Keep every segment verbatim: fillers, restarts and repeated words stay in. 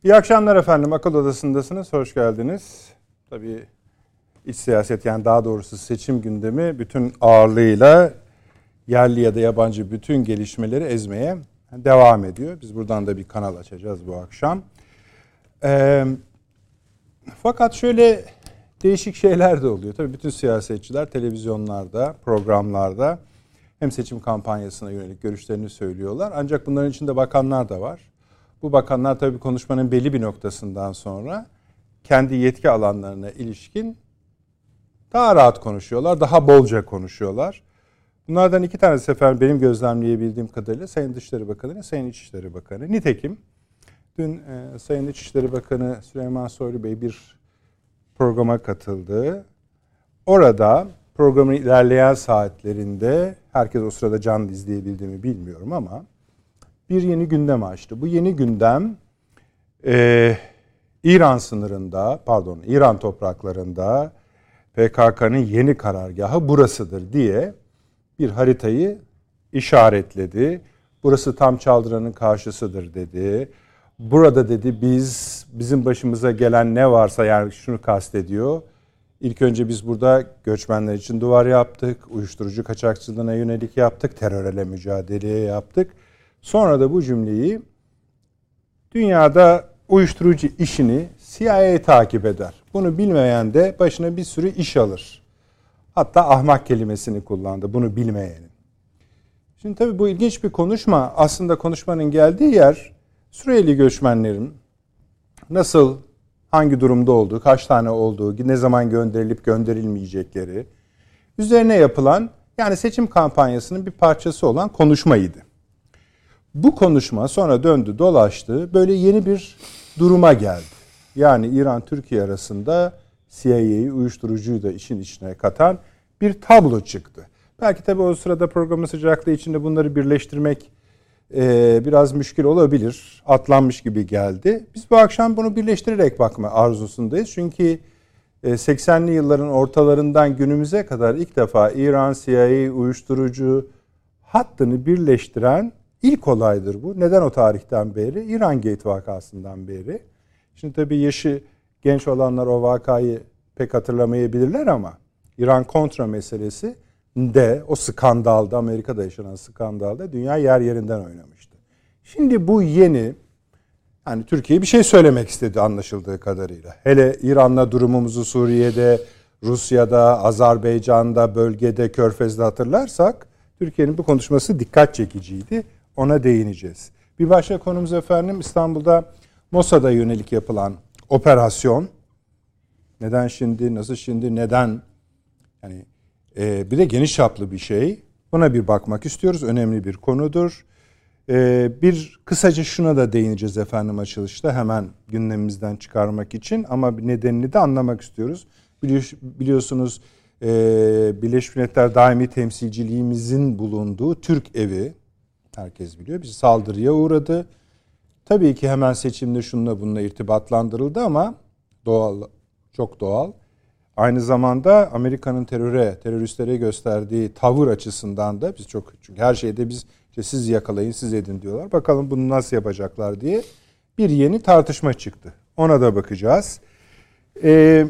İyi akşamlar efendim. Akıl Odası'ndasınız. Hoş geldiniz. Tabii iç siyaset, yani daha doğrusu seçim gündemi bütün ağırlığıyla yerli ya da yabancı bütün gelişmeleri ezmeye devam ediyor. Biz buradan da bir kanal açacağız bu akşam. Ee, fakat şöyle değişik şeyler de oluyor. Tabii bütün siyasetçiler televizyonlarda, programlarda hem seçim kampanyasına yönelik görüşlerini söylüyorlar. Ancak bunların içinde bakanlar da var. Bu bakanlar tabii konuşmanın belli bir noktasından sonra kendi yetki alanlarına ilişkin daha rahat konuşuyorlar, daha bolca konuşuyorlar. Bunlardan iki tanesi sefer benim gözlemleyebildiğim kadarıyla Sayın Dışişleri Bakanı ile Sayın İçişleri Bakanı. Nitekim dün e, Sayın İçişleri Bakanı Süleyman Soylu Bey bir programa katıldı. Orada programın ilerleyen saatlerinde, herkes o sırada canlı izleyebildiğimi bilmiyorum ama bir yeni gündem açtı. Bu yeni gündem e, İran sınırında, pardon İran topraklarında P K K'nın yeni karargahı burasıdır diye bir haritayı işaretledi. Burası tam çaldıranın karşısıdır dedi. Burada dedi biz, bizim başımıza gelen ne varsa, yani şunu kastediyor. İlk önce biz burada göçmenler için duvar yaptık, uyuşturucu kaçakçılığına yönelik yaptık, terörle mücadeleye yaptık. Sonra da bu cümleyi dünyada uyuşturucu işini C I A takip eder. Bunu bilmeyen de başına bir sürü iş alır. Hatta ahmak kelimesini kullandı, bunu bilmeyenin. Şimdi tabii bu ilginç bir konuşma. Aslında konuşmanın geldiği yer Suriyeli göçmenlerin nasıl, hangi durumda olduğu, kaç tane olduğu, ne zaman gönderilip gönderilmeyecekleri üzerine yapılan, yani seçim kampanyasının bir parçası olan konuşmaydı. Bu konuşma sonra döndü dolaştı, böyle yeni bir duruma geldi. Yani İran-Türkiye arasında C I A'yı, uyuşturucuyu da işin içine katan bir tablo çıktı. Belki tabii o sırada programın sıcaklığı içinde bunları birleştirmek e, biraz müşkil olabilir. Atlanmış gibi geldi. Biz bu akşam bunu birleştirerek bakma arzusundayız. Çünkü e, seksenli yılların ortalarından günümüze kadar ilk defa İran, C I A, uyuşturucu hattını birleştiren İlk olaydır bu. Neden o tarihten beri? İran Gate vakasından beri. Şimdi tabii yaşı genç olanlar o vakayı pek hatırlamayabilirler ama İran Kontra meselesi de, o skandalda, Amerika'da yaşanan skandalda dünya yer yerinden oynamıştı. Şimdi bu yeni, yani Türkiye bir şey söylemek istedi anlaşıldığı kadarıyla. Hele İran'la durumumuzu Suriye'de, Rusya'da, Azerbaycan'da, bölgede, Körfez'de hatırlarsak Türkiye'nin bu konuşması dikkat çekiciydi. Ona değineceğiz. Bir başka konumuz efendim İstanbul'da Mossad'a yönelik yapılan operasyon. Neden şimdi, nasıl şimdi, neden? Yani e, bir de geniş çaplı bir şey. Buna bir bakmak istiyoruz. Önemli bir konudur. E, bir kısaca şuna da değineceğiz efendim açılışta, hemen gündemimizden çıkarmak için, ama nedenini de anlamak istiyoruz. Biliyorsunuz e, Birleşmiş Milletler Daimi Temsilciliğimizin bulunduğu Türk Evi, herkes biliyor, bir saldırıya uğradı. Tabii ki hemen seçimde şununla bununla irtibatlandırıldı ama doğal, çok doğal. Aynı zamanda Amerika'nın teröre, teröristlere gösterdiği tavır açısından da biz çok, çünkü her şeyde biz işte siz yakalayın, siz edin diyorlar. Bakalım bunu nasıl yapacaklar diye bir yeni tartışma çıktı. Ona da bakacağız. Ee,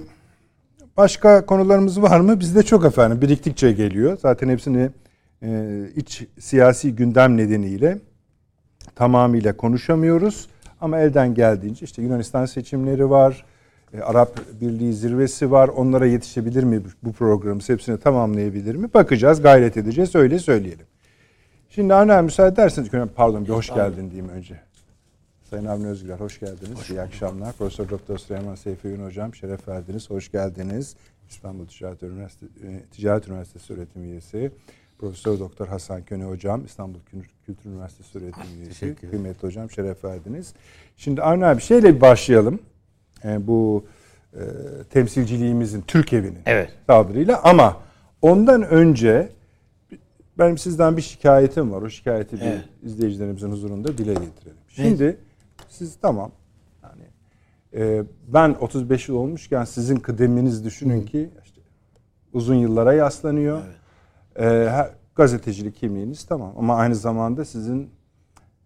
başka konularımız var mı? Bizde çok efendim, biriktikçe geliyor. Zaten hepsini iç siyasi gündem nedeniyle tamamıyla konuşamıyoruz. Ama elden geldiğince işte Yunanistan seçimleri var, Arap Birliği zirvesi var. Onlara yetişebilir mi bu programımız? Hepsini tamamlayabilir mi? Bakacağız, gayret edeceğiz, öyle söyleyelim. Şimdi Avni müsaade ederseniz, pardon bir hoş geldin diyeyim önce. Sayın Avni Özgüler, hoş geldiniz. Hoş İyi akşamlar. Profesör Doktor Süleyman Seyfi Ün Hocam, şeref verdiniz. Hoş geldiniz. İstanbul Ticaret Üniversitesi, Ticaret Üniversitesi öğretim üyesi. Profesör Doktor Hasan Köne Hocam, İstanbul Kültür Üniversitesi öğretim üyesi. Kıymetli hocam, şeref verdiniz. Şimdi Avni abi şeyle bir başlayalım. Yani bu e, temsilciliğimizin, Türk Evi'nin evet. saldırıyla, ama ondan önce benim sizden bir şikayetim var. O şikayeti evet. bir izleyicilerimizin huzurunda dile getirelim. Şimdi evet. siz tamam, yani e, ben otuz beş yıl olmuşken sizin kıdeminiz düşünün Hı. ki işte, uzun yıllara yaslanıyor. Evet. E, gazetecilik kimliğiniz tamam, ama aynı zamanda sizin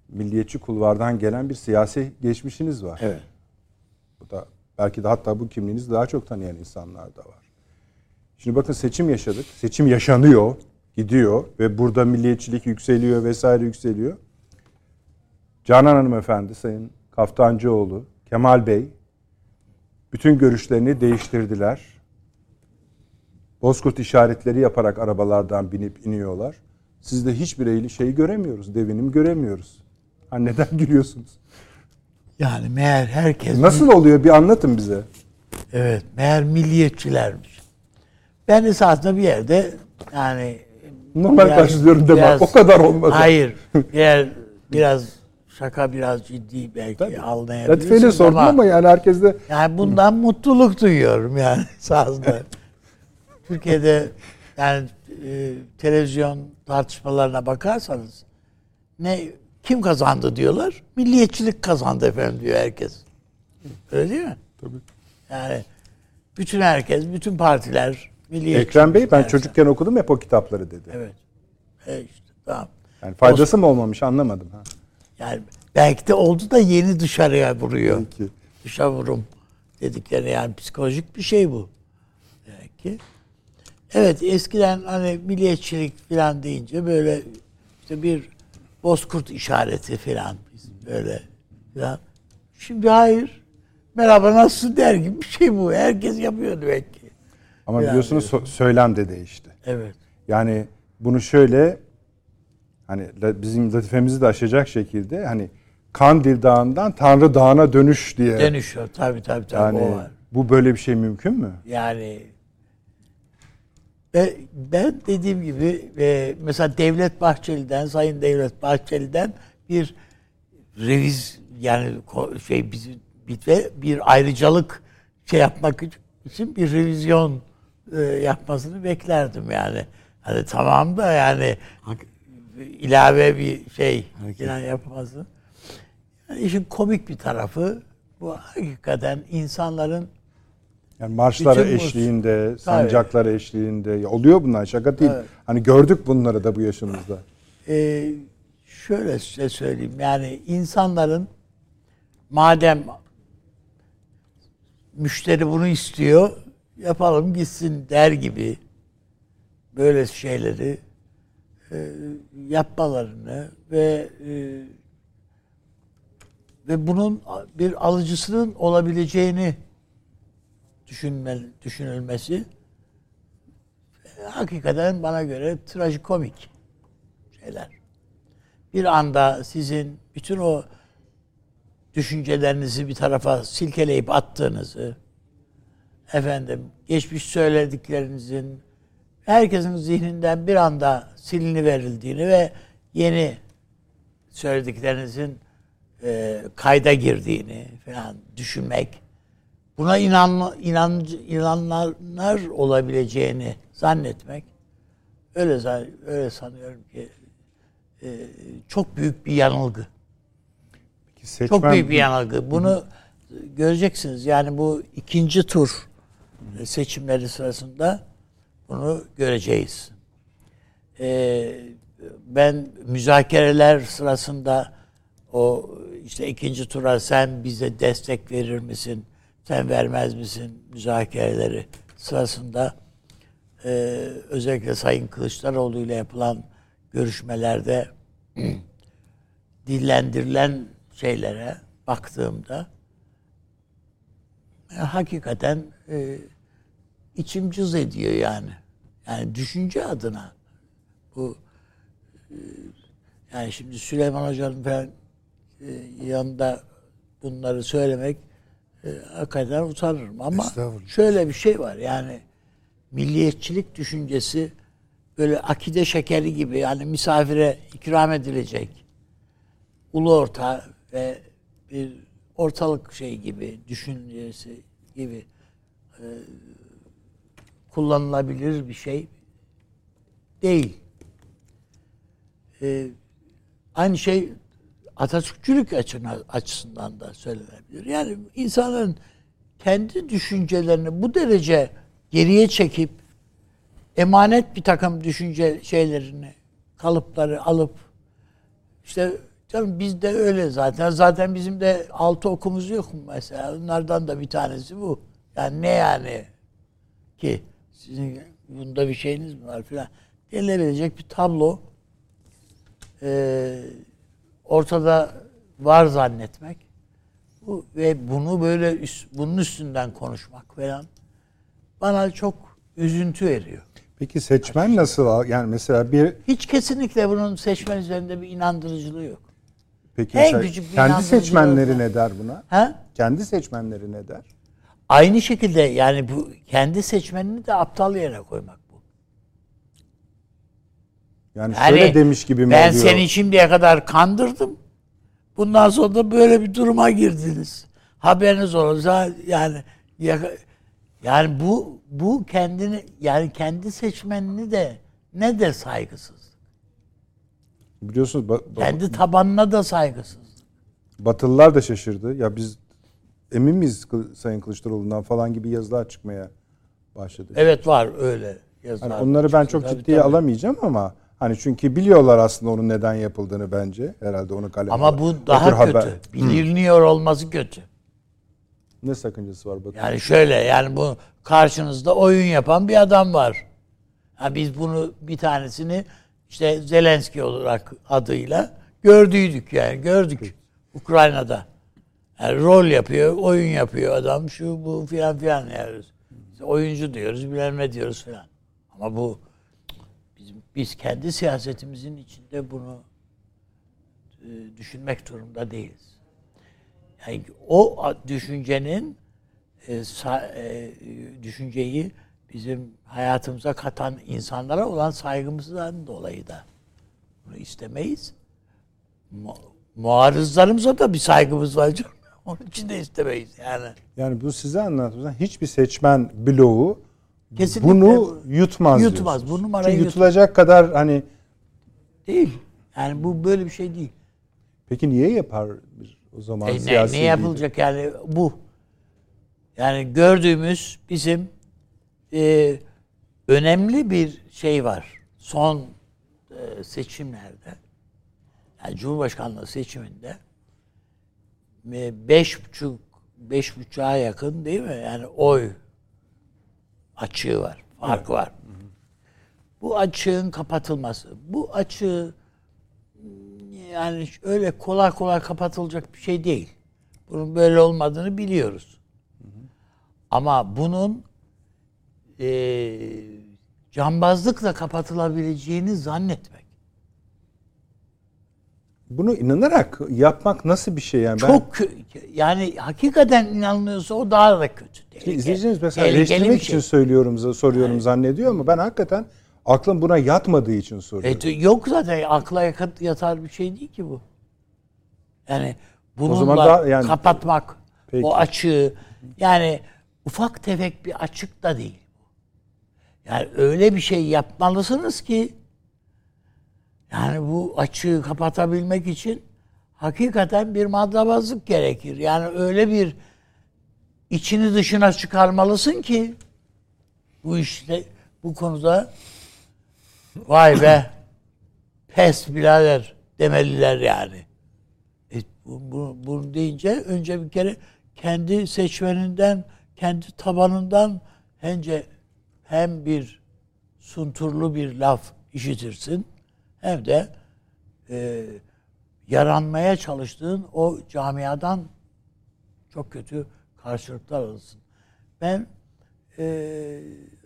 milliyetçi kulvardan gelen bir siyasi geçmişiniz var. Evet. Bu da belki de hatta bu kimliğinizi daha çok tanıyan insanlar da var. Şimdi bakın seçim yaşadık. Seçim yaşanıyor, gidiyor ve burada milliyetçilik yükseliyor vesaire yükseliyor. Canan Hanımefendi, Sayın Kaftancıoğlu, Kemal Bey bütün görüşlerini değiştirdiler. Bozkurt işaretleri yaparak arabalardan binip iniyorlar. Siz de hiçbir şeyi göremiyoruz, devinim göremiyoruz. Ha, neden gülüyorsunuz? Yani meğer herkes... Nasıl oluyor, bir anlatın bize. Evet, meğer milliyetçilermiş. Ben esasında bir yerde yani... Normal karşılıyorum de bak, o kadar olmadı. Hayır, eğer biraz şaka, biraz ciddi belki anlayabilirsiniz. Latife'yle sordum ama, ama yani herkes de... Yani bundan mutluluk duyuyorum yani esasında. Türkiye'de yani e, televizyon tartışmalarına bakarsanız ne kim kazandı diyorlar. Milliyetçilik kazandı efendim diyor herkes. Öyle değil mi? Tabii. Yani bütün herkes, bütün partiler milliyetçi. Ekrem Bey, ben çocukken okudum hep o kitapları dedi. Evet. Evet işte, tamam. Yani faydası o, mı olmamış anlamadım. Ha. Yani belki de oldu da yeni dışarıya vuruyor. Peki. Dışa vurum dedikleri, yani psikolojik bir şey bu. Demek ki. Evet, eskiden hani milliyetçilik falan deyince böyle işte bir bozkurt işareti falan böyle falan. Şimdi hayır. Merhaba nasılsın der gibi bir şey bu. Herkes yapıyor demek ki. Ama yani biliyorsunuz so- söylem de değişti. Evet. Yani bunu şöyle hani bizim latifemizi de aşacak şekilde hani Kandil Dağı'ndan Tanrı Dağı'na dönüş diye. Dönüşüyor tabii tabii tabii yani o var. Bu böyle bir şey mümkün mü? Yani ben, ben dediğim gibi e, mesela Devlet Bahçeli'den, Sayın Devlet Bahçeli'den bir reviz yani şey bizi bir, bir ayrıcalık şey yapmak için bir revizyon e, yapmasını beklerdim yani. Hani tamam da yani ilave bir şey yani yapması. Yani işin komik bir tarafı bu, hakikaten insanların yani marşlara bütün eşliğinde, sancaklara eşliğinde oluyor bunlar, şaka değil. Evet. Hani gördük bunları da bu yaşımızda. Ee, şöyle size söyleyeyim, yani insanların madem müşteri bunu istiyor, yapalım gitsin der gibi böyle şeyleri e, yapmalarını ve e, ve bunun bir alıcısının olabileceğini düşünmeli, düşünülmesi e, hakikaten bana göre trajikomik şeyler. Bir anda sizin bütün o düşüncelerinizi bir tarafa silkeleyip attığınızı, efendim geçmiş söylediklerinizin herkesin zihninden bir anda silini verildiğini ve yeni söylediklerinizin e, kayda girdiğini falan düşünmek, buna inan, inan, inananlar olabileceğini zannetmek, öyle öyle sanıyorum ki e, çok büyük bir yanılgı. Seçmen... Çok büyük bir yanılgı. Bunu Hı-hı. göreceksiniz. Yani bu ikinci tur seçimleri sırasında bunu göreceğiz. Ee, ben müzakereler sırasında o işte ikinci tura sen bize destek verir misin, sen vermez misin müzakereleri sırasında e, özellikle Sayın Kılıçdaroğlu ile yapılan görüşmelerde dillendirilen şeylere baktığımda e, hakikaten e, içim cız ediyor yani. Yani düşünce adına bu e, yani şimdi Süleyman Hoca'nın falan e, yanında bunları söylemek e, hakikaten utanırım ama şöyle bir şey var yani milliyetçilik düşüncesi böyle akide şekeri gibi yani misafire ikram edilecek ulu orta ve bir ortalık şey gibi düşüncesi gibi e, kullanılabilir bir şey değil. E, aynı şey Atatürkçülük açısından da söylenebilir. Yani insanların kendi düşüncelerini bu derece geriye çekip emanet bir takım düşünce şeylerini, kalıpları alıp işte Canım biz de öyle zaten. Zaten bizim de altı okumuz yok mu mesela? Onlardan da bir tanesi bu. Yani ne yani ki sizin bunda bir şeyiniz mi var filan denilebilecek bir tablo e, ortada var zannetmek bu, ve bunu böyle üst, bunun üstünden konuşmak falan bana çok üzüntü veriyor. Peki seçmen nasıl? Yani mesela bir... Hiç kesinlikle bunun seçmen üzerinde bir inandırıcılığı yok. Peki en mesela küçük bir kendi seçmenleri olsa, ne der buna? Ha? Kendi seçmenleri ne der? Aynı şekilde yani bu kendi seçmenini de aptal yerine koymak bu. Yani, yani şöyle demiş gibi mi ben oluyor? Ben seni şimdiye kadar kandırdım. Bundan sonra da böyle bir duruma girdiniz. Haberiniz olursa yani yani bu bu kendini yani kendi seçmenini de ne de saygısız. Biliyorsunuz ba- kendi tabanına da saygısız. Batılılar da şaşırdı. Ya biz emin miyiz Sayın Kılıçdaroğlu'ndan falan gibi yazılar çıkmaya başladı. Evet var öyle yazılar. Hani onları ben çok tabii, ciddiye tabii. alamayacağım ama hani çünkü biliyorlar aslında onun neden yapıldığını bence. Herhalde onu kaleme Ama bu daha kötü. Haber. Biliniyor olması kötü. Ne sakıncası var Batı? Yani şöyle yani bu karşınızda oyun yapan bir adam var. Ha biz bunu bir tanesini işte Zelenski olarak adıyla gördüydük yani gördük Ukrayna'da. Yani rol yapıyor, oyun yapıyor adam şu bu filan filan yani. İşte oyuncu diyoruz, bilmem ne diyoruz filan. Ama bu bizim biz kendi siyasetimizin içinde bunu e, düşünmek durumunda değiliz. Yani o düşüncenin e, sa, e, düşünceyi bizim hayatımıza katan insanlara olan saygımızdan dolayı da bunu istemeyiz. Mu, muarızlarımıza da bir saygımız var canım. Onun için de istemeyiz yani. Yani bu size anlattığınızda hiçbir seçmen bloğu kesinlikle bunu yutmaz. Yutmaz. Bu numarayı Çünkü yutulacak yutmaz. kadar hani değil. Yani bu böyle bir şey değil. Peki niye yapar o zaman e siyasi? Ne, ne yapılacak yani bu? Yani gördüğümüz bizim e, önemli bir şey var. Son e, seçimlerde, yani Cumhurbaşkanlığı seçiminde e, beş buçuk beş buçuğa yakın değil mi? Yani oy açığı var, farkı evet. var. Hı hı. Bu açığın kapatılması, bu açığı yani öyle kolay kolay kapatılacak bir şey değil. Bunun böyle olmadığını biliyoruz. Hı hı. Ama bunun e, cambazlıkla kapatılabileceğini zannetmek. Bunu inanarak yapmak nasıl bir şey yani? Çok ben... yani hakikaten inanılıyorsa o daha da kötü. Tehlike. İzleyiciniz mesela eleştirmek için şey. söylüyorum, soruyorum yani. Zannediyor ama ben hakikaten aklım buna yatmadığı için soruyorum. E, yok zaten akla yatar bir şey değil ki bu. Yani bununla da, yani, kapatmak peki. O açığı yani ufak tefek bir açık da değil. Yani öyle bir şey yapmalısınız ki yani bu açığı kapatabilmek için hakikaten bir maddabazlık gerekir. Yani öyle bir içini dışına çıkarmalısın ki bu işte bu konuda vay be pes birader demeliler yani. E, bu, bu, bunu deyince önce bir kere kendi seçmeninden, kendi tabanından hence hem bir sunturlu bir laf işitirsin hem de e, yaranmaya çalıştığın o camiadan çok kötü karşılıklar alırsın. Ben e,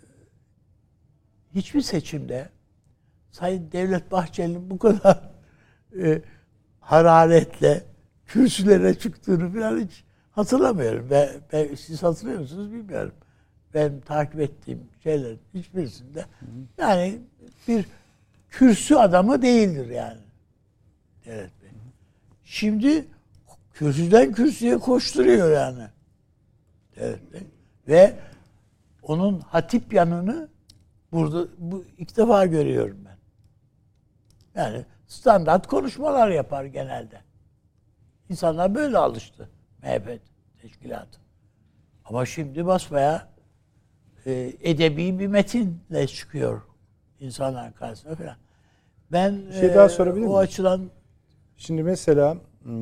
hiçbir seçimde Sayın Devlet Bahçeli'nin bu kadar e, hararetle kürsülere çıktığını falan hiç hatırlamıyorum. Ben, ben, siz hatırlıyor musunuz bilmiyorum. Ben takip ettiğim şeylerin hiçbirisinde hı hı. yani bir kürsü adamı değildir yani. Evet. Hı hı. Şimdi kürsüden kürsüye koşturuyor yani. Evet. Ve onun hatip yanını burada bu ilk defa görüyorum ben. Yani standart konuşmalar yapar genelde. İnsanlar böyle alıştı. M H P teşkilatı. Ama şimdi basbayağı e, edebi bir metinle çıkıyor insanların karşısına falan. Ben bir şey daha sorabilir e, o miyim? açıdan Şimdi mesela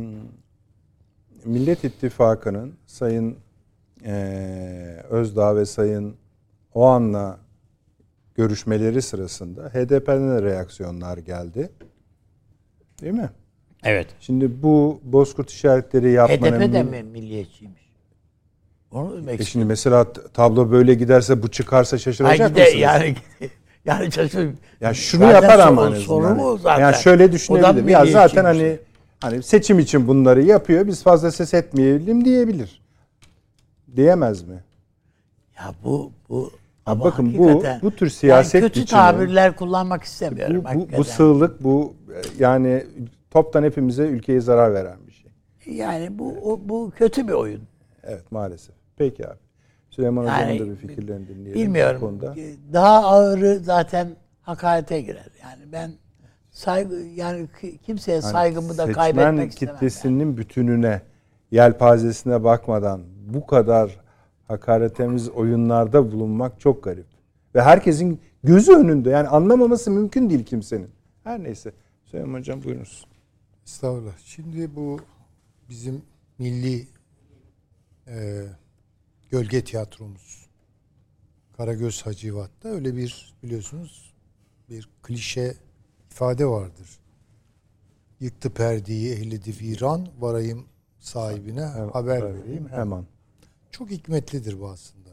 Millet İttifakı'nın Sayın Ee, Özdağ ve Sayın Oğan'la görüşmeleri sırasında H D P'den de reaksiyonlar geldi. Değil mi? Evet. Şimdi bu bozkurt işaretleri yapmanın... H D P de mi milliyetçiymiş? Onu demek e şimdi mesela tablo böyle giderse, bu çıkarsa şaşıracak gide, mısınız? Yani yani şaşır. Yani şunu yapar ama en azından. Yani. zaten. Yani şöyle düşünebilir. Ya zaten hani hani seçim için bunları yapıyor. Biz fazla ses etmeyelim diyebilir. Diyemez mi? Ya bu bu ama bakın bu bu tür siyaset yani kötü biçimi, tabirler kullanmak istemiyorum. Bu, bu, bu sığlık, bu yani toptan hepimize, ülkeye zarar veren bir şey. Yani bu o, bu kötü bir oyun. Evet, maalesef. Peki abi. Süleyman yani, Hocam'ın da bir fikirlerini dinleyelim. Bilmiyorum. Bu konuda. Daha ağırı zaten hakarete girer. Yani ben saygı yani kimseye yani saygımı da kaybetmek istemem. Seçmen kitlesinin yani. bütününe, yelpazesine bakmadan bu kadar hakaretemiz oyunlarda bulunmak çok garip. Ve herkesin gözü önünde. Yani anlamaması mümkün değil kimsenin. Her neyse. Süleyman Hocam buyurunuz. Estağfurullah. Şimdi bu bizim milli e, gölge tiyatromuz Karagöz Hacivat'ta öyle bir biliyorsunuz bir klişe ifade vardır. Yıktı perdeyi ehledi viran, varayım sahibine hemen, haber vereyim hemen. hemen. Çok hikmetlidir bu aslında.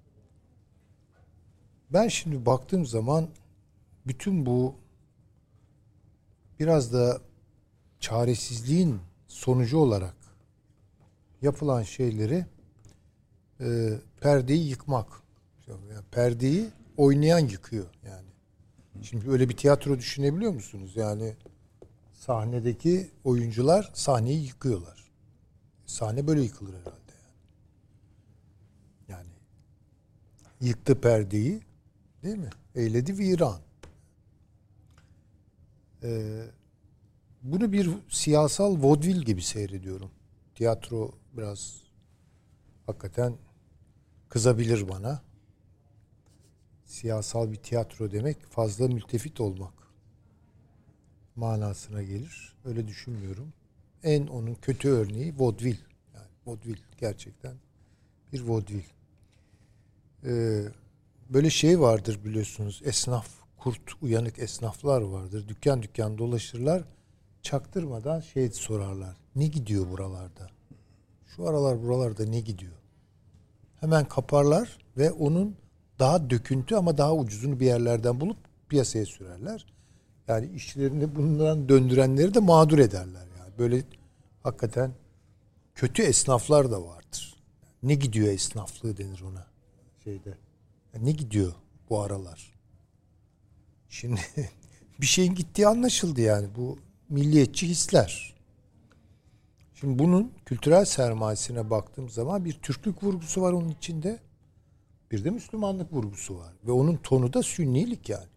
Ben şimdi baktığım zaman bütün bu biraz da çaresizliğin sonucu olarak yapılan şeyleri e, perdeyi yıkmak. Yani perdeyi oynayan yıkıyor yani. Şimdi öyle bir tiyatro düşünebiliyor musunuz? Yani sahnedeki oyuncular sahneyi yıkıyorlar. Sahne böyle yıkılır herhalde. Yani, yani yıktı perdeyi, değil mi? Eyledi viran. Ee, bunu bir siyasal vaudeville gibi seyrediyorum. Tiyatro biraz hakikaten kızabilir bana. Siyasal bir tiyatro demek fazla mültefit olmak manasına gelir. Öyle düşünmüyorum. En onun kötü örneği vaudeville. Yani vaudeville gerçekten bir vaudeville. Ee, böyle şey vardır biliyorsunuz. Esnaf, kurt uyanık esnaflar vardır. Dükkan dükkan dolaşırlar. Çaktırmadan şey sorarlar. Ne gidiyor buralarda? Şu aralar buralarda ne gidiyor? Hemen kaparlar ve onun daha döküntü ama daha ucuzunu bir yerlerden bulup piyasaya sürerler. Yani işlerini bundan döndürenleri de mağdur ederler. Yani böyle hakikaten kötü esnaflar da vardır. Ne gidiyor esnaflığı denir ona şeyde. Yani ne gidiyor bu aralar? Şimdi bir şeyin gittiği anlaşıldı yani. Bu milliyetçi hisler. Şimdi bunun kültürel sermayesine baktığım zaman bir Türklük vurgusu var onun içinde. Bir de Müslümanlık vurgusu var. Ve onun tonu da Sünnilik yani.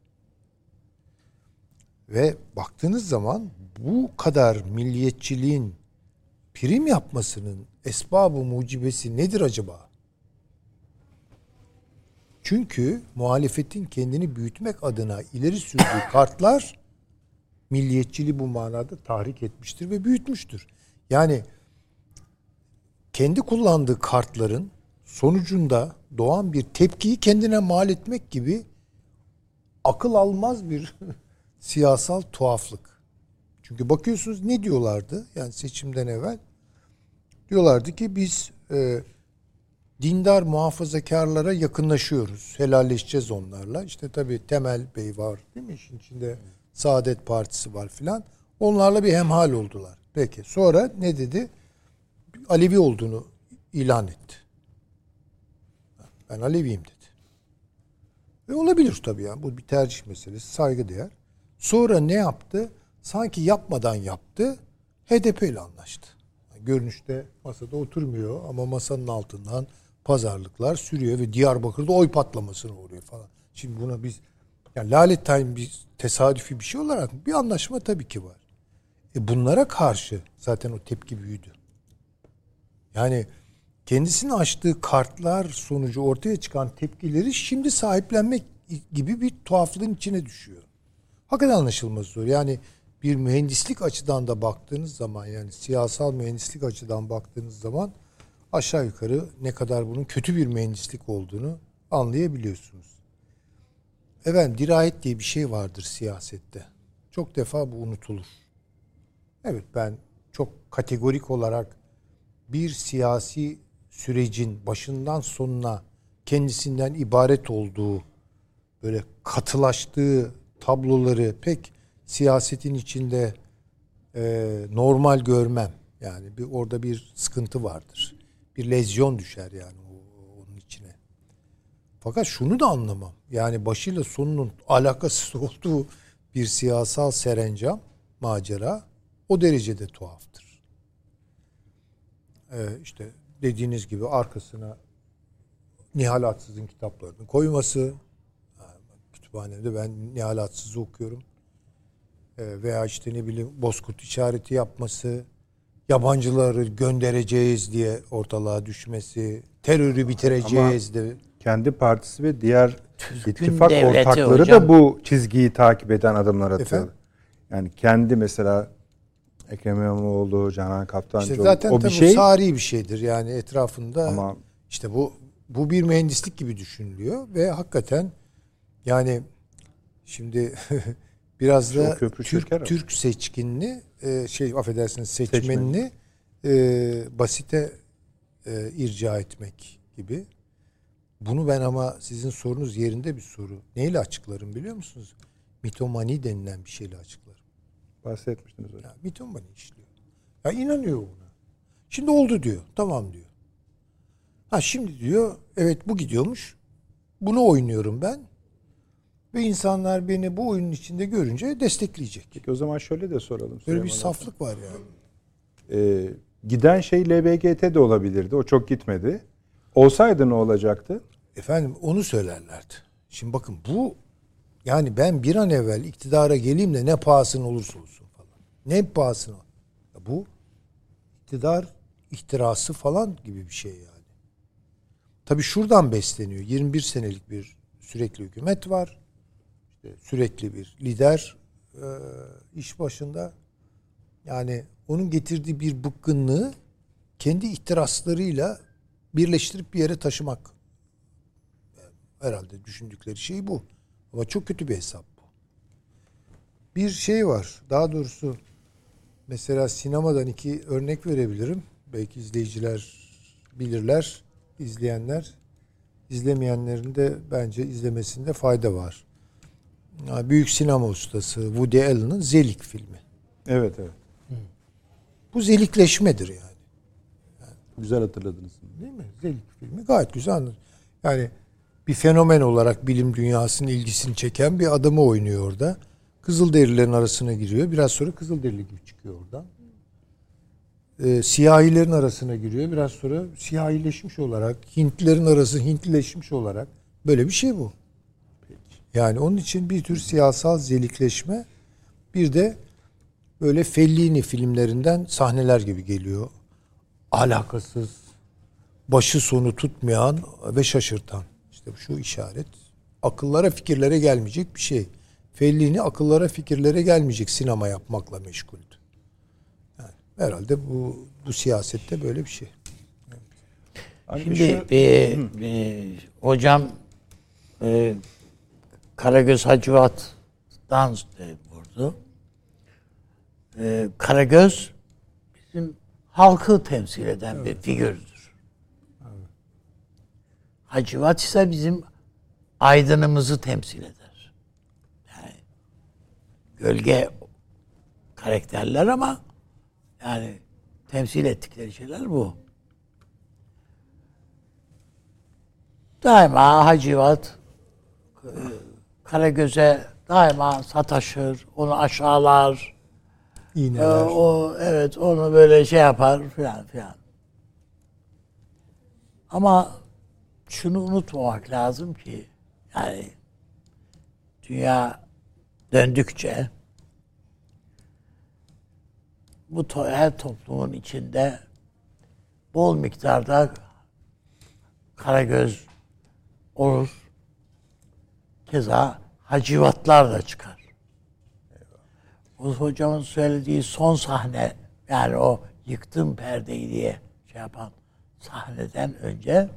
Ve baktığınız zaman bu kadar milliyetçiliğin prim yapmasının esbab-ı mucibesi nedir acaba? Çünkü muhalefetin kendini büyütmek adına ileri sürdüğü kartlar milliyetçiliği bu manada tahrik etmiştir ve büyütmüştür. Yani kendi kullandığı kartların sonucunda doğan bir tepkiyi kendine mal etmek gibi akıl almaz bir siyasal tuhaflık. Çünkü bakıyorsunuz ne diyorlardı? Yani seçimden evvel diyorlardı ki biz e, dindar muhafazakarlara yakınlaşıyoruz. Helalleşeceğiz onlarla. İşte tabii Temel Bey var değil mi? İşin içinde Saadet Partisi var filan. Onlarla bir hemhal oldular. Peki. Sonra ne dedi? Alevi olduğunu ilan etti. Ben Aleviyim dedi. Ve olabilir tabii ya. Bu bir tercih meselesi. Saygıdeğer. Sonra ne yaptı? Sanki yapmadan yaptı. H D P ile anlaştı. Yani görünüşte masada oturmuyor ama masanın altından pazarlıklar sürüyor ve Diyarbakır'da oy patlamasına uğruyor falan. Şimdi buna biz yani Lalettayn bir tesadüfi bir şey olarak bir anlaşma tabii ki var. E bunlara karşı zaten o tepki büyüdü. Yani kendisinin açtığı kartlar sonucu ortaya çıkan tepkileri şimdi sahiplenmek gibi bir tuhaflığın içine düşüyor. Hakikaten anlaşılması zor. Yani bir mühendislik açıdan da baktığınız zaman, yani siyasal mühendislik açıdan baktığınız zaman aşağı yukarı ne kadar bunun kötü bir mühendislik olduğunu anlayabiliyorsunuz. Efendim, dirayet diye bir şey vardır siyasette. Çok defa bu unutulur. Evet, ben çok kategorik olarak bir siyasi sürecin başından sonuna kendisinden ibaret olduğu, böyle katılaştığı tabloları pek siyasetin içinde e, normal görmem. Yani bir orada bir sıkıntı vardır. Bir lezyon düşer yani o, onun içine. Fakat şunu da anlamam. Yani başıyla sonunun alakasız olduğu bir siyasal serencam, macera o derecede tuhaftır. Ee, işte dediğiniz gibi arkasına Nihal Atsız'ın kitaplarını koyması, kütüphanemde ben Nihal Atsız'ı okuyorum. Ee, veya işte ne bileyim Bozkurt işareti yapması, yabancıları göndereceğiz diye ortalığa düşmesi, terörü bitireceğiz de. Kendi partisi ve diğer Tüzgün ittifak devleti ortakları hocam. da bu çizgiyi takip eden adımlar atıyor. Efendim? Yani kendi mesela Ekrem İmamoğlu, Canan Kaftancıoğlu, İşte zaten o bir tabii şey. sari bir şeydir yani etrafında. Ama işte bu bu bir mühendislik gibi düşünülüyor ve hakikaten yani şimdi biraz da Türk, Türk seçkinini e, şey affedersiniz seçmenini e, basite e, irca etmek gibi. Bunu ben ama sizin sorunuz yerinde bir soru. Neyle açıklarım biliyor musunuz? Mitomani denilen bir şeyle açıklarım. Bahsetmiştiniz hocam. Ya, mitomani işliyor. Ya inanıyor buna. Şimdi oldu diyor. Tamam diyor. Ha şimdi diyor evet bu gidiyormuş. Bunu oynuyorum ben. Ve insanlar beni bu oyunun içinde görünce destekleyecek. Peki o zaman şöyle de soralım. Böyle bir saflık var yani. Ee, giden şey L B G T de olabilirdi. O çok gitmedi. Olsaydı ne olacaktı? Efendim onu söylerlerdi. Şimdi bakın bu yani ben bir an evvel iktidara geleyim de ne pahasına olursa olsun falan. Ne pahasına. Ya bu iktidar ihtirası falan gibi bir şey yani. Tabii şuradan besleniyor. yirmi bir senelik bir sürekli hükümet var. İşte sürekli bir lider e, iş başında. Yani onun getirdiği bir bıkkınlığı kendi ihtiraslarıyla birleştirip bir yere taşımak. Yani herhalde düşündükleri şey bu. Ama çok kötü bir hesap bu. Bir şey var. Daha doğrusu mesela sinemadan iki örnek verebilirim. Belki izleyiciler bilirler. İzleyenler, izlemeyenlerin de bence izlemesinde fayda var. Yani büyük sinema ustası Woody Allen'ın Zelig filmi. Evet evet. Bu zelikleşmedir yani. yani. Güzel hatırladınız. Değil mi? Zelig filmi gayet güzel anlatıyor. Yani bir fenomen olarak bilim dünyasının ilgisini çeken bir adamı oynuyor orada. Kızılderililerin arasına giriyor. Biraz sonra Kızılderili gibi çıkıyor oradan. Ee, siyahilerin arasına giriyor. Biraz sonra siyahileşmiş olarak, Hintlilerin arası Hintlileşmiş olarak böyle bir şey bu. Yani onun için bir tür siyasal zelikleşme, bir de böyle Fellini filmlerinden sahneler gibi geliyor. Alakasız, başı sonu tutmayan ve şaşırtan. İşte şu işaret. Akıllara fikirlere gelmeyecek bir şey. Fellini akıllara fikirlere gelmeyecek sinema yapmakla meşguldü. Yani herhalde bu bu siyasette böyle bir şey. Evet. Şimdi şu, e, e, hocam e, Karagöz Hacivat'tan e, vurdu. E, Karagöz bizim halkı temsil eden evet. bir figürdür. Evet. Hacivat ise bizim aydınımızı temsil eder. Yani gölge karakterler ama yani temsil ettikleri şeyler bu. Daima Hacivat Karagöz'e daima sataşır, onu aşağılar. Ee, o evet onu böyle şey yapar filan filan. Ama şunu unutmamak lazım ki yani dünya döndükçe bu to- her toplumun içinde bol miktarda Karagöz olur. Keza hacivatlar da çıkar. o hocamın söylediği son sahne, yani o yıktım perdeyi diye şey yapan sahneden önce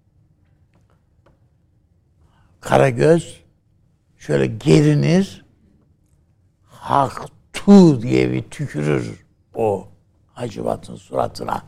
Karagöz şöyle gerinir, hak tu diye bir tükürür o Hacivat'ın suratına.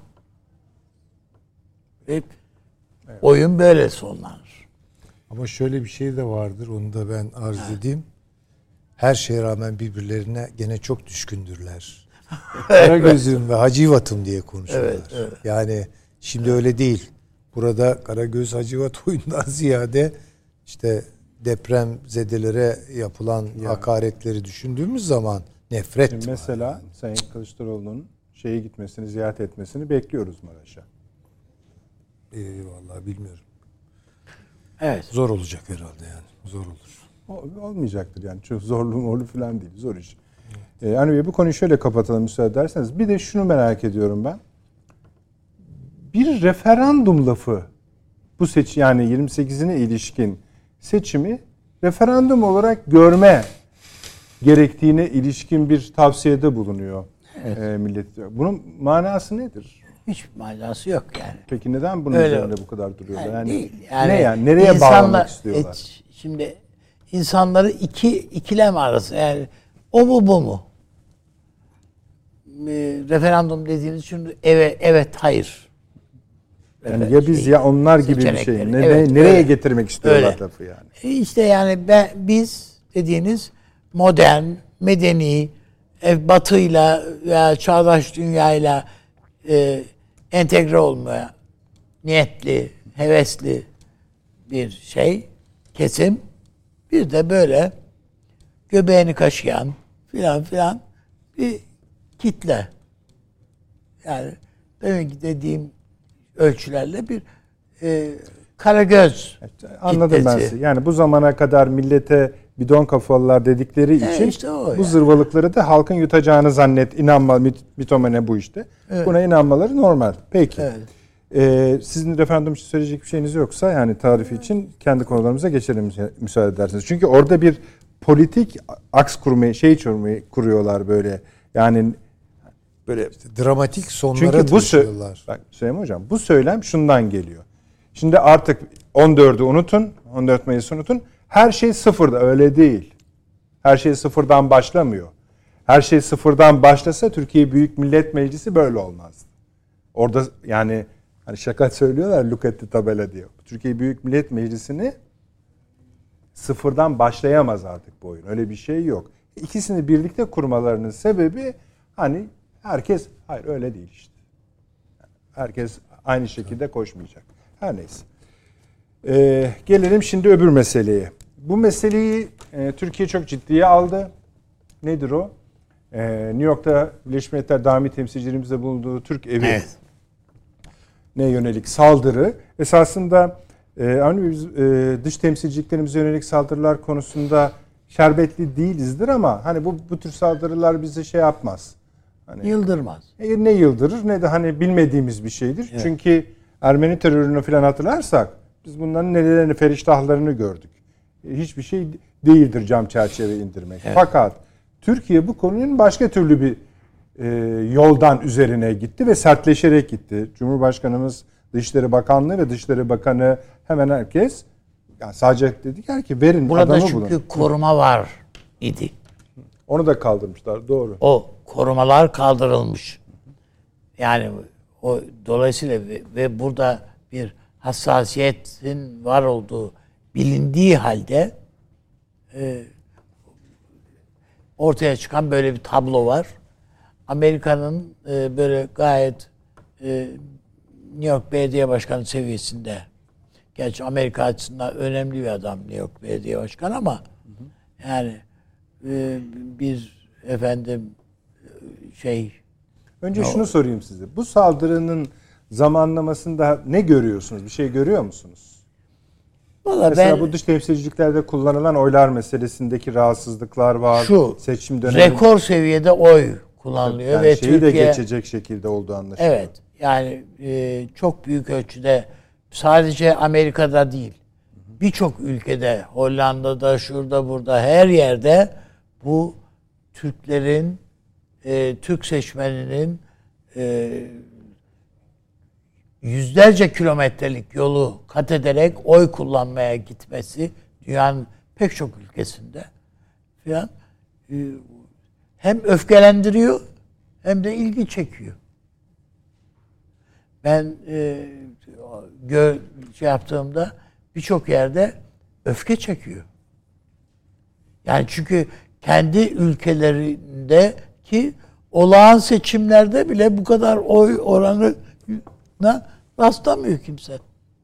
Ve evet. Oyun böyle sonlanır. Ama şöyle bir şey de vardır, onu da ben arz evet. edeyim. Her şeye rağmen birbirlerine gene çok düşkündürler. Karagöz'üm ve Hacivat'ım diye konuşuyorlar. Evet, evet. Yani şimdi evet. öyle değil. Burada Karagöz Hacivat oyundan ziyade işte depremzedelere yapılan yani. hakaretleri düşündüğümüz zaman nefret Şimdi mesela var. Sayın Kılıçdaroğlu'nun şeye gitmesini, ziyaret etmesini bekliyoruz Maraş'a. Ee, vallahi bilmiyorum. Evet. Zor olacak herhalde yani. Zor olur. O, olmayacaktır yani. Çok zorlu morlu falan değil. Zor iş. Evet. Ee, yani bu konuyu şöyle kapatalım müsaade ederseniz. Bir de şunu merak ediyorum ben. Bir referandum lafı bu seç yani yirmi sekizine ilişkin seçimi referandum olarak görme gerektiğine ilişkin bir tavsiyede bulunuyor evet. e, millet. Bunun manası nedir? Hiç manası yok yani. Peki neden bunun Öyle üzerinde bu kadar duruyorlar? Yani, yani, değil. yani ne yani? Nereye insanlar, bağlamak istiyorlar? Et, şimdi insanları iki ikilem arası. Yani o mu bu mu? E, referandum dediğiniz şimdi evet evet hayır. Yani Refer- ya biz şey, ya onlar gibi bir şey. Ne, evet, nereye öyle. getirmek istiyorlar öyle. lafı yani? E işte yani ben, biz dediğiniz modern, medeni, batıyla veya çağdaş dünyayla e, entegre olmaya niyetli, hevesli bir şey, kesim. Bir de böyle göbeğini kaşıyan filan filan bir kitle. Yani demin ki dediğim ölçülerle bir e, Karagöz evet, anladım kitlesi. Ben sizi. Yani bu zamana kadar millete bidon kafalılar dedikleri için e işte o bu yani. zırvalıkları da halkın yutacağını zannet, inanma, mit, mitomane bu işte. Evet. Buna inanmaları normal. Peki. Evet. Ee, sizin referandum için söyleyecek bir şeyiniz yoksa yani tarifi için kendi konularımıza geçelim müsaade ederseniz. Çünkü orada bir politik aks kurmayı, şey kurmayı kuruyorlar böyle. Yani böyle işte dramatik sonlara taşıyorlar. Bak Süleyman Hocam, bu söylem şundan geliyor. Şimdi artık on dördü unutun, on dört Mayıs'ı unutun. Her şey sıfırda, öyle değil. Her şey sıfırdan başlamıyor. Her şey sıfırdan başlasa Türkiye Büyük Millet Meclisi böyle olmazdı. Orada yani hani şaka söylüyorlar, look at the tabela diyor. Türkiye Büyük Millet Meclisi'ni sıfırdan başlayamaz artık bu oyun. Öyle bir şey yok. İkisini birlikte kurmalarının sebebi hani herkes, hayır öyle değil işte. Herkes aynı şekilde koşmayacak. Her neyse. Ee, gelelim şimdi öbür meseleye. Bu meseleyi e, Türkiye çok ciddiye aldı. Nedir o? Ee, New York'ta Birleşmiş Milletler Daimi Temsilcilerimizde bulunduğu Türk evi evet. ne yönelik saldırı. Esasında e, hani biz e, dış temsilciliklerimize yönelik saldırılar konusunda şerbetli değilizdir ama hani bu bu tür saldırılar bizi şey yapmaz. Hani, yıldırmaz. E, ne yıldırır ne de hani bilmediğimiz bir şeydir. Evet. Çünkü Ermeni terörünü falan hatırlarsak biz bunların nelerini, feriştahlarını gördük. Hiçbir şey değildir cam çerçeve indirmek. Evet. Fakat Türkiye bu konunun başka türlü bir e, yoldan üzerine gitti ve sertleşerek gitti. Cumhurbaşkanımız, Dışişleri Bakanlığı ve Dışişleri Bakanı hemen herkes yani sadece dediler ki verin burada adamı bulun. Burada çünkü koruma var idi. Onu da kaldırmışlar, doğru. O korumalar kaldırılmış. Yani o dolayısıyla ve, ve burada bir hassasiyetin var olduğu bilindiği halde e, ortaya çıkan böyle bir tablo var. Amerika'nın e, böyle gayet e, New York Belediye Başkanı seviyesinde, gerçi Amerika açısından önemli bir adam New York Belediye Başkanı ama hı hı. yani e, bir efendim şey önce şunu o, sorayım size. Bu saldırının zamanlamasında ne görüyorsunuz? Bir şey görüyor musunuz? Vallahi mesela ben, bu dış temsilciliklerde kullanılan oylar meselesindeki rahatsızlıklar var. Şu seçim dönemi rekor seviyede oy kullanılıyor yani ve şeyi Türkiye de geçecek şekilde olduğu anlaşılıyor. Evet. Yani e, çok büyük ölçüde sadece Amerika'da değil. Birçok ülkede, Hollanda'da, şurada, burada, her yerde bu Türklerin, e, Türk seçmeninin e, yüzlerce kilometrelik yolu kat ederek oy kullanmaya gitmesi dünyanın pek çok ülkesinde falan e, hem öfkelendiriyor hem de ilgi çekiyor. Ben e, gö, şey yaptığımda birçok yerde öfke çekiyor. Yani çünkü kendi ülkelerindeki olağan seçimlerde bile bu kadar oy oranına rastlamıyor kimse.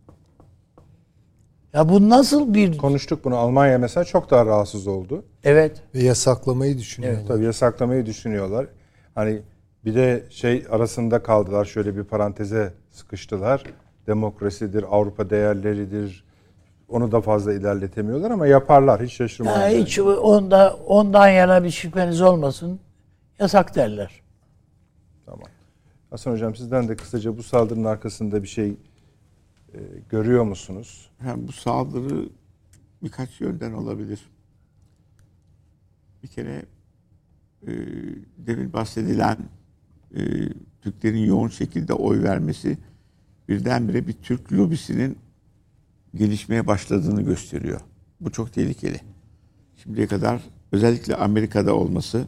Ya bu nasıl bir... Konuştuk bunu. Almanya mesela çok daha rahatsız oldu. Evet. Ve yasaklamayı düşünüyorlar. Evet, tabii yasaklamayı düşünüyorlar. Hani bir de şey arasında kaldılar. Şöyle bir paranteze sıkıştılar. Demokrasidir, Avrupa değerleridir. Onu da fazla ilerletemiyorlar ama yaparlar. Hiç şaşırmayın. Ya hiç onda, ondan yana bir şüpheniz olmasın. Yasak derler. Tamam. Hasan Hocam sizden de kısaca bu saldırının arkasında bir şey e, görüyor musunuz? Yani bu saldırı birkaç yönden olabilir. Bir kere e, demin bahsedilen e, Türklerin yoğun şekilde oy vermesi birdenbire bir Türk lobisinin gelişmeye başladığını gösteriyor. Bu çok tehlikeli. Şimdiye kadar özellikle Amerika'da olması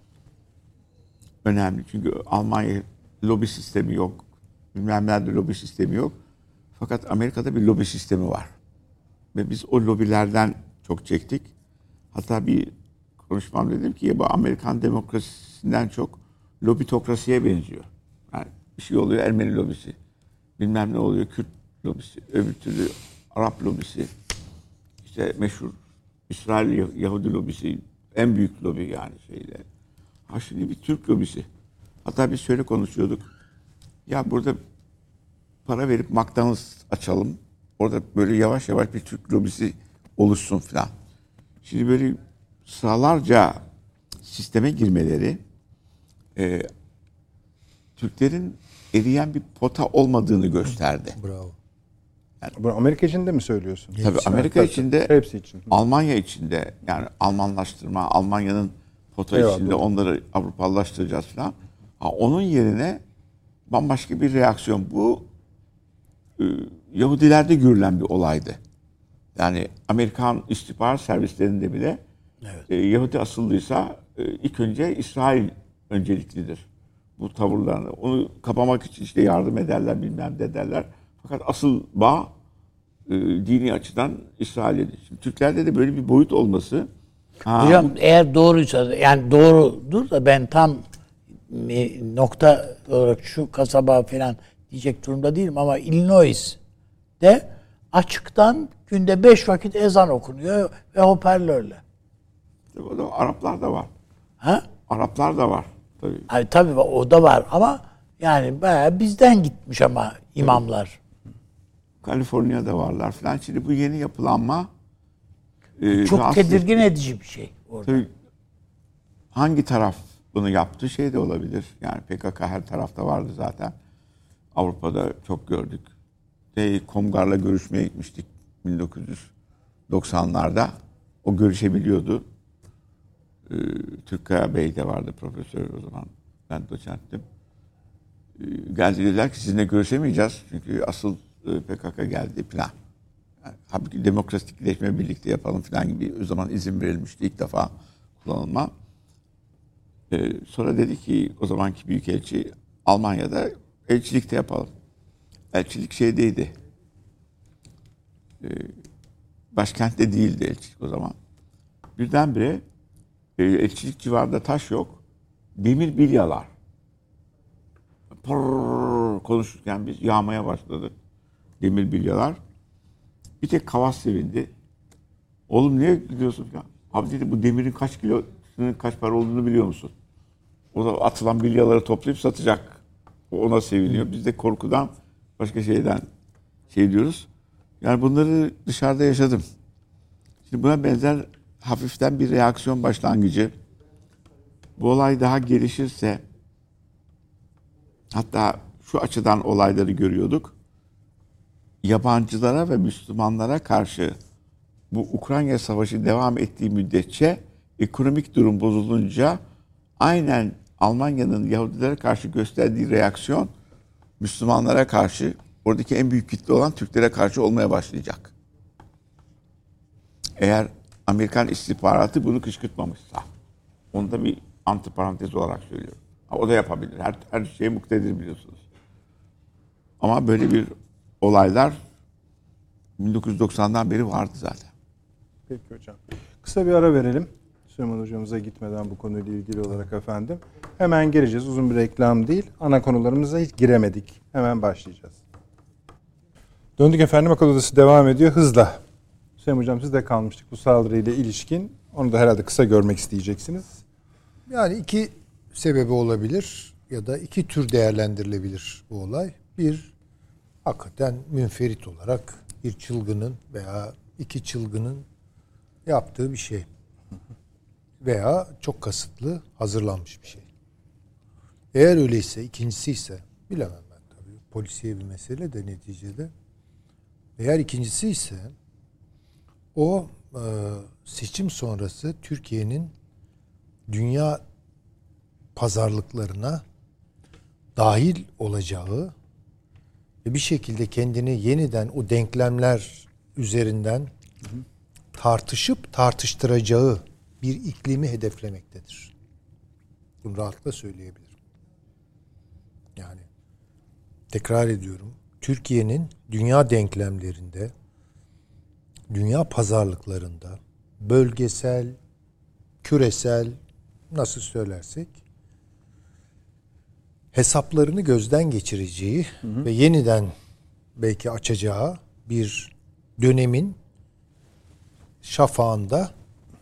önemli. Çünkü Almanya lobi sistemi yok. Bilmem nerede lobi sistemi yok. Fakat Amerika'da bir lobi sistemi var. Ve biz o lobilerden çok çektik. Hatta bir konuşmam dedim ki ya bu Amerikan demokrasisinden çok lobitokrasiye benziyor. Yani bir şey oluyor Ermeni lobisi. Bilmem ne oluyor Kürt lobisi. Öbür türlü Arap lobisi. İşte meşhur İsrail Yahudi lobisi. En büyük lobi yani şeyle. Ha şimdi bir Türk lobisi. Hatta biz şöyle konuşuyorduk. Ya burada para verip McDonald's açalım. Orada böyle yavaş yavaş bir Türk lobisi oluşsun falan. Şimdi böyle sıralarca sisteme girmeleri e, Türklerin eriyen bir pota olmadığını gösterdi. Bravo. Yani, bunu Amerika için de mi söylüyorsun? Tabii Amerika evet, için de, hepsi için. Almanya için de yani Almanlaştırma, Almanya'nın pota Eyvallah, içinde doğru. onları Avrupalılaştıracağız falan. Ha, onun yerine bambaşka bir reaksiyon. Bu e, Yahudilerde görülen bir olaydı. Yani Amerikan istihbarat servislerinde bile evet. e, Yahudi asıllıysa e, ilk önce İsrail önceliklidir. Bu tavırlarını. Onu kapamak için işte yardım ederler, bilmem ne derler. Fakat asıl bağ e, dini açıdan İsrail'dir. Şimdi Türklerde de böyle bir boyut olması. Ha, Hocam bu, eğer doğruysa yani doğrudur da ben tam nokta olarak şu kasaba falan diyecek durumda değilim ama Illinois'te açıktan günde beş vakit ezan okunuyor ve hoparlörle. o da Araplar da var. Ha? Araplar da var. Tabii. Abi, tabii o da var ama yani bayağı bizden gitmiş ama imamlar. Kaliforniya'da varlar falan. Şimdi bu yeni yapılanma e, çok tedirgin edici bir şey orada. Tabii, hangi taraf bunu yaptı şey de olabilir. Yani P K K her tarafta vardı zaten. Avrupa'da çok gördük. De, Komgar'la görüşmeye gitmiştik bin dokuz yüz doksanlarda. O görüşebiliyordu. Ee, Türkkaya Bey de vardı profesör o zaman. Ben doçenttim. Ee, geldi dediler ki sizinle görüşemeyeceğiz. Çünkü asıl e, P K K geldi falan. Yani, halbuki demokratikleşme birlikte yapalım falan gibi o zaman izin verilmişti ilk defa kullanılma. Ee, sonra dedi ki o zamanki büyükelçi Almanya'da elçilikte yapalım. Elçilik şeydeydi. Ee, başkentte değildi elçilik o zaman. Birdenbire e, elçilik civarında taş yok. Demir bilyalar. Pırrrr konuşurken biz yağmaya başladı. Demir bilyalar. Bir tek Kavas sevindi. Oğlum niye gidiyorsun falan. Abi dedi bu demirin kaç kilo kaç para olduğunu biliyor musun? O da atılan bilyaları toplayıp satacak. O ona seviniyor. Biz de korkudan başka şeyden şey diyoruz. Yani bunları dışarıda yaşadım. Şimdi buna benzer hafiften bir reaksiyon başlangıcı. Bu olay daha gelişirse hatta şu açıdan olayları görüyorduk. Yabancılara ve Müslümanlara karşı bu Ukrayna Savaşı devam ettiği müddetçe ekonomik durum bozulunca aynen Almanya'nın Yahudilere karşı gösterdiği reaksiyon Müslümanlara karşı, oradaki en büyük kitle olan Türklere karşı olmaya başlayacak. Eğer Amerikan istihbaratı bunu kışkırtmamışsa. Onu da bir antiparantez olarak söylüyorum. O da yapabilir. Her, her şeye muktedir biliyorsunuz. Ama böyle bir olaylar bin dokuz yüz doksandan beri vardı zaten. Peki hocam. Kısa bir ara verelim. Süleyman hocamıza gitmeden bu konuyla ilgili olarak efendim. Hemen geleceğiz. Uzun bir reklam değil. Ana konularımıza hiç giremedik. Hemen başlayacağız. Döndük efendim. Akıl Odası devam ediyor hızla. Süleyman hocam siz de kalmıştık bu saldırıyla ilişkin. Onu da herhalde kısa görmek isteyeceksiniz. Yani iki sebebi olabilir ya da iki tür değerlendirilebilir bu olay. Bir, hakikaten münferit olarak bir çılgının veya iki çılgının yaptığı bir şey. Veya çok kasıtlı hazırlanmış bir şey. Eğer öyleyse, ikincisi ise, bilemem ben tabii, polisiye bir mesele de neticede. Eğer ikincisi ise, o e, seçim sonrası Türkiye'nin dünya pazarlıklarına dahil olacağı ve bir şekilde kendini yeniden o denklemler üzerinden tartışıp tartıştıracağı bir iklimi hedeflemektedir. Bunu rahatlıkla söyleyebilirim. Yani tekrar ediyorum. Türkiye'nin dünya denklemlerinde, dünya pazarlıklarında bölgesel, küresel, nasıl söylersek, hesaplarını gözden geçireceği hı hı. ve yeniden belki açacağı bir dönemin şafağında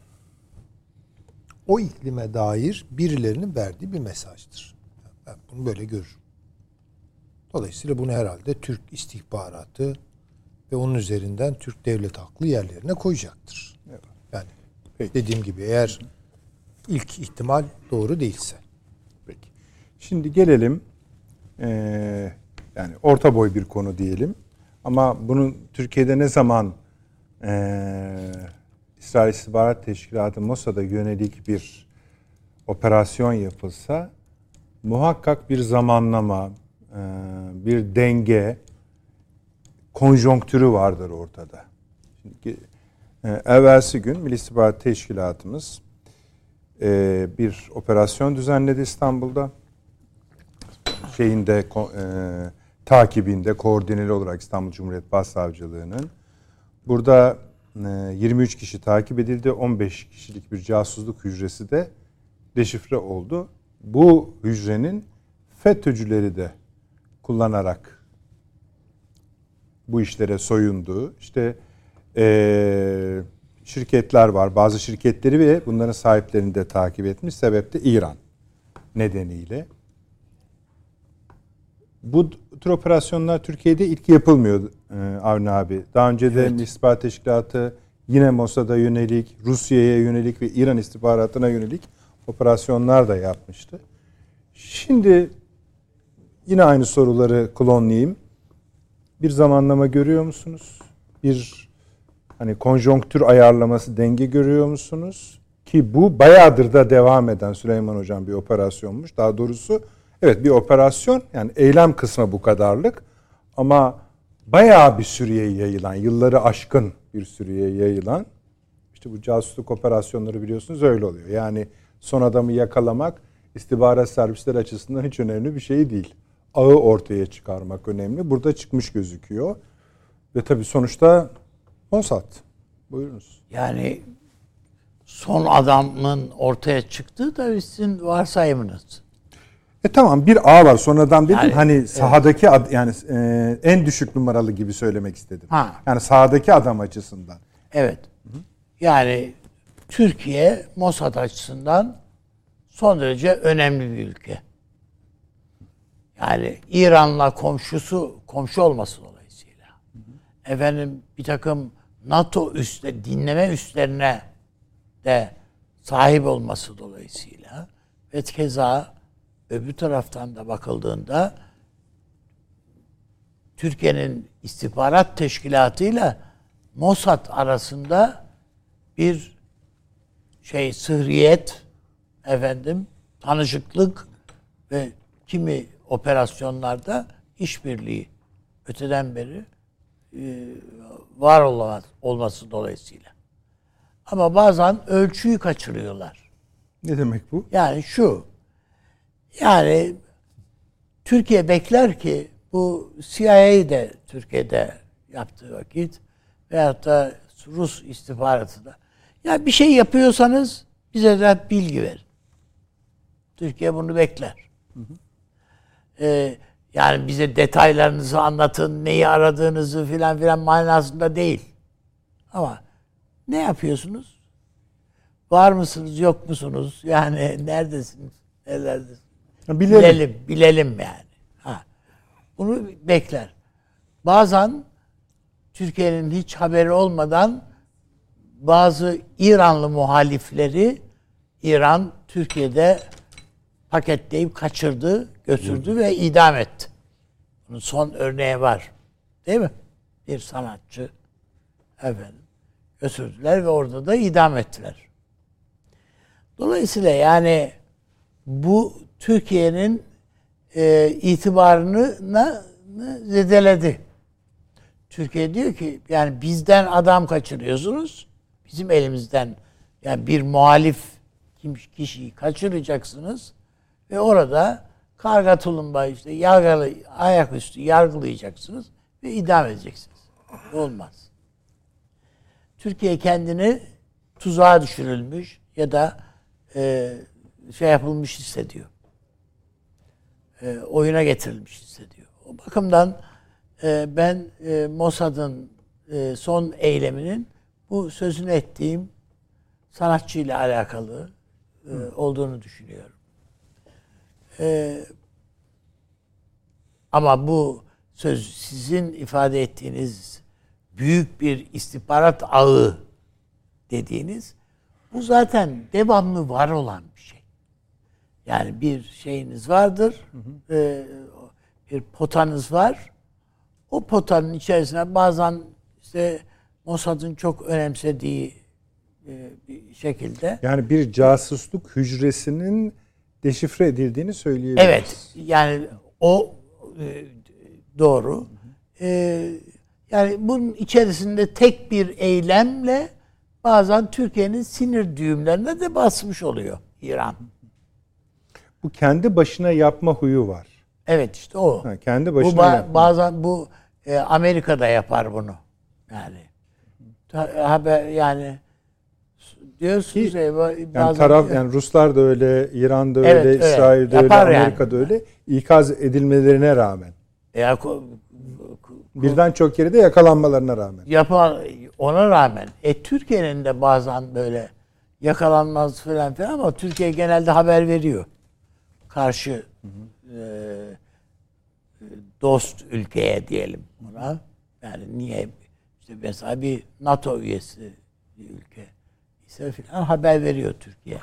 o iklime dair birilerinin verdiği bir mesajdır. Ben bunu böyle görürüm. Dolayısıyla bunu herhalde Türk istihbaratı ve onun üzerinden Türk devlet aklı yerlerine koyacaktır. Yani peki. Dediğim gibi eğer ilk ihtimal doğru değilse. Peki. Şimdi gelelim ee, yani orta boy bir konu diyelim. Ama bunun Türkiye'de ne zaman ee, İsrail İstihbarat Teşkilatı Mossad'a yönelik bir operasyon yapılsa muhakkak bir zamanlama, bir denge, konjonktürü vardır ortada. Şimdi, evvelsi gün Milli İstihbarat Teşkilatımız bir operasyon düzenledi İstanbul'da. Şeyinde e, takibinde koordineli olarak İstanbul Cumhuriyet Başsavcılığı'nın burada yirmi üç kişi takip edildi. on beş kişilik bir casusluk hücresi de deşifre oldu. Bu hücrenin FETÖ'cüleri de kullanarak bu işlere soyunduğu, işte ee, şirketler var. Bazı şirketleri ve bunların sahiplerini de takip etmiş. Sebep de İran nedeniyle. Bu tür operasyonlar Türkiye'de ilk yapılmıyor Avni abi. Daha önce de evet. İstihbarat Teşkilatı yine Mossad'a yönelik, Rusya'ya yönelik ve İran istihbaratına yönelik operasyonlar da yapmıştı. Şimdi yine aynı soruları klonlayayım. Bir zamanlama görüyor musunuz? Bir hani konjonktür ayarlaması, denge görüyor musunuz? Ki bu bayağıdır da devam eden Süleyman Hocam bir operasyonmuş. Daha doğrusu evet bir operasyon, yani eylem kısmı bu kadarlık ama bayağı bir süreye yayılan, yılları aşkın bir süreye yayılan, işte bu casusluk operasyonları biliyorsunuz öyle oluyor. Yani son adamı yakalamak istihbarat servisleri açısından hiç önemli bir şey değil. Ağı ortaya çıkarmak önemli. Burada çıkmış gözüküyor. Ve tabii sonuçta Mossad. Buyurunuz. Yani son adamın ortaya çıktığı da sizin varsayımınız. E tamam, bir ağ var. Sonradan dedim yani, hani sahadaki evet. ad, yani e, en düşük numaralı gibi söylemek istedim. Ha. Yani sahadaki adam açısından. Evet. Hı-hı. Yani Türkiye Mossad açısından son derece önemli bir ülke. Yani İran'la komşusu komşu olması dolayısıyla. Hı-hı. Efendim bir takım NATO üstte dinleme üslerine de sahip olması dolayısıyla ve keza öbür taraftan da bakıldığında Türkiye'nin istihbarat teşkilatıyla Mossad arasında bir şey sıhriyet efendim tanışıklık ve kimi operasyonlarda işbirliği öteden beri e, var olamaz, olması dolayısıyla. Ama bazen ölçüyü kaçırıyorlar. Ne demek bu? Yani şu, yani Türkiye bekler ki bu C I A de Türkiye'de yaptığı vakit veyahut da Rus istihbaratı da, ya bir şey yapıyorsanız bize de bilgi verin. Türkiye bunu bekler. Hı hı. Ee, yani bize detaylarınızı anlatın, neyi aradığınızı filan filan manasında değil. Ama ne yapıyorsunuz? Var mısınız, yok musunuz? Yani neredesiniz, nelerdesiniz? Bilelim. Bilelim, bilelim yani. Ha. Bunu bekler. Bazen Türkiye'nin hiç haberi olmadan bazı İranlı muhalifleri İran Türkiye'de paketleyip kaçırdı, götürdü ve idam etti. Bunun son örneği var. Değil mi? Bir sanatçı efendim götürdüler ve orada da idam ettiler. Dolayısıyla yani bu Türkiye'nin e, itibarını zedeledi. Türkiye diyor ki yani bizden adam kaçırıyorsunuz. Bizim elimizden yani bir muhalif kişiyi kaçıracaksınız ve orada karga tulumba işte yargılı, ayaküstü yargılayacaksınız ve idam edeceksiniz. Olmaz. Türkiye kendini tuzağa düşürülmüş ya da e, şey yapılmış hissediyor. E, oyuna getirilmiş hissediyor. O bakımdan e, ben e, Mossad'ın e, son eyleminin bu sözünü ettiğim sanatçıyla alakalı e, olduğunu düşünüyorum. E, ama bu söz sizin ifade ettiğiniz büyük bir istihbarat ağı dediğiniz bu zaten devamlı var olan bir şey. Yani bir şeyiniz vardır, hı hı. E, bir potanız var. O potanın içerisine bazen işte Mossad'ın çok önemsediği e, bir şekilde. Yani bir casusluk hücresinin deşifre edildiğini söyleyebiliriz. Evet, yani o e, doğru. Hı hı. E, yani bunun içerisinde tek bir eylemle bazen Türkiye'nin sinir düğümlerine de basmış oluyor İran. Bu kendi başına yapma huyu var. Evet işte o. Ha, kendi başına bu ba- yapma. Bazen bu e, Amerika'da yapar bunu. Yani haber yani diyorsunuz Ki, ya, yani taraf yani Ruslar da öyle, İran da öyle, evet, İsrail de öyle, Amerika da yani. öyle ikaz edilmelerine rağmen. Ya, ko, ko, birden çok yere de yakalanmalarına rağmen. Yapar ona rağmen. E Türkiye'nin de bazen böyle yakalanmaz falan filan ama Türkiye genelde haber veriyor. Karşı hı hı. E, dost ülkeye diyelim buna. Yani niye işte mesela bir NATO üyesi bir ülke ise filan haber veriyor Türkiye.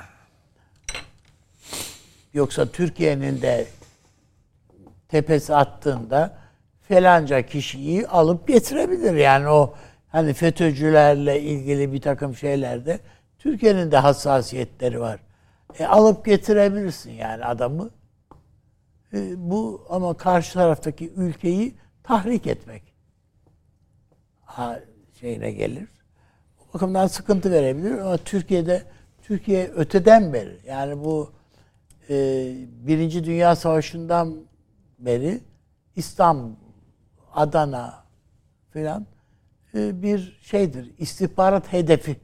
Yoksa Türkiye'nin de tepesi attığında falanca kişiyi alıp getirebilir. Yani o hani FETÖ'cülerle ilgili bir takım şeylerde Türkiye'nin de hassasiyetleri var. E, alıp getirebilirsin yani adamı. E, bu ama karşı taraftaki ülkeyi tahrik etmek ha, şeyine gelir. O bakımdan sıkıntı verebilir ama Türkiye'de Türkiye öteden beri yani bu e, Birinci Dünya Savaşı'ndan beri İstanbul, Adana filan e, bir şeydir. İstihbarat hedefi.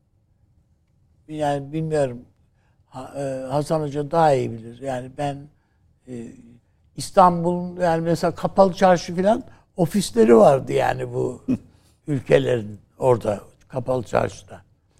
Yani bilmiyorum ha, e, Hasan Hoca daha iyi bilir. Yani ben e, İstanbul'un yani mesela Kapalı Çarşı filan ofisleri vardı yani bu ülkelerin orada Kapalı Çarşı'da.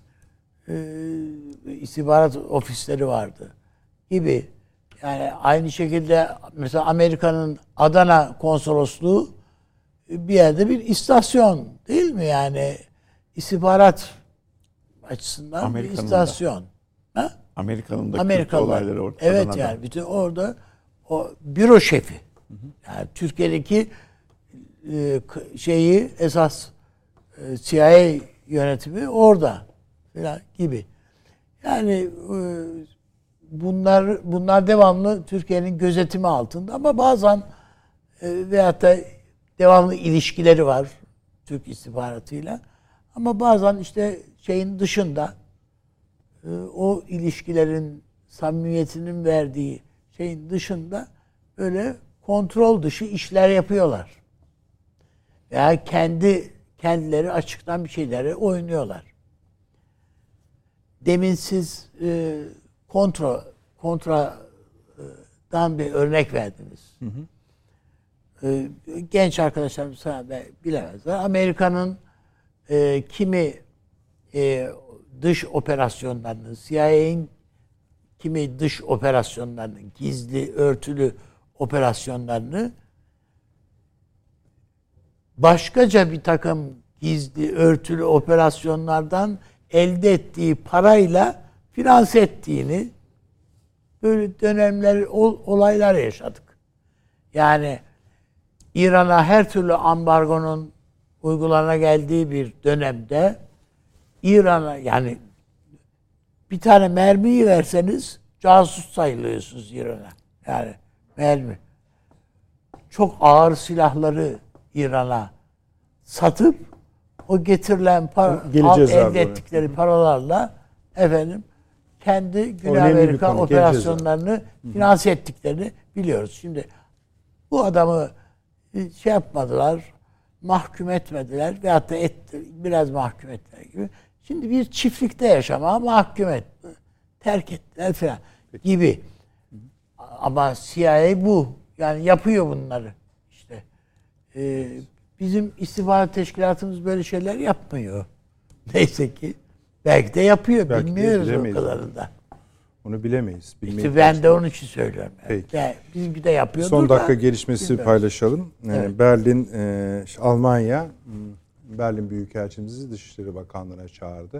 E, istihbarat ofisleri vardı gibi. Yani aynı şekilde mesela Amerika'nın Adana konsolosluğu bir yerde bir istasyon değil mi? Yani istihbarat açısından Amerika'nın bir istasyon. Da. Ha? Amerika'nın da Amerikalı olayları orada. Evet Adana'da. yani bütün orada o büro şefi. Hı hı. Yani Türkiye'deki e, şeyi esas e, C I A yönetimi orada falan gibi. Yani e, bunlar bunlar devamlı Türkiye'nin gözetimi altında ama bazen e, veyahut da devamlı ilişkileri var Türk istihbaratıyla. Ama bazen işte şeyin dışında e, o ilişkilerin samimiyetinin verdiği şeyin dışında böyle kontrol dışı işler yapıyorlar. Veya kendi kendileri açıktan bir şeyleri oynuyorlar. Demin siz e, kontra kontradan bir örnek verdiniz. Hı hı. E, genç arkadaşlarımız sana bilemezler. Amerika'nın e, kimi e, dış operasyonlarını, C I A'nin kimi dış operasyonlarını, gizli, örtülü operasyonlarını başkaca bir takım gizli, örtülü operasyonlardan elde ettiği parayla finanse ettiğini, böyle dönemler, olaylar yaşadık. Yani İran'a her türlü ambargonun uygulana geldiği bir dönemde İran'a, yani bir tane mermiyi verseniz casus sayılıyorsunuz İran'a. Yani mermi. Çok ağır silahları İran'a satıp o getirilen para, elde ettikleri paralarla efendim kendi Güney Amerika konu, operasyonlarını finanse ettiklerini biliyoruz. Şimdi bu adamı şey yapmadılar, mahkum etmediler veyahut da etti, biraz mahkum ettiler gibi. Şimdi bir çiftlikte yaşamaya mahkum etti, terk ettiler falan gibi. Ama C I A bu. Yani yapıyor bunları. İşte e, bizim istihbarat teşkilatımız böyle şeyler yapmıyor. Neyse ki. Belki de yapıyor. Belki bilmiyoruz o kadarını da. Onu bilemeyiz. İşte ben de onun için söylüyorum. Yani. Yani bizimki de yapıyordur. Son dakika da, gelişmesi bilmiyoruz. Paylaşalım. Evet. Berlin, e, Almanya, Berlin Büyükelçimizi Dışişleri Bakanlığı'na çağırdı.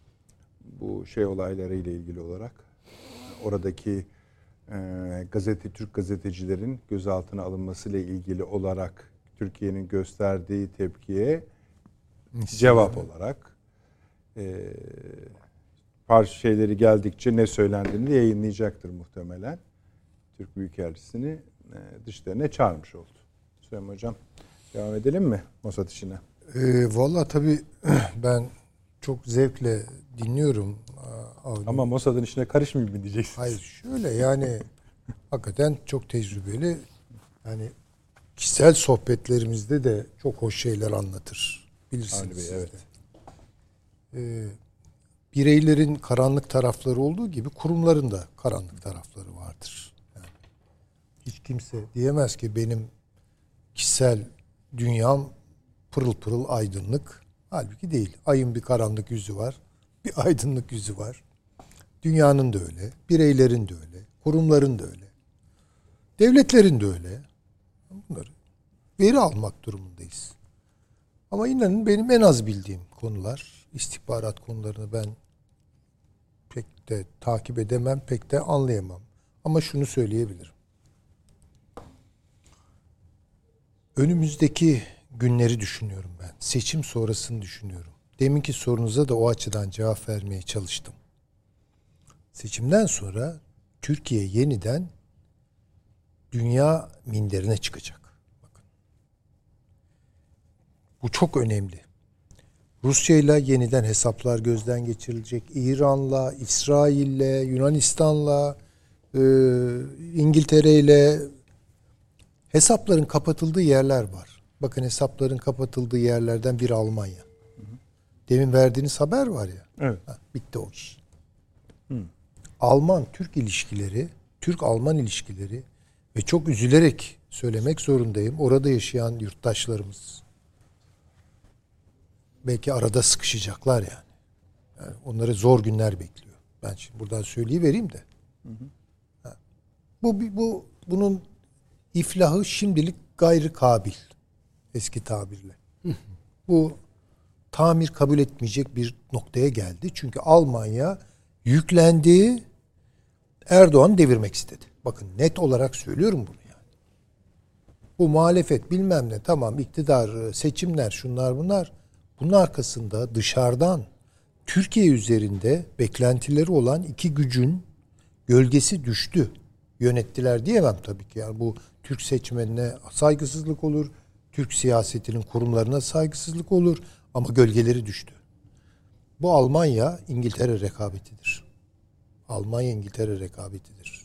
Bu şey olayları ile ilgili olarak. Oradaki e, gazete, Türk gazetecilerin gözaltına alınmasıyla ilgili olarak Türkiye'nin gösterdiği tepkiye cevap olarak e, parça şeyleri geldikçe ne söylendiğini de yayınlayacaktır muhtemelen. Türk Büyükelçisi'ni e, dışlarına çağırmış oldu. Süleyman Hocam, devam edelim mi Mossad işine? E, Valla tabii ben çok zevkle dinliyorum. Avni. Ama Mossad'ın işine karışmayayım mı diyeceksin? Hayır, şöyle yani hakikaten çok tecrübeli. Yani kişisel sohbetlerimizde de çok hoş şeyler anlatır. Bilirsiniz Bey, evet. Ee, bireylerin karanlık tarafları olduğu gibi kurumların da karanlık tarafları vardır. Yani hiç kimse diyemez ki benim kişisel dünyam pırıl pırıl aydınlık. Halbuki değil. Ayın bir karanlık yüzü var. Bir aydınlık yüzü var. Dünyanın da öyle. Bireylerin de öyle. Kurumların da öyle. Devletlerin de öyle. Bunları veri almak durumundayız. Ama inanın benim en az bildiğim konular, istihbarat konularını ben pek de takip edemem, pek de anlayamam. Ama şunu söyleyebilirim. Önümüzdeki günleri düşünüyorum ben. Seçim sonrasını düşünüyorum. Deminki sorunuza da o açıdan cevap vermeye çalıştım. Seçimden sonra Türkiye yeniden dünya minderine çıkacak. Bakın. Bu çok önemli. Rusya'yla yeniden hesaplar gözden geçirilecek. İran'la, İsrail'le, Yunanistan'la, e, İngiltere'yle hesapların kapatıldığı yerler var. Bakın hesapların kapatıldığı yerlerden biri Almanya. Hı hı. Demin verdiğiniz haber var ya. Evet. Ha, bitti o iş. Hı. Alman-Türk ilişkileri, Türk-Alman ilişkileri ve çok üzülerek söylemek zorundayım. Orada yaşayan yurttaşlarımız belki arada sıkışacaklar yani. Yani onları zor günler bekliyor. Ben şimdi buradan söyleyivereyim de. Hı hı. Ha. Bu, bu bunun iflahı şimdilik gayrı kabil. Eski tabirle. Hı hı. Bu tamir kabul etmeyecek bir noktaya geldi. Çünkü Almanya yüklendiği Erdoğan'ı devirmek istedi. Bakın net olarak söylüyorum bunu yani. Bu muhalefet bilmem ne tamam iktidar, seçimler şunlar bunlar. Bunun arkasında dışarıdan Türkiye üzerinde beklentileri olan iki gücün gölgesi düştü. Yönettiler diyemem tabii ki. Yani bu Türk seçmenine saygısızlık olur. Türk siyasetinin kurumlarına saygısızlık olur. Ama gölgeleri düştü. Bu Almanya İngiltere rekabetidir. Almanya İngiltere rekabetidir.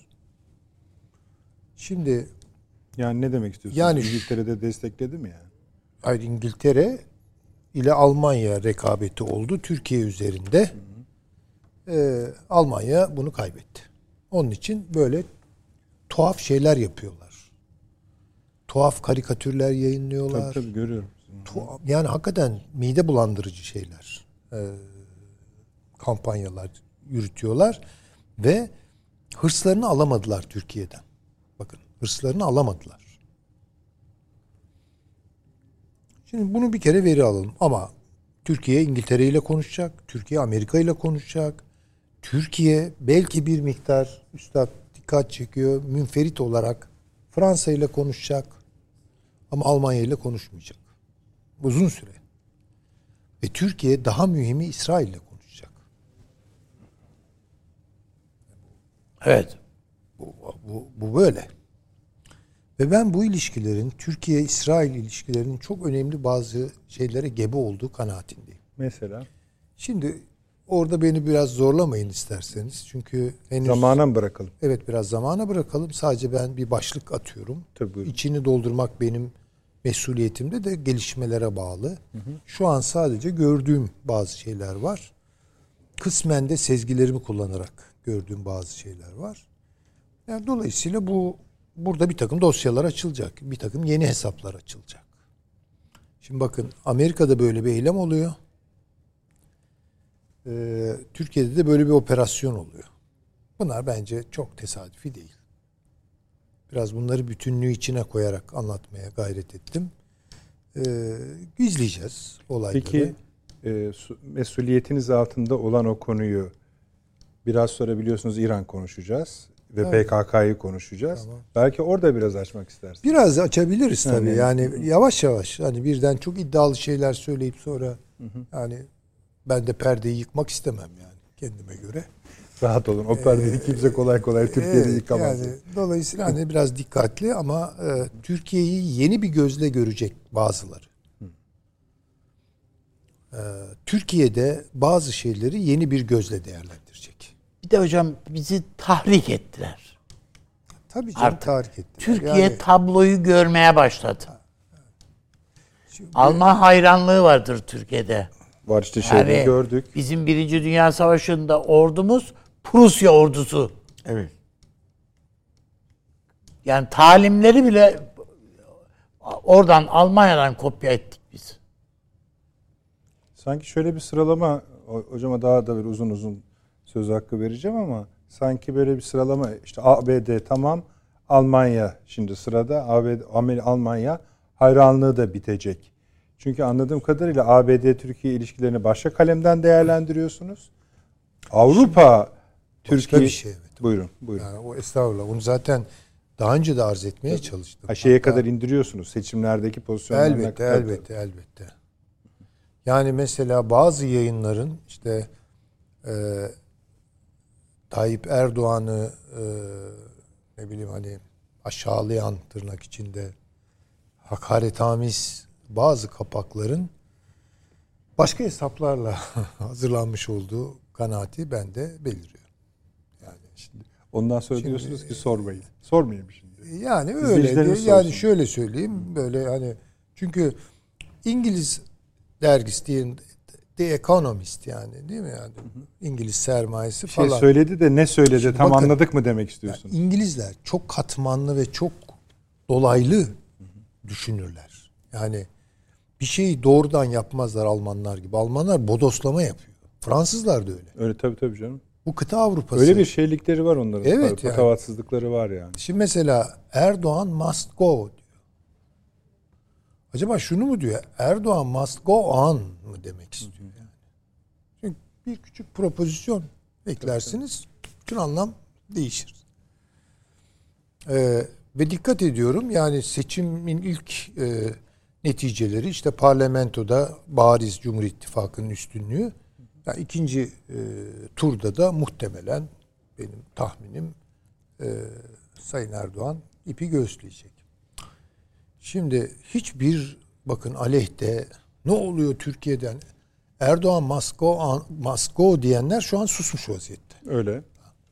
Şimdi yani ne demek istiyorsunuz? Yani İngiltere'de destekledi mi yani? Hayır, İngiltere ile Almanya rekabeti oldu Türkiye üzerinde. Hı hı. Ee, Almanya bunu kaybetti. Onun için böyle tuhaf şeyler yapıyorlar. Tuhaf karikatürler yayınlıyorlar. Tabii tabii görüyorum. Tuhaf, yani hakikaten mide bulandırıcı şeyler. Ee, kampanyalar yürütüyorlar ve hırslarını alamadılar Türkiye'den. Bakın, hırslarını alamadılar. Şimdi bunu bir kere veri alalım. Ama Türkiye İngiltere ile konuşacak. Türkiye Amerika ile konuşacak. Türkiye belki bir miktar, üstad dikkat çekiyor, münferit olarak Fransa ile konuşacak. Ama Almanya ile konuşmayacak. Uzun süre. Ve Türkiye daha mühimi İsrail ile konuşacak. Evet. Bu, bu, bu böyle. Ve ben bu ilişkilerin, Türkiye-İsrail ilişkilerinin çok önemli bazı şeylere gebe olduğu kanaatindeyim. Mesela? Şimdi orada beni biraz zorlamayın isterseniz. Çünkü henüz... Zamana mı bırakalım? Evet, biraz zamana bırakalım. Sadece ben bir başlık atıyorum. Tabii, buyurun. İçini doldurmak benim mesuliyetimde de gelişmelere bağlı. Hı hı. Şu an sadece gördüğüm bazı şeyler var. Kısmen de sezgilerimi kullanarak gördüğüm bazı şeyler var. Yani dolayısıyla bu burada bir takım dosyalar açılacak. Bir takım yeni hesaplar açılacak. Şimdi bakın, Amerika'da böyle bir eylem oluyor. Ee, Türkiye'de de böyle bir operasyon oluyor. Bunlar bence çok tesadüfi değil. Biraz bunları bütünlüğü içine koyarak anlatmaya gayret ettim. Ee, izleyeceğiz olayları. Peki e, mesuliyetiniz altında olan o konuyu biraz sonra biliyorsunuz İran konuşacağız. Ve evet. P K K'yı konuşacağız. Tamam. Belki orada biraz açmak istersiniz. Biraz açabiliriz tabii. Yani, yani yavaş yavaş. Hani birden çok iddialı şeyler söyleyip sonra hı hı. yani ben de perdeyi yıkmak istemem yani kendime göre. Rahat olun. O perdeyi ee, kimse kolay kolay Türkiye'de evet, yıkamaz. Yani, dolayısıyla hani biraz dikkatli ama e, Türkiye'yi yeni bir gözle görecek bazıları. E, Türkiye'de bazı şeyleri yeni bir gözle değerlendirecek. Bir de hocam bizi tahrik ettiler. Tabii canım, artık tahrik ettiler. Türkiye yani, tabloyu görmeye başladı. Şimdi, Alman hayranlığı vardır Türkiye'de. Var işte şeyleri yani gördük. Bizim Birinci Dünya Savaşı'nda ordumuz Prusya ordusu. Evet. Yani talimleri bile oradan, Almanya'dan kopya ettik biz. Sanki şöyle bir sıralama, hocama daha da bir uzun uzun söz hakkı vereceğim ama sanki böyle bir sıralama, işte A B D tamam, Almanya şimdi sırada, A B D, Almanya hayranlığı da bitecek. Çünkü anladığım kadarıyla A B D-Türkiye ilişkilerini başka kalemden değerlendiriyorsunuz. Avrupa, şimdi, Türkiye... bir şey evet. Buyurun, buyurun. Yani o estağfurullah. Onu zaten daha önce de arz etmeye Tabii. çalıştım. Ha, şeye Hatta, kadar indiriyorsunuz, seçimlerdeki pozisyonlarına elbette, kadar. Elbette, elbette. Yani mesela bazı yayınların işte e, Tayyip Erdoğan'ı e, ne bileyim hani aşağılayan, tırnak içinde hakaretamiz bazı kapakların başka hesaplarla hazırlanmış olduğu kanaati bende beliriyor. Yani şimdi ondan sonra şimdi, diyorsunuz ki sormayın. Sormayayım şimdi. Yani öyle de, yani şöyle söyleyeyim böyle hani çünkü İngiliz dergisi diyelim, The Economist yani değil mi yani? Hı hı. İngiliz sermayesi şey falan. Şey söyledi de ne söyledi şimdi tam bakın, anladık mı demek istiyorsunuz? Yani İngilizler çok katmanlı ve çok dolaylı hı hı. düşünürler. Yani bir şeyi doğrudan yapmazlar Almanlar gibi. Almanlar bodoslama yapıyor. Fransızlar da öyle. Öyle tabii tabii canım. Bu kıta Avrupası. Öyle bir şeylikleri var onların. Evet yani. Patavatsızlıkları var yani. Şimdi mesela Erdoğan must go diyor. Acaba şunu mu diyor? Erdoğan must go on mu demek istiyor yani? Çünkü bir küçük propozisyon eklersiniz. Bütün anlam değişir. Ee, ve dikkat ediyorum yani seçimin ilk e, neticeleri işte parlamentoda bariz Cumhur İttifakı'nın üstünlüğü. Yani ikinci e, turda da muhtemelen benim tahminim e, Sayın Erdoğan ipi göğüsleyecek. Şimdi hiçbir bakın aleyhte ne oluyor Türkiye'den Erdoğan must go, must go diyenler şu an susmuş vaziyette. Öyle.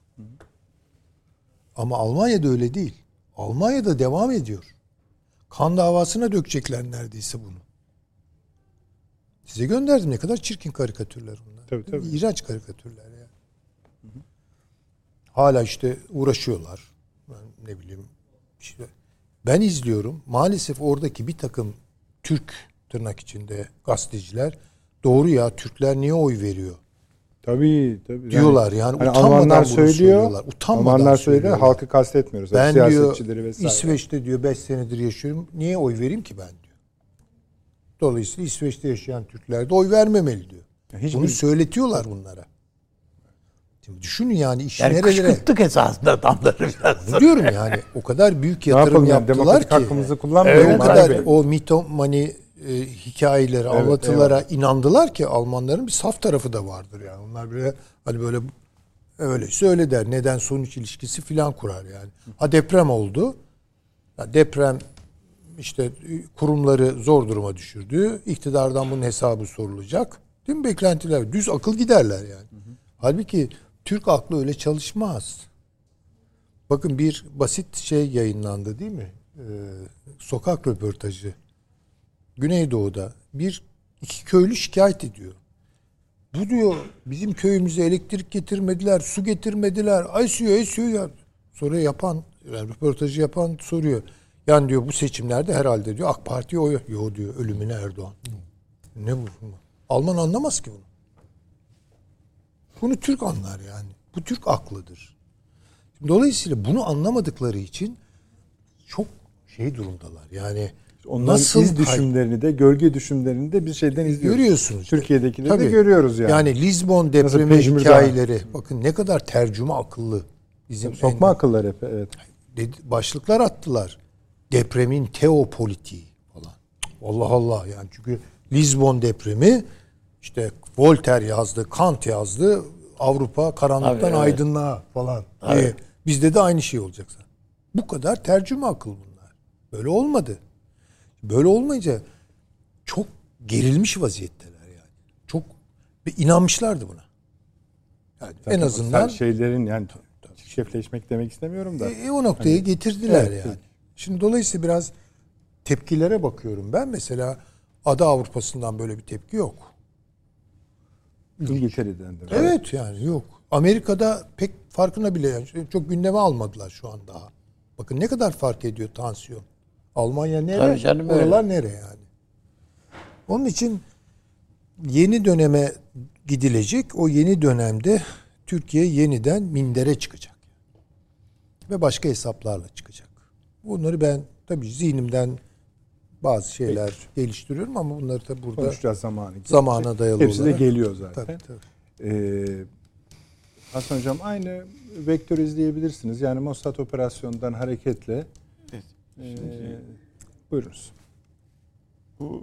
Ama Almanya'da öyle değil. Almanya'da devam ediyor. Kan davasına dökecekler neredeyse bunu. Size gönderdim ne kadar çirkin karikatürler bunlar. Tabii, tabii. İğrenç karikatürler ya. Yani. Hala işte uğraşıyorlar. Ben ne bileyim işte ben izliyorum. Maalesef oradaki bir takım Türk tırnak içinde gazeteciler doğru ya Türkler niye oy veriyor? Tabii tabii. Diyorlar yani, yani utanmadan Almanlar bunu söylüyor. söylüyorlar. Utanmadan Almanlar söylüyor. Halkı kastetmiyoruz. Ben siyasetçileri diyor vesaire. İsveç'te diyor beş senedir yaşıyorum. Niye oy vereyim ki ben diyor. Dolayısıyla İsveç'te yaşayan Türkler de oy vermemeli diyor. Hiçbir... Bunu söyletiyorlar bunlara. Şimdi düşünün yani iş yani nerelere. Yani kışkırttık esasında adamları biraz. Bunu diyorum yani o kadar büyük yatırım yani? yaptılar Demokratik ki. hakkımızı kullanmıyor. E, o kadar o mitomani e, hikayeleri, evet, anlatılara eyvallah. inandılar ki Almanların bir saf tarafı da vardır yani. Onlar böyle hani böyle öyleyse öyle der. Neden sonuç ilişkisi filan kurar yani. Ha deprem oldu. Ya deprem işte kurumları zor duruma düşürdü. İktidardan bunun hesabı sorulacak. Değil mi beklentiler? Düz akıl giderler yani. Hı hı. Halbuki Türk aklı öyle çalışmaz. Bakın bir basit şey yayınlandı değil mi? Ee, sokak röportajı. Güneydoğu'da bir iki köylü şikayet ediyor. Bu diyor bizim köyümüze elektrik getirmediler, su getirmediler. Esiyor, esiyor ya. Sonra yapan, yani röportajı yapan soruyor. Yani diyor bu seçimlerde herhalde diyor AK Parti'ye oy. Yo diyor ölümüne Erdoğan. Hı. Ne bu? Alman anlamaz ki bunu. Bunu Türk anlar yani. Bu Türk aklıdır. Dolayısıyla bunu anlamadıkları için çok şey durumdalar. Yani onların nasıl iz düşümlerini de gölge düşümlerini de bir şeyden izliyoruz. Görüyorsunuz. Türkiye'dekileri Tabii. de görüyoruz yani. Yani Lizbon depremi hikayeleri. Bakın ne kadar tercüme akıllı. Bizim sokma en... akıllar hep evet. Başlıklar attılar. Depremin teopolitiği falan. Allah Allah yani çünkü Lizbon depremi işte Voltaire yazdı, Kant yazdı. Avrupa karanlıktan Abi, evet. aydınlığa falan. Diye. Bizde de aynı şey olacaksa. Bu kadar tercüme akıl bunlar. Böyle olmadı. Böyle olmayınca çok gerilmiş vaziyetteler yani. Çok ve inanmışlardı buna. Yani en azından şeylerin yani şeffafleşmek demek istemiyorum da. E, o noktaya hani, getirdiler evet, yani. Evet. Şimdi dolayısıyla biraz tepkilere bakıyorum ben. Mesela Ada Avrupa'sından böyle bir tepki yok. İngiltere'den de. Evet yani yok. Amerika'da pek farkına bile yani çok gündeme almadılar şu an daha. Bakın ne kadar fark ediyor tansiyon. Almanya nere? Canım, oralar öyle. Nere yani? Onun için yeni döneme gidilecek. O yeni dönemde Türkiye yeniden mindere çıkacak. Ve başka hesaplarla çıkacak. Bunları ben tabii zihnimden bazı şeyler Peki. geliştiriyorum ama bunları da burada konuşacağız zamanı. Zamana dayalı Hepsi olarak. de geliyor zaten. Tabii, tabii. Ee, Hasan Hocam aynı vektör izleyebilirsiniz. Yani Mossad operasyonundan hareketle. Evet. Ee, buyurunuz. Bu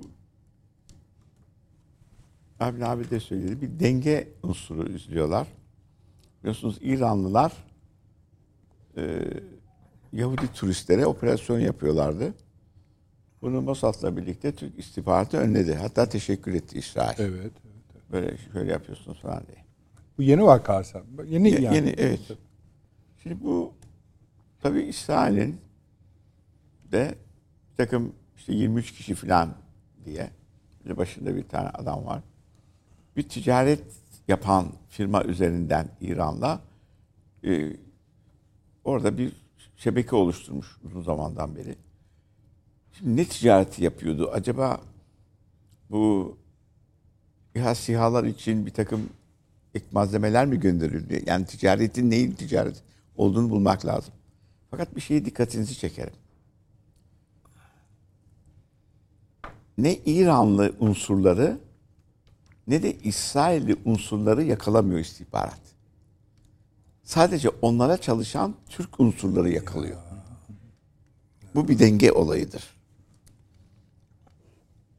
Avni abi de söyledi. Bir denge unsuru izliyorlar. Biliyorsunuz İranlılar e, Yahudi turistlere operasyon yapıyorlardı. Bunu Mossad'la birlikte Türk istihbaratı önledi. Hatta teşekkür etti İsrail. Evet. evet, evet. Böyle şöyle yapıyorsunuz falan diye. Bu yeni vaka Hasan. Yeni Ye, yani. Yeni evet. Şimdi bu tabii İsrail'in de bir takım işte yirmi üç kişi falan diye bir başında bir tane adam var. Bir ticaret yapan firma üzerinden İran'la e, orada bir şebeke oluşturmuş uzun zamandan beri. Şimdi ne ticareti yapıyordu? Acaba bu İHA SİHA'lar için bir takım ek malzemeler mi gönderildi? Yani ticaretin neyin ticaret olduğunu bulmak lazım. Fakat bir şeye dikkatinizi çekerim. Ne İranlı unsurları ne de İsrailli unsurları yakalamıyor istihbarat. Sadece onlara çalışan Türk unsurları yakalıyor. Bu bir denge olayıdır.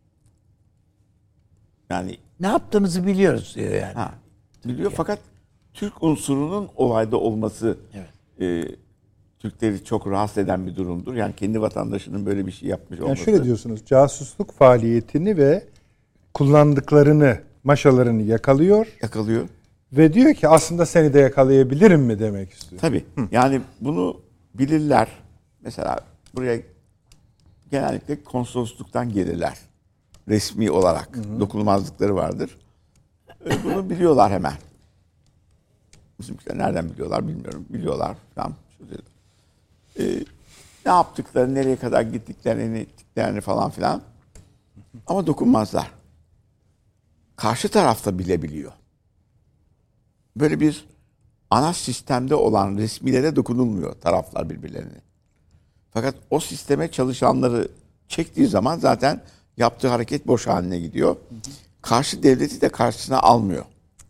Yani ne yaptığınızı biliyoruz diyor yani. Ha, biliyor yani. Fakat Türk unsurunun olayda olması Evet. e, Türkleri çok rahatsız eden bir durumdur. Yani kendi vatandaşının böyle bir şey yapmış olması. Yani şöyle diyorsunuz, casusluk faaliyetini ve kullandıklarını, maşalarını yakalıyor. Yakalıyor. Ve diyor ki aslında seni de yakalayabilirim mi demek istiyor. Tabii. Hı. Yani bunu bilirler. Mesela buraya genellikle konsolosluktan gelirler. Resmi olarak. Hı hı. Dokunulmazlıkları vardır. Bunu biliyorlar hemen. Bizimkiler nereden biliyorlar bilmiyorum. Biliyorlar. Tamam. Ee, ne yaptıklarını, nereye kadar gittiklerini, gittiklerini falan filan. Ama dokunmazlar. Karşı tarafta bilebiliyor. Böyle bir ana sistemde olan resmilere dokunulmuyor taraflar birbirlerine. Fakat o sisteme çalışanları çektiği zaman zaten yaptığı hareket boş haline gidiyor. Karşı devleti de karşısına almıyor.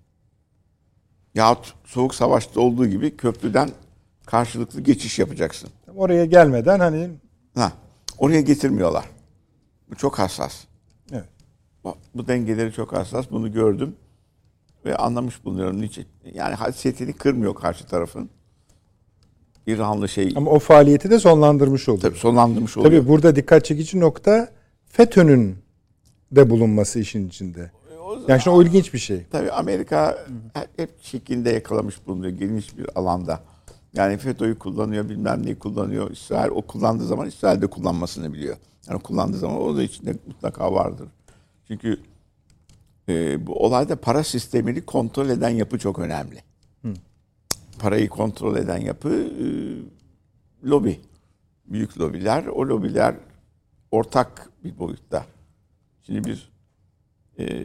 Yahut Soğuk Savaş'ta olduğu gibi köprüden karşılıklı geçiş yapacaksın. Oraya gelmeden hani... Ha, oraya getirmiyorlar. Bu çok hassas. Evet. Bu, bu dengeleri çok hassas. Bunu gördüm. Ve anlamış bulunuyorum. Niçin? Yani haysiyetini kırmıyor karşı tarafın. İranlı şey... Ama o faaliyeti de sonlandırmış oluyor. Tabii sonlandırmış oluyor. Tabii burada dikkat çekici nokta FETÖ'nün de bulunması işin içinde. Yani şimdi o ilginç bir şey. Tabii Amerika hep şeklinde yakalamış bulunuyor geniş bir alanda. Yani FETÖ'yü kullanıyor, bilmem neyi kullanıyor. İsrail o kullandığı zaman İsrail de kullanmasını biliyor. Yani kullandığı zaman o da içinde mutlaka vardır. Çünkü e, bu olayda para sistemini kontrol eden yapı çok önemli. Hı. Parayı kontrol eden yapı e, lobi. Büyük lobiler. O lobiler ortak bir boyutta. Şimdi bir e,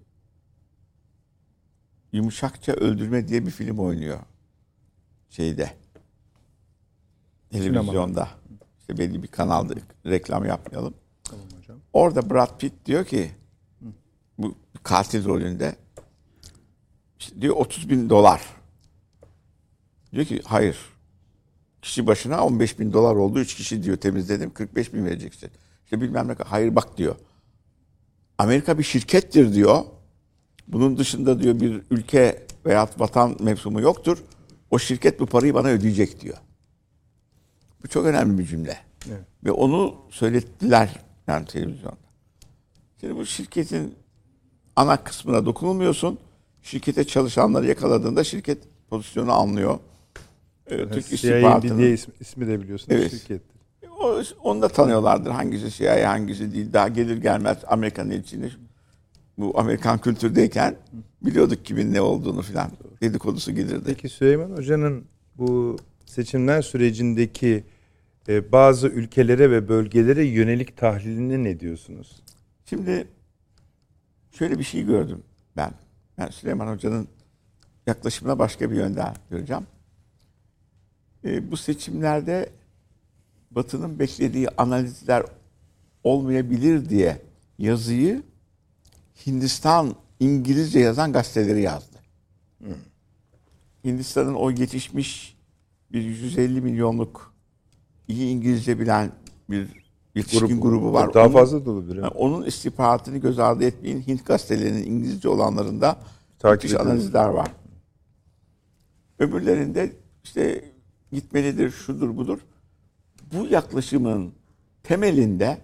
Yumuşakça Öldürme diye bir film oynuyor. Şeyde. Televizyonda. İşte belli bir kanalda reklam yapmayalım. Tamam hocam. Orada Brad Pitt diyor ki bu katil rolünde işte diyor otuz bin dolar. Diyor ki hayır. Kişi başına on beş bin dolar oldu. Üç kişi diyor temizledim. kırk beş bin vereceksin. İşte bilmem ne. Hayır bak diyor. Amerika bir şirkettir diyor. Bunun dışında diyor bir ülke veya vatan mefhumu yoktur. O şirket bu parayı bana ödeyecek diyor. Bu çok önemli bir cümle. Evet. Ve onu söylettiler yani televizyonda. Şimdi bu şirketin ana kısmına dokunulmuyorsun. Şirkete çalışanları yakaladığında şirket pozisyonu anlıyor. Evet, Türk istihbaratının diye ismi, ismi de biliyorsunuz evet. Şirkettir. O, onu da tanıyorlardır. Hangisi C I A, hangisi değil. Daha gelir gelmez Amerika'nın içinde bu Amerikan kültürdeyken biliyorduk kimin ne olduğunu filan. Dedikodusu gelirdi. Peki Süleyman Hoca'nın bu seçimler sürecindeki e, bazı ülkelere ve bölgelere yönelik tahlilini ne diyorsunuz? Şimdi şöyle bir şey gördüm ben. Ben Süleyman Hoca'nın yaklaşımına başka bir yönden göreceğim. E, bu seçimlerde Batı'nın beklediği analizler olmayabilir diye yazıyı Hindistan İngilizce yazan gazeteleri yazdı. Hmm. Hindistan'ın o yetişmiş bir yüz elli milyonluk iyi İngilizce bilen bir yetişkin grubu, grubu var. Daha onun, fazla da olabilir. Yani onun istihbaratını göz ardı etmeyin. Hint gazetelerinin İngilizce olanlarında müthiş analizler var. Öbürlerinde işte gitmelidir, şudur budur. Bu yaklaşımın temelinde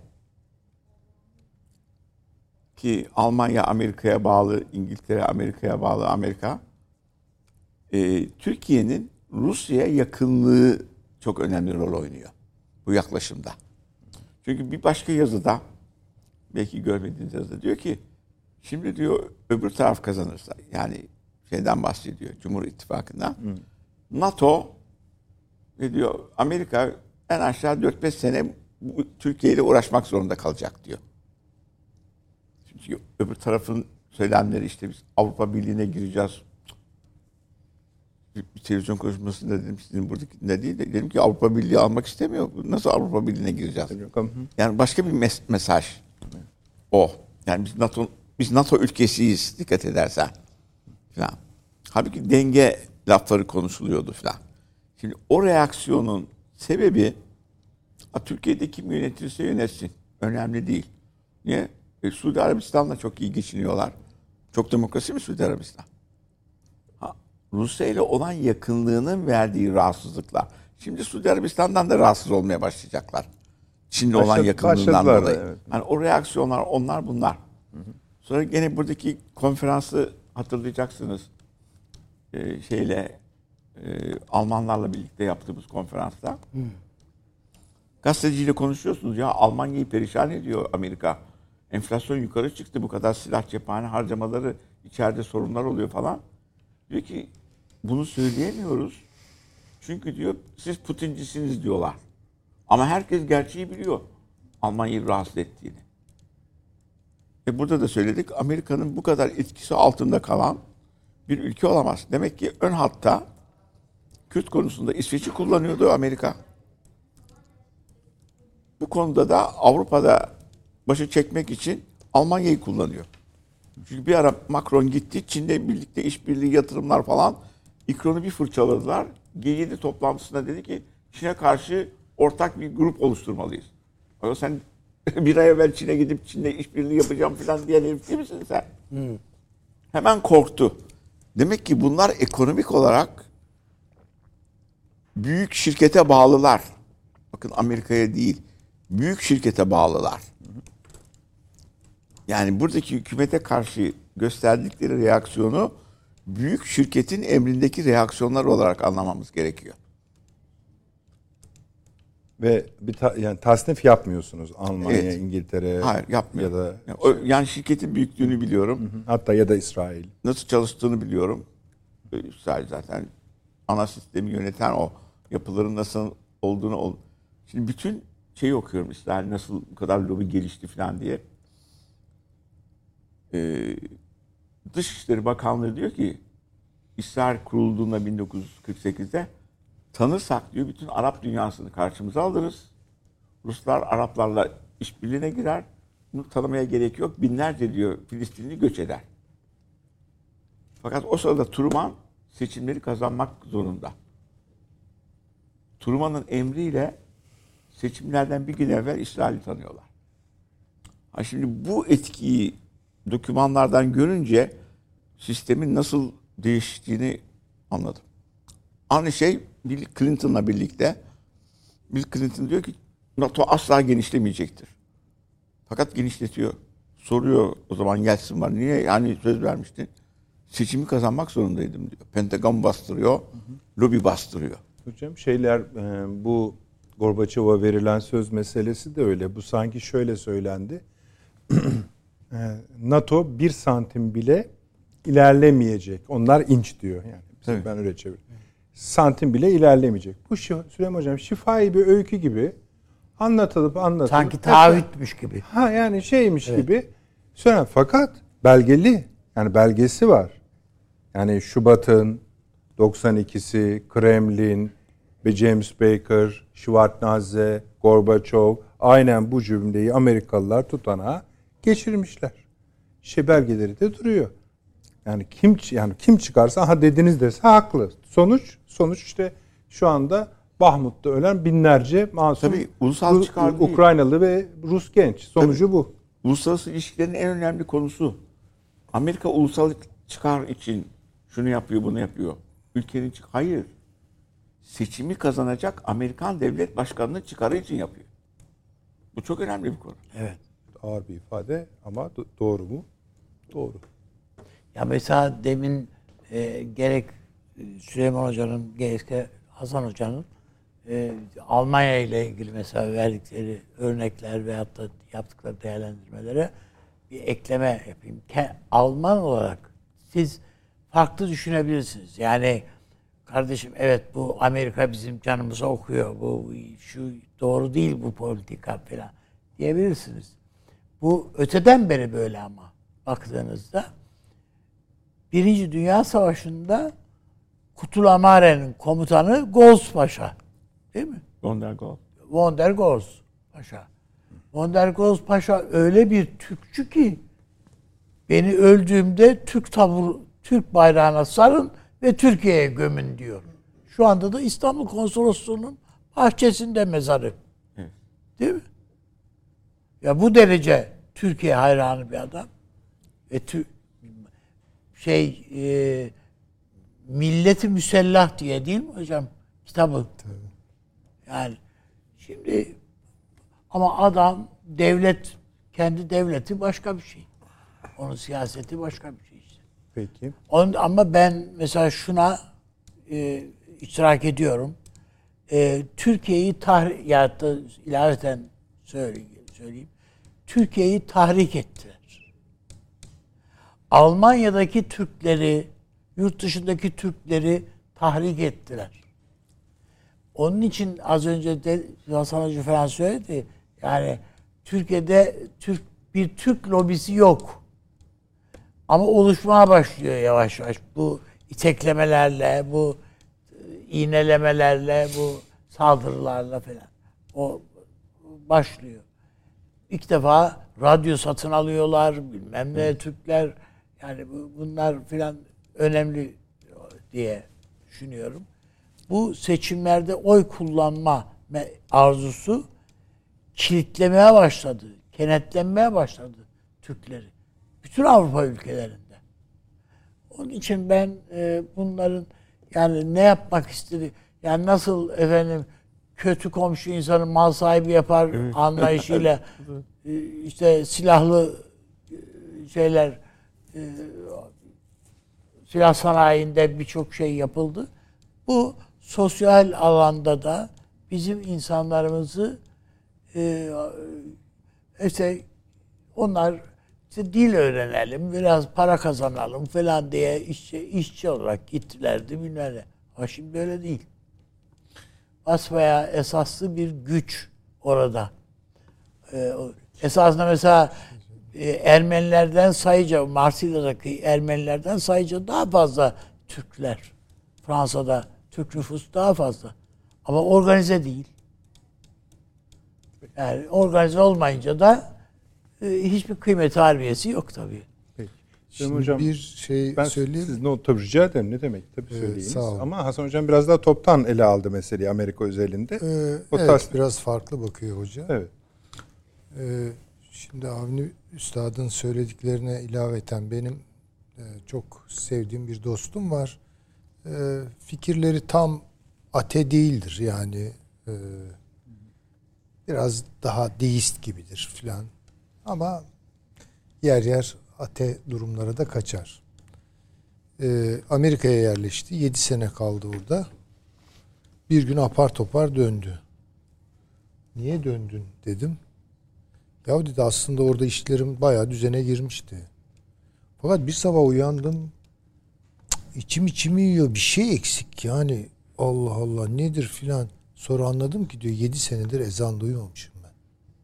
ki Almanya Amerika'ya bağlı, İngiltere Amerika'ya bağlı Amerika, e, Türkiye'nin Rusya'ya yakınlığı çok önemli rol oynuyor bu yaklaşımda. Çünkü bir başka yazıda, belki görmediğiniz yazıda diyor ki, şimdi diyor öbür taraf kazanırsa, yani şeyden bahsediyor, Cumhur İttifakı'ndan, Hı. NATO ve diyor Amerika en aşağı dört beş sene Türkiye ile uğraşmak zorunda kalacak diyor. Çünkü öbür tarafın söylemleri işte biz Avrupa Birliği'ne gireceğiz. Bir, bir televizyon konuşmasında dedim sizin buradaki ne değil de dedim ki Avrupa Birliği almak istemiyor. Nasıl Avrupa Birliği'ne gireceğiz? Yani başka bir mes- mesaj o. Yani biz NATO biz NATO ülkesiyiz dikkat edersen falan. Halbuki denge lafları konuşuluyordu falan. Şimdi o reaksiyonun sebebi Türkiye'de kim yönetirse yönetsin. Önemli değil. Niye? E, Suudi Arabistan'la çok iyi geçiniyorlar. Çok demokrasi mi Suudi Arabistan? Ha, Rusya ile olan yakınlığının verdiği rahatsızlıklar. Şimdi Suudi Arabistan'dan da rahatsız olmaya başlayacaklar. Çin'le olan Başladı- yakınlığından başladılar da, dolayı. evet. Yani o reaksiyonlar, onlar bunlar. Sonra gene buradaki konferansı hatırlayacaksınız. Ee, şeyle e, Almanlarla birlikte yaptığımız konferansta. Gazeteciyle konuşuyorsunuz ya, Almanya'yı perişan ediyor Amerika. Enflasyon yukarı çıktı, bu kadar silah cephane harcamaları, içeride sorunlar oluyor falan. Diyor ki bunu söyleyemiyoruz. Çünkü diyor siz Putincisiniz diyorlar. Ama herkes gerçeği biliyor. Almanya'yı rahatsız ettiğini. E burada da söyledik, Amerika'nın bu kadar etkisi altında kalan bir ülke olamaz. Demek ki ön hatta Kürt konusunda İsveç'i kullanıyordu Amerika. Bu konuda da Avrupa'da başı çekmek için Almanya'yı kullanıyor. Çünkü bir ara Macron gitti, Çin'le birlikte işbirliği, yatırımlar falan, İkron'u bir fırçaladılar. G yedi toplantısında dedi ki Çin'e karşı ortak bir grup oluşturmalıyız. Ama sen bir ay evvel Çin'e gidip Çin'le işbirliği yapacağım falan diyen herif değil misin sen? Hmm. Hemen korktu. Demek ki bunlar ekonomik olarak büyük şirkete bağlılar. Bakın Amerika'ya değil, büyük şirkete bağlılar. Yani buradaki hükümete karşı gösterdikleri reaksiyonu büyük şirketin emrindeki reaksiyonlar olarak anlamamız gerekiyor. Ve bir ta, yani tasnif yapmıyorsunuz Almanya, Evet. İngiltere. Hayır, yapmıyor. Ya da yani, o, yani şirketin büyüklüğünü biliyorum. Hı hı. Hatta ya da İsrail. Nasıl çalıştığını biliyorum. İsrail zaten ana sistemi yöneten o. Yapıların nasıl olduğunu ol. Şimdi bütün şeyi okuyorum, İsrail nasıl bu kadar lobi gelişti falan diye. Ee, Dışişleri Bakanlığı diyor ki İsrail kurulduğunda bin dokuz yüz kırk sekizde tanırsak diyor bütün Arap dünyasını karşımıza alırız. Ruslar Araplarla işbirliğine girer. Bunu tanımaya gerek yok. Binlerce diyor Filistinli göç eder. Fakat o sırada Truman seçimleri kazanmak zorunda. Truman'ın emriyle seçimlerden bir gün evvel İsrail'i tanıyorlar. Ha şimdi bu etkiyi dokümanlardan görünce sistemin nasıl değiştiğini anladım. Aynı şey Bill Clinton'la birlikte. Bill Clinton diyor ki NATO asla genişlemeyecektir. Fakat genişletiyor. Soruyor o zaman Yeltsin var. Niye yani söz vermiştin? Seçimi kazanmak zorundaydım diyor. Pentagon bastırıyor, hı hı. Lobi bastırıyor. Hocam şeyler bu Gorbaçov'a verilen söz meselesi de öyle. Bu sanki şöyle söylendi. NATO bir santim bile ilerlemeyecek. Onlar inç diyor yani. Evet. Ben öyle çeviriyorum. Santim bile ilerlemeyecek. Bu Süleyman Hocam şifai bir öykü gibi anlatılıp anlatılıp. Sanki taahhütmüş gibi. Ha yani şeymiş evet. gibi. Sonra fakat belgeli. Yani belgesi var. Yani Şubat'ın doksan ikisi, Kremlin ve James Baker, Shevardnadze, Gorbaçov aynen bu cümleyi Amerikalılar tutanağa geçirmişler. Şey belgeleri de duruyor. Yani kim yani kim çıkarsa aha dediniz dese haklı. Sonuç sonuç işte şu anda Bahmut'ta ölen binlerce masum Tabii, ulusal çıkar değil. Ukraynalı ve Rus genç. Sonucu Tabii, bu. Uluslararası ilişkilerin en önemli konusu. Amerika ulusal çıkar için şunu yapıyor, bunu yapıyor. Ülkenin çık hayır. Seçimi kazanacak Amerikan devlet başkanının çıkarı için yapıyor. Bu çok önemli bir konu. Evet. Ağır bir ifade ama doğru mu? Doğru. Ya mesela demin e, gerek Süleyman Hoca'nın gerekse Hasan Hoca'nın e, Almanya ile ilgili mesela verdikleri örnekler veyahut da yaptıkları değerlendirmelere bir ekleme yapayım. Alman olarak siz farklı düşünebilirsiniz. Yani kardeşim evet bu Amerika bizim canımıza okuyor. Bu şu doğru değil bu politika falan diyebilirsiniz. Bu öteden beri böyle ama baktığınızda Birinci Dünya Savaşı'nda Kutul Amare'nin komutanı Golz Paşa. Değil mi? Von der Goltz. Von der Goltz Paşa. Von der Goltz Paşa öyle bir Türkçü ki beni öldüğümde Türk tabur, Türk bayrağına sarın ve Türkiye'ye gömün diyor. Şu anda da İstanbul Konsolosluğu'nun bahçesinde mezarı. Evet. Değil mi? Ya bu derece Türkiye hayranı bir adam. Ve tü, şey e, Milleti Müsellah diye değil mi hocam kitabı? Tabii. Yani şimdi ama adam devlet kendi devleti başka bir şey. Onun siyaseti başka bir şey işte. Peki. Onun, ama ben mesela şuna e, iştirak ediyorum. E, Türkiye'yi tahrik ya da ilaveten söyleyeyim, söyleyeyim. Türkiye'yi tahrik ettiler. Almanya'daki Türkleri, yurt dışındaki Türkleri tahrik ettiler. Onun için az önce de Hasan Hoca falan söyledi. Yani Türkiye'de Türk bir Türk lobisi yok. Ama oluşmaya başlıyor yavaş yavaş. Bu iteklemelerle, bu iğnelemelerle, bu saldırılarla falan. O başlıyor. İlk defa radyo satın alıyorlar, bilmem ne Türkler. Yani bunlar filan önemli diye düşünüyorum. Bu seçimlerde oy kullanma arzusu kilitlemeye başladı, kenetlenmeye başladı Türkleri. Bütün Avrupa ülkelerinde. Onun için ben e, bunların yani ne yapmak istedi, yani nasıl efendim kötü komşu insanı mal sahibi yapar evet. anlayışıyla e, işte silahlı şeyler e, silah sanayinde birçok şey yapıldı. Bu sosyal alanda da bizim insanlarımızı e, işte onlar işte dil öğrenelim, biraz para kazanalım falan diye işçi, işçi olarak gittilerdi bilmem ne. Ama şimdi böyle değil. Basbaya esaslı bir güç orada. Ee, esasında mesela e, Ermenilerden sayıca, Marsilya'daki Ermenilerden sayıca daha fazla Türkler. Fransa'da Türk nüfusu daha fazla. Ama organize değil. Yani organize olmayınca da e, hiçbir kıymet harbiyesi yok tabii. Peki. Şimdi hocam, bir şey ben söyleyeyim. Siz ne tabii rica ederim. Ne demek? Tabii Ee, söyleyiniz. sağ olun. Ama Hasan Hocam biraz daha toptan ele aldı meseleyi Amerika özelinde. Ee, o evet, tas- biraz farklı bakıyor hoca. Evet. Ee, şimdi Avni Üstad'ın söylediklerine ilaveten benim e, çok sevdiğim bir dostum var. E, fikirleri tam ate değildir yani. E, biraz daha deist gibidir filan. Ama yer yer ate durumlara da kaçar. E, Amerika'ya yerleşti. Yedi sene kaldı orada. Bir gün apar topar döndü. Niye döndün dedim. Ya dedi aslında orada işlerim bayağı düzene girmişti. Fakat bir sabah uyandım. İçim içimi yiyor. Bir şey eksik yani. Allah Allah nedir filan. Sonra anladım ki diyor yedi senedir ezan duymamışım ben.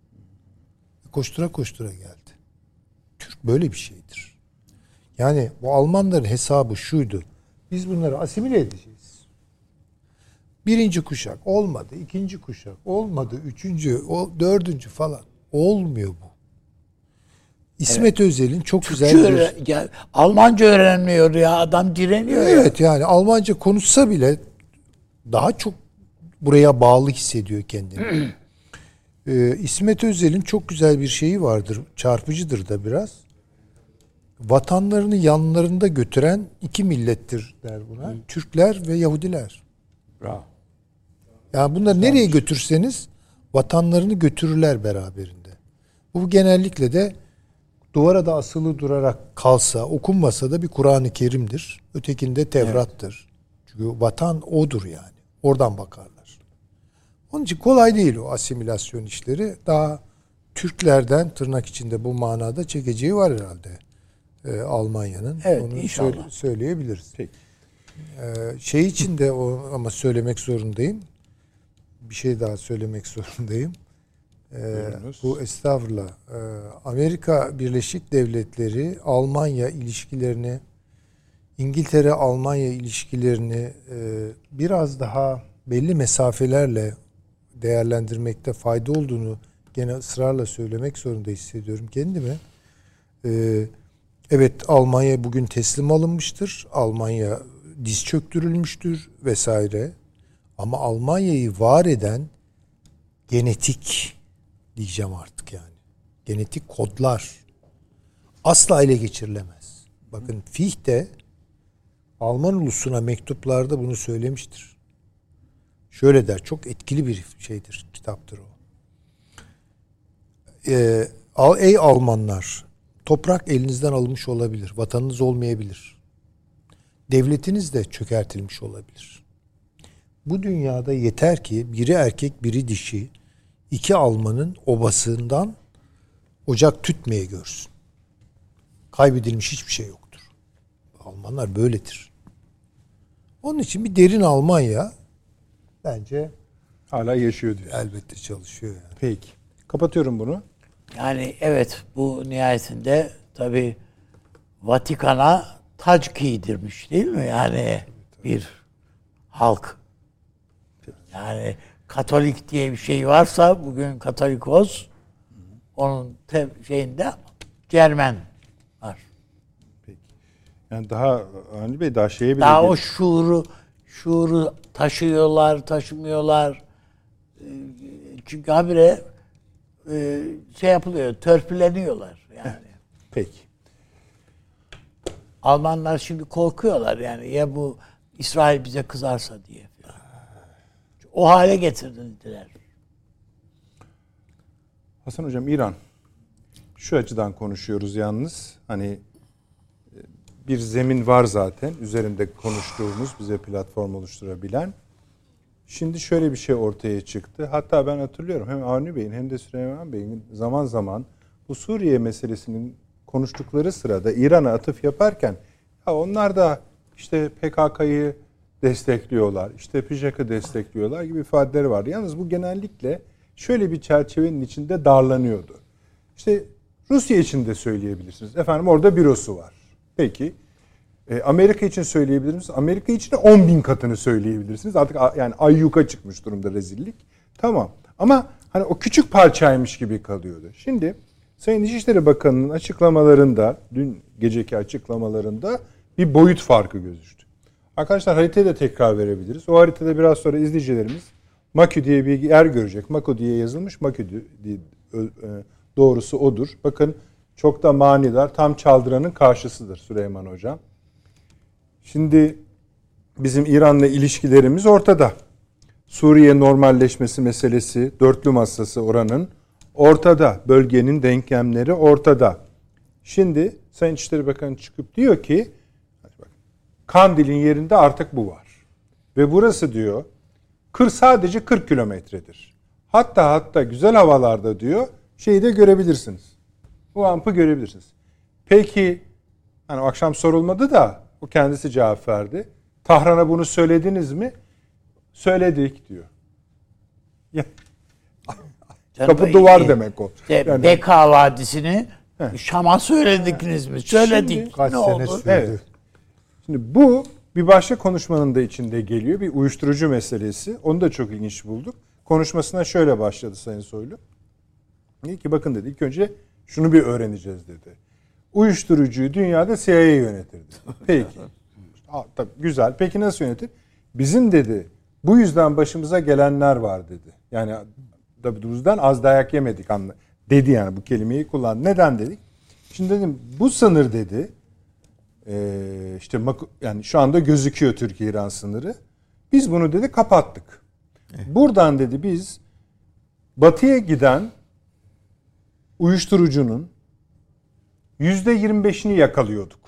Koştura koştura geldi. Türk böyle bir şeydir. Yani bu Almanların hesabı şuydu. Biz bunları asimile edeceğiz. Birinci kuşak olmadı. İkinci kuşak olmadı. Üçüncü, o, dördüncü falan. Olmuyor bu. İsmet evet. Özel'in çok Türkçe güzel bir... Öğren, ya, Almanca öğrenmiyor ya. Adam direniyor evet, ya. yani Almanca konuşsa bile daha çok buraya bağlı hissediyor kendini. ee, İsmet Özel'in çok güzel bir şeyi vardır. Çarpıcıdır da biraz. Vatanlarını yanlarında götüren iki millettir der buna. Hı. Türkler ve Yahudiler. Bravo. Yani bunları nereye götürseniz vatanlarını götürürler beraberinde. Bu genellikle de duvara da asılı durarak kalsa, okunmasa da bir Kur'an-ı Kerim'dir. Ötekinde Tevrat'tır. Evet. Çünkü vatan odur yani. Oradan bakarlar. Onun için kolay değil o asimilasyon işleri. Daha Türklerden tırnak içinde bu manada çekeceği var herhalde. Ee, Almanya'nın. Evet, onu inşallah. Söyle, söyleyebiliriz. Peki. Ee, şey için de o ama söylemek zorundayım. Bir şey daha söylemek zorundayım. Ee, bu estağfurullah. Ee, Amerika Birleşik Devletleri Almanya ilişkilerini, İngiltere Almanya ilişkilerini e, biraz daha belli mesafelerle değerlendirmekte fayda olduğunu gene ısrarla söylemek zorunda hissediyorum kendimi. Ee, evet, Almanya bugün teslim alınmıştır. Almanya diz çöktürülmüştür vesaire. Ama Almanya'yı var eden genetik diyeceğim artık yani. Genetik kodlar asla ele geçirilemez. Bakın Fichte Alman ulusuna mektuplarda bunu söylemiştir. Şöyle der, çok etkili bir şeydir, kitaptır o. Ee, ey Almanlar, toprak elinizden alınmış olabilir, vatanınız olmayabilir. Devletiniz de çökertilmiş olabilir. Bu dünyada yeter ki biri erkek, biri dişi, iki Almanın obasından ocak tütmeye görsün. Kaybedilmiş hiçbir şey yoktur. Almanlar böyledir. Onun için bir derin Almanya bence hala yaşıyor diyor. Elbette çalışıyor yani. Peki. Kapatıyorum bunu. Yani evet, bu nihayetinde tabii Vatikan'a tac giydirmiş değil mi? Yani bir halk. Yani Katolik diye bir şey varsa bugün Katolikoz, onun te- şeyinde Cermen var. Peki. Yani daha Avni Bey daha şeye bile Daha gel- o şuuru şuuru taşıyorlar, taşımıyorlar. Çünkü habire e, şey yapılıyor, törpüleniyorlar yani. Peki. Almanlar şimdi korkuyorlar yani, ya bu İsrail bize kızarsa diye falan. O hale getirdiler. Hasan Hocam, İran. Şu açıdan konuşuyoruz yalnız. Hani bir zemin var zaten üzerinde konuştuğumuz, bize platform oluşturabilen. Şimdi şöyle bir şey ortaya çıktı. Hatta ben hatırlıyorum hem Avni Bey'in hem de Süleyman Bey'in zaman zaman bu Suriye meselesinin konuştukları sırada İran'a atıf yaparken ya onlar da işte P K K'yı destekliyorlar, işte P J K'ı destekliyorlar gibi ifadeleri vardı. Yalnız bu genellikle şöyle bir çerçevenin içinde darlanıyordu. İşte Rusya için de söyleyebilirsiniz. Efendim orada bürosu var. Peki. E, Amerika için söyleyebilir misiniz? Amerika için de on bin katını söyleyebilirsiniz. Artık yani ayyuka çıkmış durumda rezillik. Tamam. Ama hani o küçük parçaymış gibi kalıyordu. Şimdi Sayın İçişleri Bakanı'nın açıklamalarında, dün geceki açıklamalarında bir boyut farkı gözüktü. Arkadaşlar haritayı da tekrar verebiliriz. O haritada biraz sonra izleyicilerimiz Makü diye bir yer görecek. Makü diye yazılmış. Makü diye, doğrusu odur. Bakın çok da manidar. Tam Çaldıran'ın karşısıdır Süleyman Hocam. Şimdi bizim İran'la ilişkilerimiz ortada. Suriye normalleşmesi meselesi, dörtlü masası oranın ortada. Bölgenin denklemleri ortada. Şimdi Sayın İçişleri Bakanı çıkıp diyor ki Kandil'in yerinde artık bu var. Ve burası diyor kır sadece kırk kilometredir. Hatta hatta güzel havalarda diyor şeyi de görebilirsiniz. Bu ampı görebilirsiniz. Peki hani akşam sorulmadı da o kendisi cevap verdi. Tahran'a bunu söylediniz mi? Söyledik diyor. Ya, kapı duvar demek o. İşte yani, Beka Vadisi'ni Heh. Şam'a söylediniz mi? Söyledik. Şimdi, kaç ne sene oldu? sürdü? Evet. Şimdi bu bir başka konuşmanın da içinde geliyor. Bir uyuşturucu meselesi. Onu da çok ilginç bulduk. Konuşmasına şöyle başladı Sayın Soylu. Dedi ki bakın dedi ilk önce şunu bir öğreneceğiz dedi. Uyuşturucuyu dünyada C I A yönetirdi. Peki. Aa, tabii, güzel. Peki nasıl yönetir? Bizim dedi bu yüzden başımıza gelenler var dedi. Yani tabii bu yüzden az dayak yemedik anla. Dedi yani bu kelimeyi kullandı. Neden dedik? Şimdi dedim bu sınır dedi. Ee, işte yani şu anda gözüküyor Türkiye-İran sınırı. Biz bunu dedi kapattık. Buradan dedi biz batıya giden uyuşturucunun yüzde yirmi beşini yakalıyorduk.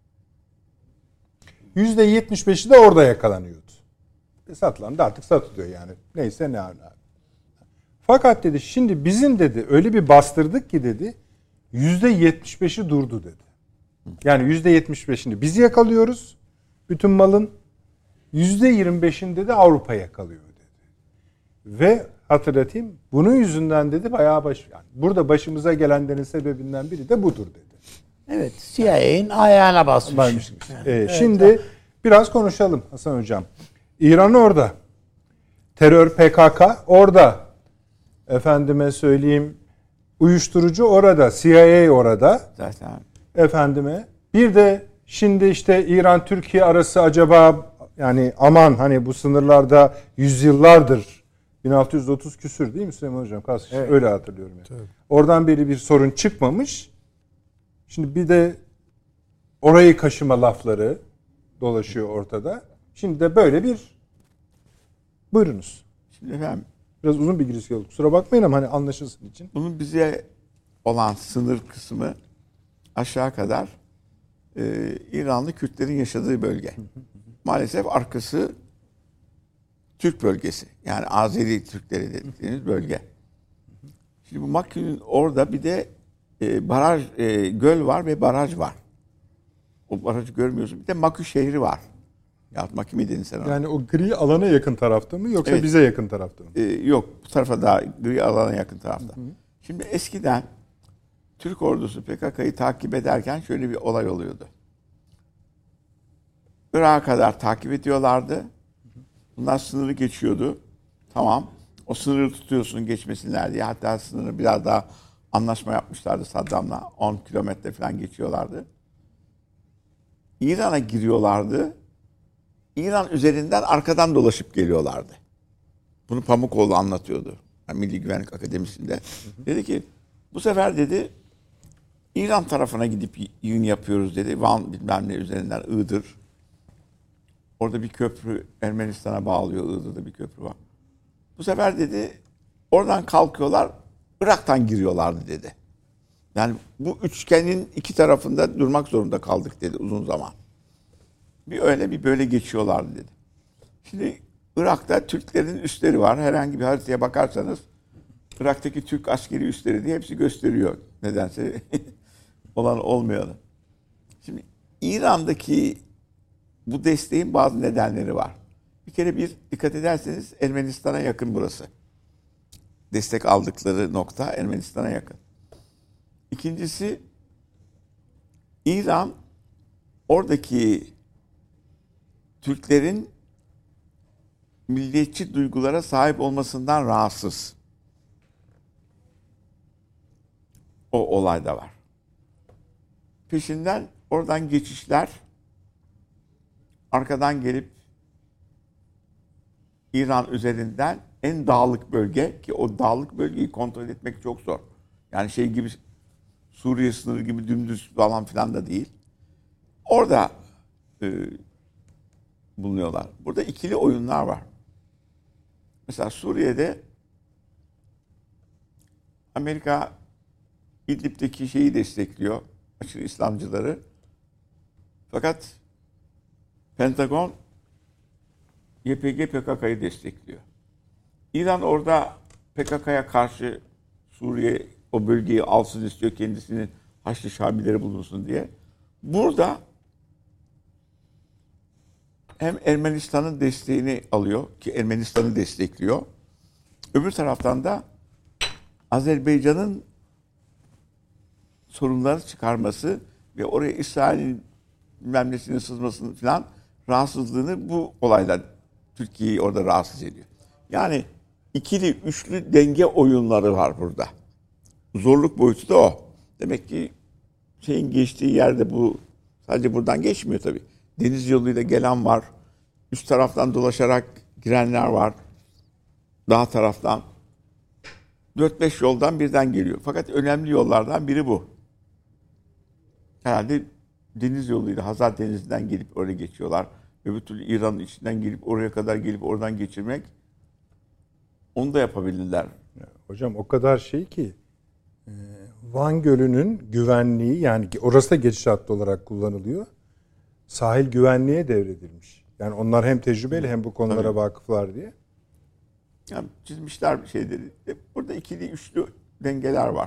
yüzde yetmiş beşi de orada yakalanıyordu. E satılan da artık satılıyor yani. Neyse ne hala. Fakat dedi şimdi bizim dedi öyle bir bastırdık ki dedi yüzde yetmiş beşi durdu dedi. Yani yüzde yetmiş beşini biz yakalıyoruz. Bütün malın yüzde yirmi beşinde de Avrupa yakalıyor dedi. Ve hatırlatayım bunun yüzünden dedi bayağı baş yani burada başımıza gelenlerin sebebinden biri de budur dedi. Evet, C I A'nin ayağına basmış. Yani, ee, evet, şimdi evet. Biraz konuşalım Hasan Hocam. İran orada. Terör P K K orada. Efendime söyleyeyim uyuşturucu orada. C I A orada. Zaten. Efendime. Bir de şimdi işte İran-Türkiye arası acaba yani aman hani bu sınırlarda yüzyıllardır bin altı yüz otuz küsür değil mi Süleyman Hocam? Evet. Öyle hatırlıyorum. Yani. Oradan beri bir sorun çıkmamış. Şimdi bir de orayı kaşıma lafları dolaşıyor ortada. Şimdi de böyle bir buyurunuz. Şimdi efendim Biraz uzun bir giriş oldu. Kusura bakmayın ama hani anlaşılsın için. bunun bize olan sınır kısmı aşağı kadar e, İranlı Kürtlerin yaşadığı bölge. Maalesef arkası Türk bölgesi. Yani Azeri Türkleri dediğimiz bölge. Şimdi bu Makü'nün orada bir de e, baraj, e, göl var ve baraj var. O barajı görmüyorsun. Bir de Makü şehri var. Ya Makü mi dedin sen ona? Yani o gri alana yakın tarafta mı yoksa Evet. bize yakın tarafta mı? Ee, yok, bu tarafa daha gri alana yakın tarafta. Hı hı. Şimdi eskiden Türk ordusu P K K'yı takip ederken şöyle bir olay oluyordu. Irak'a kadar takip ediyorlardı. Bunlar sınırı geçiyordu. Tamam. O sınırı tutuyorsun geçmesinler diye. Hatta sınırı biraz daha anlaşma yapmışlardı Saddam'la. on kilometre falan geçiyorlardı. İran'a giriyorlardı. İran üzerinden arkadan dolaşıp geliyorlardı. Bunu Pamukoğlu anlatıyordu. Yani Milli Güvenlik Akademisi'nde. Hı hı. Dedi ki bu sefer dedi İran tarafına gidip yün yapıyoruz dedi. Van bilmem ne üzerinden Iğdır. Orada bir köprü Ermenistan'a bağlıyor. Iğdır'da bir köprü var. Bu sefer dedi oradan kalkıyorlar Irak'tan giriyorlardı dedi. Yani bu üçgenin iki tarafında durmak zorunda kaldık dedi uzun zaman. Bir öyle bir böyle geçiyorlardı dedi. Şimdi Irak'ta Türklerin üsleri var. Herhangi bir haritaya bakarsanız Irak'taki Türk askeri üsleri diye hepsi gösteriyor. Nedense olan olmayanı. Şimdi İran'daki bu desteğin bazı nedenleri var. Bir kere bir dikkat ederseniz Ermenistan'a yakın burası. Destek aldıkları nokta Ermenistan'a yakın. İkincisi İran oradaki Türklerin milliyetçi duygulara sahip olmasından rahatsız. O olay da var. Peşinden oradan geçişler, arkadan gelip İran üzerinden en dağlık bölge, ki o dağlık bölgeyi kontrol etmek çok zor. Yani şey gibi Suriye sınırı gibi dümdüz falan filan da değil. Orada e, bulunuyorlar. Burada ikili oyunlar var. Mesela Suriye'de Amerika İdlib'deki şeyi destekliyor, aşırı İslamcıları. Fakat Pentagon Y P G P K K'yı destekliyor. İran orada P K K'ya karşı Suriye o bölgeyi alsın istiyor, kendisinin Haçlı Şabileri bulunsun diye. Burada hem Ermenistan'ın desteğini alıyor ki Ermenistan'ı destekliyor. Öbür taraftan da Azerbaycan'ın sorunları çıkarması ve oraya İsrail'in bilmem nesinin sızmasını falan rahatsızlığını bu olayla Türkiye'yi orada rahatsız ediyor. Yani ikili, üçlü denge oyunları var burada. Zorluk boyutu da o. Demek ki şeyin geçtiği yerde bu sadece buradan geçmiyor tabii. Deniz yoluyla gelen var. Üst taraftan dolaşarak girenler var. Dağ taraftan. Dört beş yoldan birden geliyor. Fakat önemli yollardan biri bu. Herhalde deniz yoluyla Hazar Denizi'nden gelip oraya geçiyorlar. Öbür türlü İran'ın içinden gelip oraya kadar gelip oradan geçirmek, onu da yapabilirler. Ya, hocam o kadar şey ki Van Gölü'nün güvenliği, yani orası da geçiş hattı olarak kullanılıyor. Sahil güvenliğe devredilmiş. Yani onlar hem tecrübeli hem bu konulara Tabii. vakıflar diye. Yani çizmişler bir şeyleri. Burada ikili, üçlü dengeler var.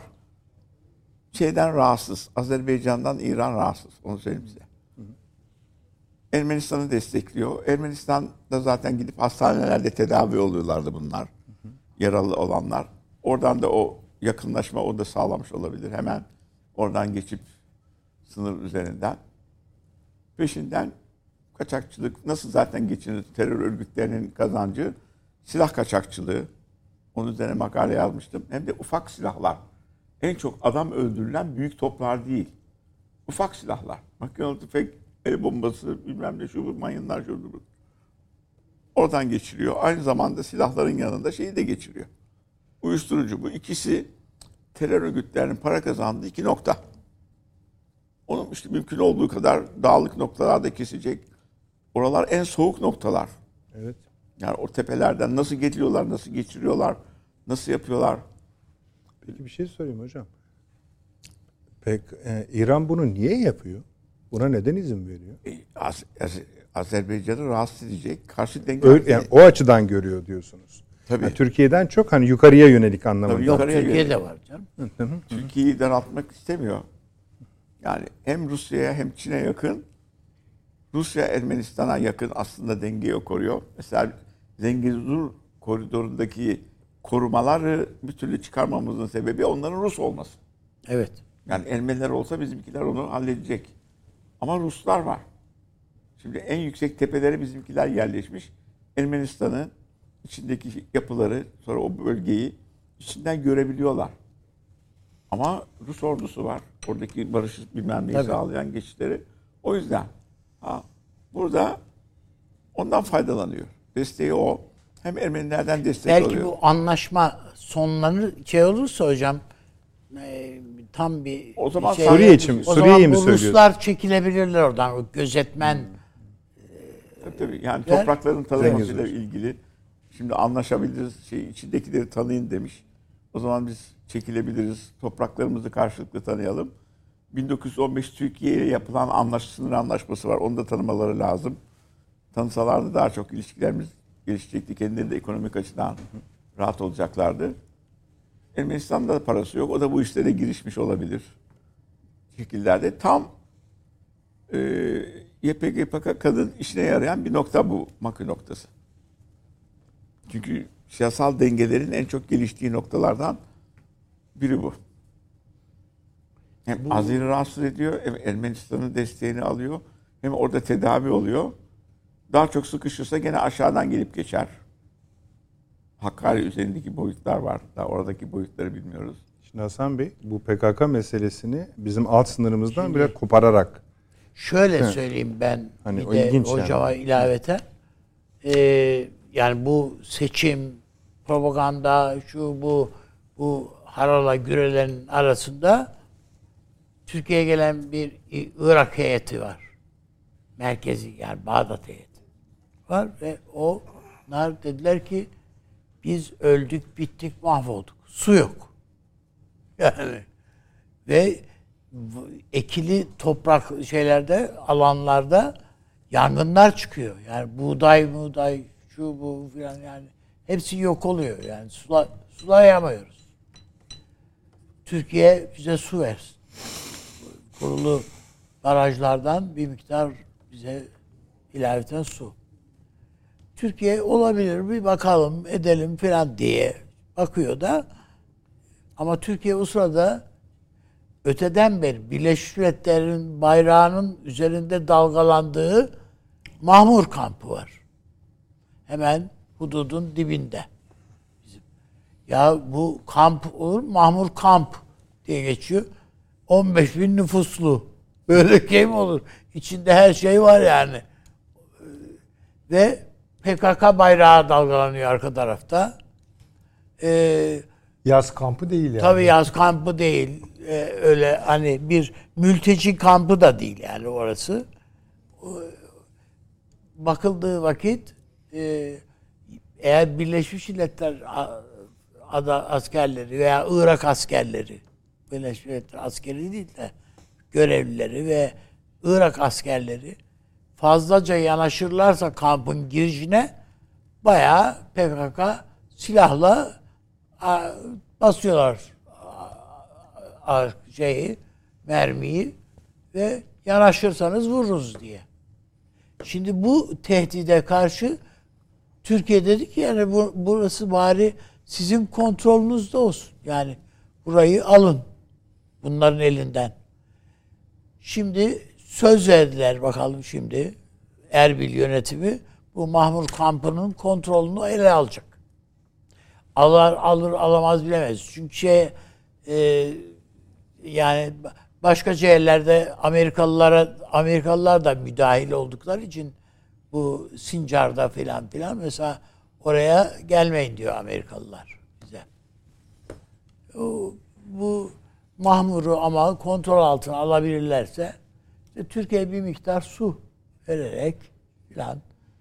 Şeyden rahatsız. Azerbaycan'dan İran rahatsız. Onu söyleyeyim size. Hı hı. Ermenistan'ı destekliyor. Ermenistan'da zaten gidip hastanelerde tedavi oluyorlardı bunlar. Hı hı. Yaralı olanlar. Oradan da o yakınlaşma o da sağlamış olabilir. Hemen oradan geçip sınır üzerinden. Peşinden kaçakçılık nasıl zaten geçinir? Terör örgütlerinin kazancı silah kaçakçılığı. Onun üzerine makale yazmıştım. Hem de ufak silahlar. En çok adam öldürülen büyük toplar değil. Ufak silahlar. Makinalı tüfek, el bombası, bilmem ne şu bu mayınlar şudur bu. Oradan geçiriyor. Aynı zamanda silahların yanında şeyi de geçiriyor. Uyuşturucu. Bu ikisi terör örgütlerinin para kazandığı iki nokta. Onun işte mümkün olduğu kadar dağlık noktalarda kesecek. oralar en soğuk noktalar. Evet. Yani o tepelerden nasıl geliyorlar, nasıl geçiriyorlar, nasıl yapıyorlar? Peki bir şey sorayım hocam. Pek e, İran bunu niye yapıyor? Buna neden izin veriyor? E, Az, Az, Azerbaycan'ı rahatsız edecek karşı denge. Öyle, yani o açıdan görüyor diyorsunuz. Tabii. Yani Türkiye'den çok hani yukarıya yönelik anlamında. Tabii, Yok, yukarıya Türkiye'de göre. var canım. Türkiye'yi daraltmak istemiyor. Yani hem Rusya'ya hem Çin'e yakın, Rusya Ermenistan'a yakın aslında dengeyi koruyor. Mesela Zengezur koridorundaki korumaları bir türlü çıkarmamızın sebebi onların Rus olması. Evet. Yani Ermeniler olsa bizimkiler onu halledecek. Ama Ruslar var. Şimdi en yüksek tepelere bizimkiler yerleşmiş. Ermenistan'ın içindeki yapıları, sonra o bölgeyi içinden görebiliyorlar. Ama Rus ordusu var. Oradaki barışı bilmem neyi Tabii. sağlayan geçişleri. O yüzden ha, burada ondan faydalanıyor. Desteği o. Hem Ermenilerden destek Belki alıyor. bu anlaşma sonlanır şey olursa hocam e, tam bir O zaman şey, Suriye için mi? o Suriye'yi zaman mi bu söylüyorsun? Ruslar çekilebilirler oradan. O gözetmen Tabii, tabii. Yani Ver. toprakların tanınmasıyla Zengin ilgili. Şimdi anlaşabiliriz. Şey, içindekileri tanıyın demiş. O zaman biz çekilebiliriz. Topraklarımızı karşılıklı tanıyalım. bin dokuz yüz on beş Türkiye ile yapılan anlaş, sınır anlaşması var. Onu da tanımaları lazım. Tanısalardı daha çok ilişkilerimiz gelişecekti. Kendileri de ekonomik açıdan rahat olacaklardı. Ermenistan'da da parası yok. O da bu işlere girişmiş olabilir. Şekillerde tam e, Y P G P K K'nın işine yarayan bir nokta bu Makı noktası. Çünkü siyasal dengelerin en çok geliştiği noktalardan biri bu. Hem bu, Azeri rahatsız ediyor, hem Ermenistan'ın desteğini alıyor, hem orada tedavi oluyor. Daha çok sıkışırsa gene aşağıdan gelip geçer. Hakkari üzerindeki boyutlar var. Daha oradaki boyutları bilmiyoruz. Şimdi Hasan Bey bu P K K meselesini bizim alt sınırımızdan Şimdi, bile kopararak. Şöyle He. söyleyeyim ben Hani bir o de ilginç hocama yani. ilaveten. Ee, yani bu seçim, propaganda, şu bu bu harala gürelerin arasında Türkiye'ye gelen bir Irak heyeti var. Merkezi yani Bağdat heyeti var ve onlar dediler ki biz öldük, bittik, mahvolduk. Su yok. Yani ve ekili toprak şeylerde, alanlarda yangınlar çıkıyor. Yani buğday, buğday, şu bu filan yani hepsi yok oluyor. Yani sula, sulayamıyoruz. Türkiye bize su versin. Kurulu barajlardan bir miktar bize ilaveten su. Türkiye olabilir bir bakalım edelim filan diye bakıyor da ama Türkiye o sırada öteden beri Birleşmiş Milletler'in bayrağının üzerinde dalgalandığı Mahmur kampı var. Hemen hududun dibinde. Bizim. Ya bu kamp olur Mahmur kamp diye geçiyor. on beş bin nüfuslu. Böyle şey mi olur? İçinde her şey var yani. Ve P K K bayrağı dalgalanıyor arka tarafta. Ee, Yaz kampı değil yani. Tabii yaz kampı değil. Ee, öyle hani bir mülteci kampı da değil yani orası. Bakıldığı vakit e, eğer Birleşmiş Milletler ada askerleri veya Irak askerleri, Birleşmiş Milletler askeri değil de görevlileri ve Irak askerleri fazlaca yanaşırlarsa kampın girişine bayağı P K K silahla a, basıyorlar a, a, şeyi, mermiyi ve yanaşırsanız vururuz diye. Şimdi bu tehdide karşı Türkiye dedi ki yani bu, burası bari sizin kontrolünüzde olsun. Yani burayı alın bunların elinden. Şimdi söz verdiler bakalım şimdi Erbil yönetimi bu Mahmur kampının kontrolünü ele alacak. Alır alır alamaz bilemez. Çünkü şey e, yani başka yerlerde Amerikalılara Amerikalılar da müdahil oldukları için bu Sincar'da filan filan mesela oraya gelmeyin diyor Amerikalılar bize. O, bu Mahmur'u ama kontrol altına alabilirlerse işte Türkiye bir miktar su vererek filan.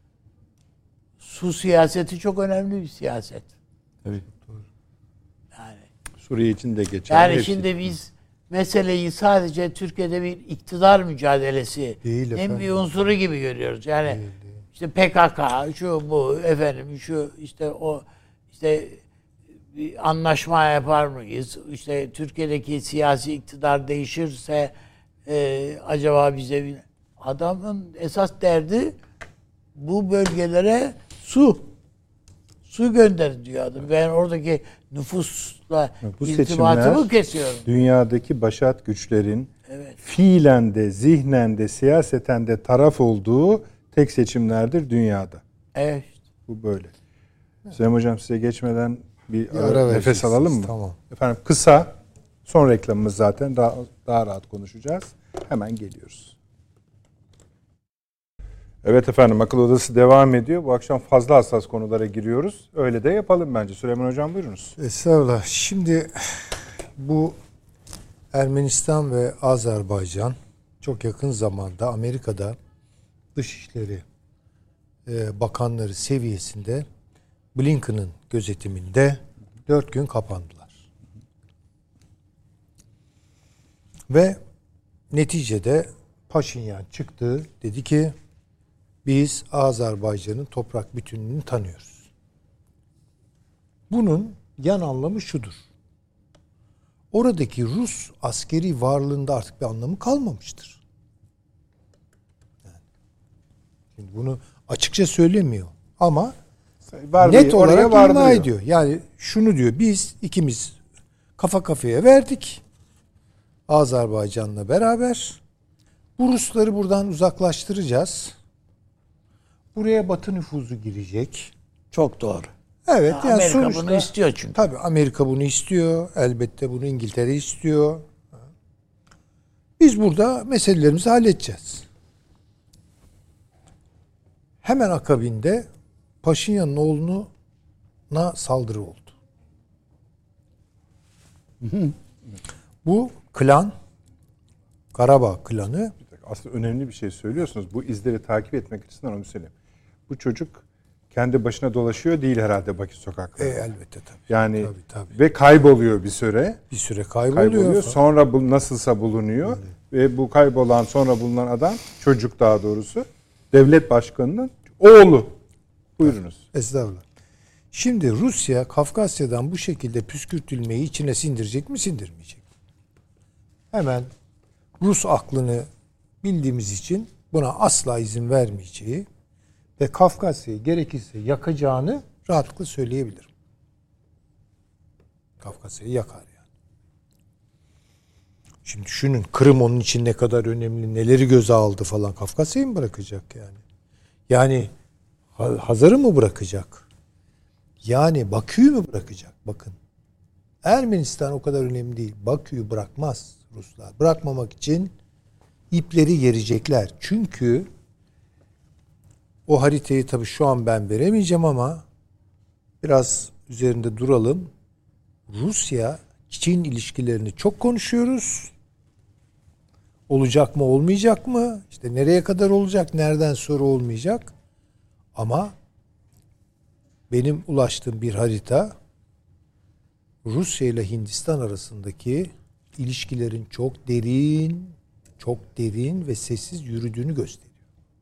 Su siyaseti çok önemli bir siyaset. Evet. Yani Suriye için de geçerli. Yani hepsi. şimdi biz meseleyi sadece Türkiye'de bir iktidar mücadelesi Değil hem efendim. bir unsuru gibi görüyoruz. Yani Değil, değil. işte P K K, şu bu efendim şu işte o işte bir anlaşma yapar mıyız? İşte Türkiye'deki siyasi iktidar değişirse e, acaba bize bir... Adamın esas derdi bu bölgelere su. Su gönderin diyor adam. Ben oradaki nüfusla Bu irtibatımı seçimler kesiyorum. dünyadaki başat güçlerin Evet. fiilen de, zihnen de, siyaseten de taraf olduğu tek seçimlerdir dünyada. Evet. Bu böyle. Süleyman Hocam size geçmeden bir, Bir ara, ara nefes vereceksiniz, alalım mı? tamam. Efendim kısa, son reklamımız zaten daha, daha rahat konuşacağız. Hemen geliyoruz. Evet efendim, akıl odası devam ediyor. Bu akşam fazla hassas konulara giriyoruz. Öyle de yapalım bence. Süleyman Hocam buyurunuz. Estağfurullah. Şimdi bu Ermenistan ve Azerbaycan çok yakın zamanda Amerika'da Dışişleri e, Bakanları seviyesinde Blinken'ın gözetiminde dört gün kapandılar. Ve neticede Paşinyan çıktı, dedi ki biz Azerbaycan'ın toprak bütünlüğünü tanıyoruz. Bunun yan anlamı şudur. Oradaki Rus askeri varlığında artık bir anlamı kalmamıştır. Yani, şimdi bunu açıkça söylemiyor ama Var net bir- olarak oraya ima vardırıyor. ediyor. Yani şunu diyor, biz ikimiz kafa kafaya verdik Azerbaycan'la beraber. Bu Rusları buradan uzaklaştıracağız. Buraya Batı nüfuzu girecek. Çok doğru. Evet, Ya yani Amerika sonuçta bunu istiyor çünkü. tabii Amerika bunu istiyor. Elbette bunu İngiltere istiyor. Biz burada meselelerimizi halledeceğiz. Hemen akabinde Paşinyan'ın oğluna saldırı oldu. Bu klan, Karabağ klanı, Aslında önemli bir şey söylüyorsunuz. Bu izleri takip etmek açısından onu söyleyeyim. Bu çocuk kendi başına dolaşıyor değil herhalde Bakü e, sokaklarında. elbette tabii. Yani Tabii, tabii. ve kayboluyor bir süre. Bir süre kayboluyor. Kayboluyor. falan. Sonra bu nasılsa bulunuyor. Ve bu kaybolan, sonra bulunan adam, çocuk daha doğrusu, devlet başkanının oğlu. Buyurunuz. Estağfurullah. Şimdi Rusya Kafkasya'dan bu şekilde püskürtülmeyi içine sindirecek mi, sindirmeyecek mi? Hemen Rus aklını bildiğimiz için buna asla izin vermeyeceği ve Kafkasya'yı gerekirse yakacağını rahatlıkla söyleyebilirim. Kafkasya'yı yakar yani. Şimdi düşünün, Kırım onun için ne kadar önemli, neleri göze aldı falan. Kafkasya'yı mı bırakacak yani? Yani Hazar'ı mı bırakacak? Yani Bakü'yü mü bırakacak? Bakın. Ermenistan o kadar önemli değil. Bakü'yü bırakmaz Ruslar. Bırakmamak için ipleri gerecekler. Çünkü o haritayı tabii şu an ben veremeyeceğim ama biraz üzerinde duralım. Rusya-Çin ilişkilerini çok konuşuyoruz. Olacak mı, olmayacak mı? İşte nereye kadar olacak, nereden sonra olmayacak? Ama benim ulaştığım bir harita Rusya ile Hindistan arasındaki ilişkilerin çok derin, çok derin ve sessiz yürüdüğünü gösteriyor.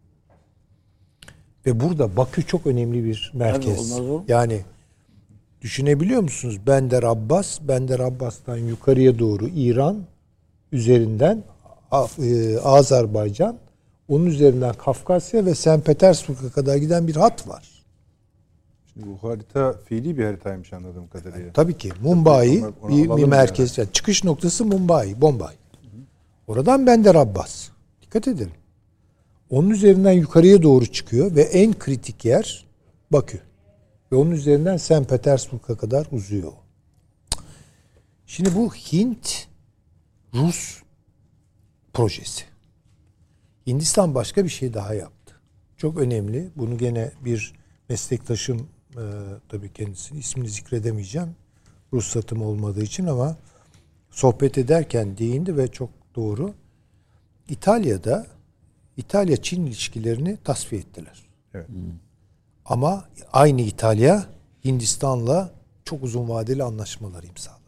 Ve burada Bakü çok önemli bir merkez. Tabii, olmaz olur. Yani düşünebiliyor musunuz? Bender Abbas, Bender Abbas'tan yukarıya doğru İran üzerinden Azerbaycan, onun üzerinden Kafkasya ve Sankt Petersburg'a kadar giden bir hat var. Şimdi bu harita fiili bir haritaymış anladığım kadarıyla. Yani tabii ki Mumbai Onu- onu bir, alalım bir merkez. yani. Yani çıkış noktası Mumbai, Bombay. Oradan Bender Abbas. Dikkat edin. Onun üzerinden yukarıya doğru çıkıyor ve en kritik yer Bakü. Ve onun üzerinden Sankt Petersburg'a kadar uzuyor. Şimdi bu Hint-Rus projesi. Hindistan başka bir şey daha yaptı. Çok önemli. Bunu gene bir meslektaşım, e, tabii kendisini ismini zikredemeyeceğim. Ruhsatım olmadığı için ama sohbet ederken değindi ve çok doğru. İtalya'da İtalya-Çin ilişkilerini tasfiye ettiler. Evet. Ama aynı İtalya Hindistan'la çok uzun vadeli anlaşmalar imzaladı.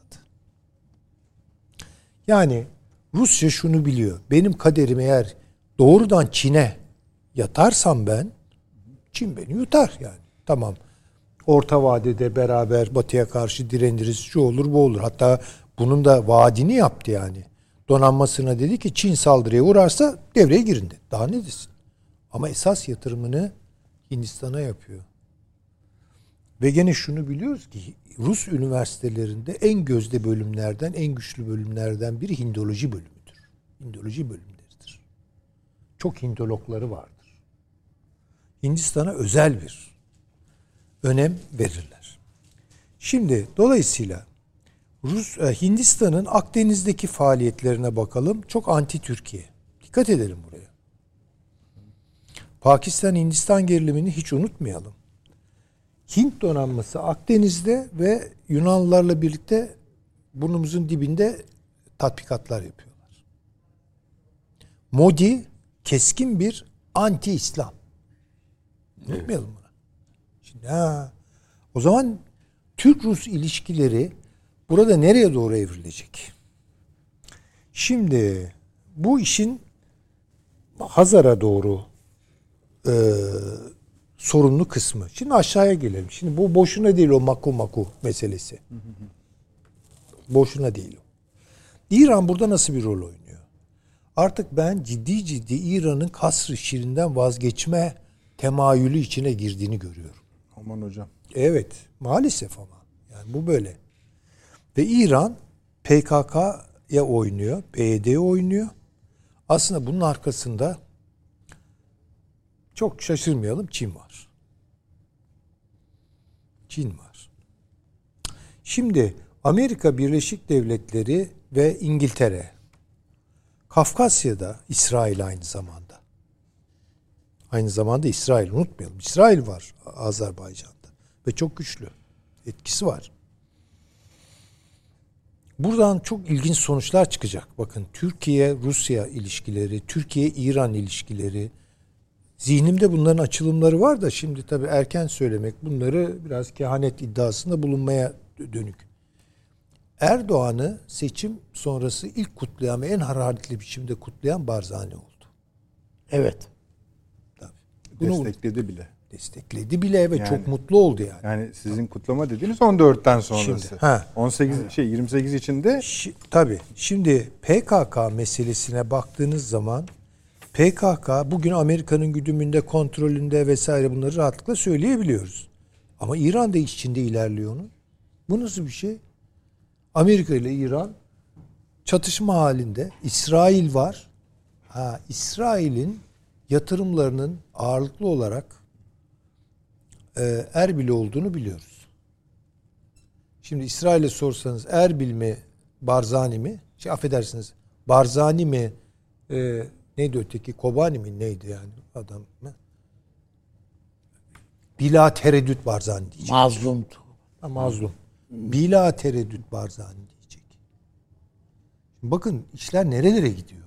Yani Rusya şunu biliyor. Benim kaderim eğer doğrudan Çin'e yatarsam ben, Çin beni yutar yani. Tamam. Orta vadede beraber Batı'ya karşı direniriz. Şu olur bu olur. Hatta bunun da vaadini yaptı yani. Donanmasına dedi ki Çin saldırıya uğrarsa devreye girin dedi. Daha ne desin? Ama esas yatırımını Hindistan'a yapıyor. Ve gene şunu biliyoruz ki Rus üniversitelerinde en gözde bölümlerden, en güçlü bölümlerden biri Hindoloji bölümüdür. Hindoloji bölümleridir. Çok Hindologları vardır. Hindistan'a özel bir önem verirler. Şimdi dolayısıyla Rus Hindistan'ın Akdeniz'deki faaliyetlerine bakalım. Çok anti Türkiye. Dikkat edelim buraya. Pakistan-Hindistan gerilimini hiç unutmayalım. Hint donanması Akdeniz'de ve Yunanlılarla birlikte burnumuzun dibinde tatbikatlar yapıyorlar. Modi keskin bir anti-İslam. Unutmayalım bunu. Şimdi ha, o zaman Türk-Rus ilişkileri burada nereye doğru evrilecek? Şimdi bu işin Hazar'a doğru e, sorunlu kısmı. Şimdi aşağıya gelelim. Şimdi bu boşuna değil o maku maku meselesi. Boşuna değil o. İran burada nasıl bir rol oynuyor? Artık ben ciddi ciddi İran'ın Kasr-ı Şirin'den vazgeçme temayülü içine girdiğini görüyorum. Aman hocam. Evet, maalesef ama. Yani bu böyle. Ve İran P K K'ya oynuyor, P Y D'ye oynuyor. Aslında bunun arkasında çok şaşırmayalım Çin var. Çin var. Şimdi Amerika Birleşik Devletleri ve İngiltere, Kafkasya'da İsrail aynı zamanda. Aynı zamanda İsrail unutmayalım. İsrail var Azerbaycan'da ve çok güçlü etkisi var. Buradan çok ilginç sonuçlar çıkacak. Bakın Türkiye-Rusya ilişkileri, Türkiye-İran ilişkileri. Zihnimde bunların açılımları var da şimdi tabii erken söylemek bunları biraz kehanet iddiasında bulunmaya dönük. Erdoğan'ı seçim sonrası ilk kutlayan ve en hararetli biçimde kutlayan Barzani oldu. Evet. Tabii. Bunu destekledi bile. Destekledi bile ve yani, çok mutlu oldu yani. Yani sizin kutlama dediğiniz on dörtten sonrası. Şimdi, ha. on sekiz şey yirmi sekiz içinde Şi, tabii. Şimdi P K K meselesine baktığınız zaman P K K bugün Amerika'nın güdümünde, kontrolünde vesaire bunları rahatlıkla söyleyebiliyoruz. Ama İran da içinde ilerliyor onun. Bu nasıl bir şey? Amerika ile İran çatışma halinde. İsrail var. Ha, İsrail'in yatırımlarının ağırlıklı olarak e, Erbil olduğunu biliyoruz. Şimdi İsrail'e sorsanız Erbil mi, Barzani mi? Şey affedersiniz. Barzani mi? E, neydi öteki? Kobani mi? Neydi yani adam mı? Bila tereddüt Barzani diyecek. Mazlum. Ha, mazlum. Bila tereddüt Barzani diyecek. Şimdi bakın işler nerelere gidiyor?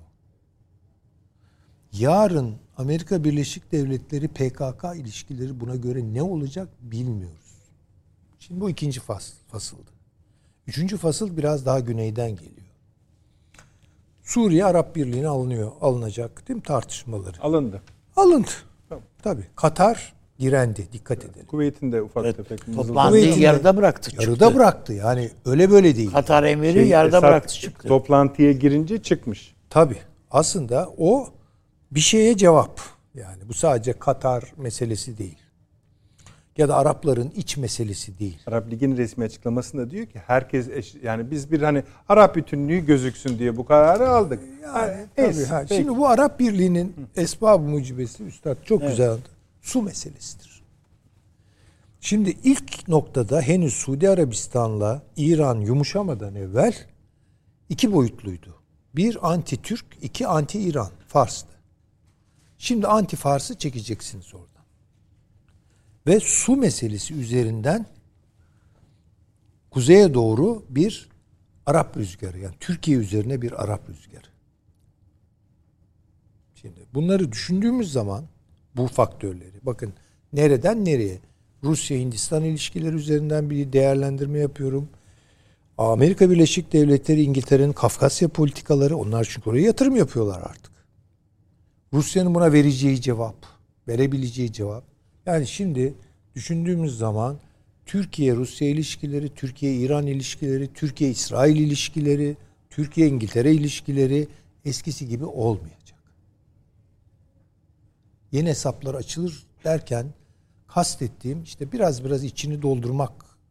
Yarın Amerika Birleşik Devletleri P K K ilişkileri buna göre ne olacak bilmiyoruz. Şimdi bu ikinci fas, fasıldı. Üçüncü fasıl biraz daha güneyden geliyor. Suriye Arap Birliği'ne alınıyor, alınacak değil mi tartışmaları? alındı. Alındı. Tamam. Tabii. Katar direndi. Dikkat edelim. Kuveyt'in de ufak Evet, tefek toplantıyı Kuveyt'in yarıda bıraktı çıktı. Yarıda bıraktı. Yani öyle böyle değil. Katar emiri Şey, yarıda Esad bıraktı çıktı. Toplantıya girince çıkmış. Tabii. Aslında o bir şeye cevap. Yani bu sadece Katar meselesi değil. Ya da Arapların iç meselesi değil. Arap Ligi'nin resmi açıklamasında diyor ki herkes eş, yani biz bir hani Arap bütünlüğü gözüksün diye bu kararı aldık. Yani, Neyse, tabii, ha. peki. Şimdi bu Arap Birliği'nin esbab-ı mucibesi üstad çok Evet. güzel anlattı. Su meselesidir. Şimdi ilk noktada henüz Suudi Arabistan'la İran yumuşamadan evvel iki boyutluydu. Bir anti-Türk, iki anti-İran. Fars'tı. Şimdi anti-Fars'ı çekeceksiniz oradan. Ve su meselesi üzerinden kuzeye doğru bir Arap rüzgarı, yani Türkiye üzerine bir Arap rüzgarı. Şimdi bunları düşündüğümüz zaman bu faktörleri bakın nereden nereye Rusya-Hindistan ilişkileri üzerinden bir değerlendirme yapıyorum. Amerika Birleşik Devletleri, İngiltere'nin Kafkasya politikaları, onlar çünkü oraya yatırım yapıyorlar artık. Rusya'nın buna vereceği cevap, verebileceği cevap. Yani şimdi düşündüğümüz zaman Türkiye-Rusya ilişkileri, Türkiye-İran ilişkileri, Türkiye-İsrail ilişkileri, Türkiye-İngiltere ilişkileri eskisi gibi olmayacak. Yeni hesaplar açılır derken kastettiğim işte biraz biraz içini doldurmak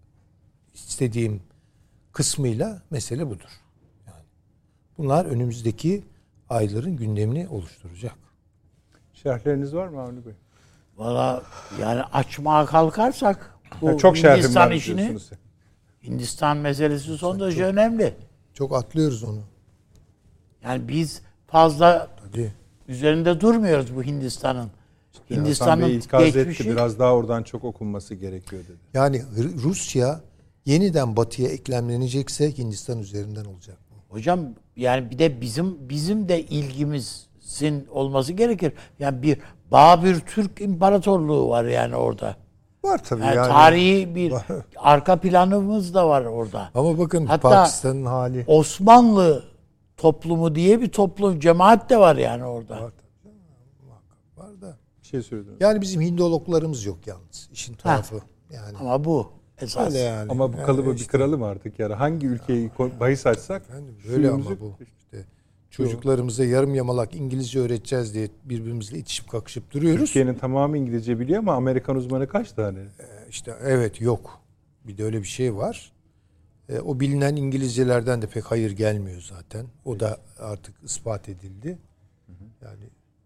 istediğim kısmıyla mesele budur. Yani bunlar önümüzdeki ayların gündemini oluşturacak. Şerhleriniz var mı Avni Bey? Valla yani açmaya kalkarsak bu Yani çok şerhim Hindistan var işini, diyorsunuz. Hindistan meselesi son derece önemli. Çok atlıyoruz onu. Yani biz fazla Hadi. üzerinde durmuyoruz bu Hindistan'ın. Hasan Hindistan'ın Bey ikaz geçmişi. etti. Biraz daha oradan çok okunması gerekiyor dedi. Yani Rusya yeniden Batı'ya eklemlenecekse Hindistan üzerinden olacak bu. Hocam yani bir de bizim bizim de ilgimizin olması gerekir. Yani bir Babür Türk İmparatorluğu var yani orada. Var tabii Yani, yani. tarihi bir arka planımız da var orada. Ama bakın Hatta Pakistan'ın hali. Osmanlı toplumu diye bir toplum, cemaat de var yani orada. Var tabii. Muhakkak var da. Bir şey söylediniz. Yani bizim Hindologlarımız yok yalnız. İşin tuhafı. Yani. Ama bu esas. Öyle yani. Ama bu Yani kalıbı işte, bir kıralım artık yani. Hangi ülkeyi kon- bahis açsak efendim, böyle ama suyumuzu- bu. İşte çocuklarımıza yarım yamalak İngilizce öğreteceğiz diye birbirimizle itişip kakışıp duruyoruz. Türkiye'nin tamamı İngilizce biliyor ama Amerikan uzmanı kaç tane? İşte evet yok. Bir de öyle bir şey var. E, o bilinen İngilizcelerden de pek hayır gelmiyor zaten. O da artık ispat edildi. Yani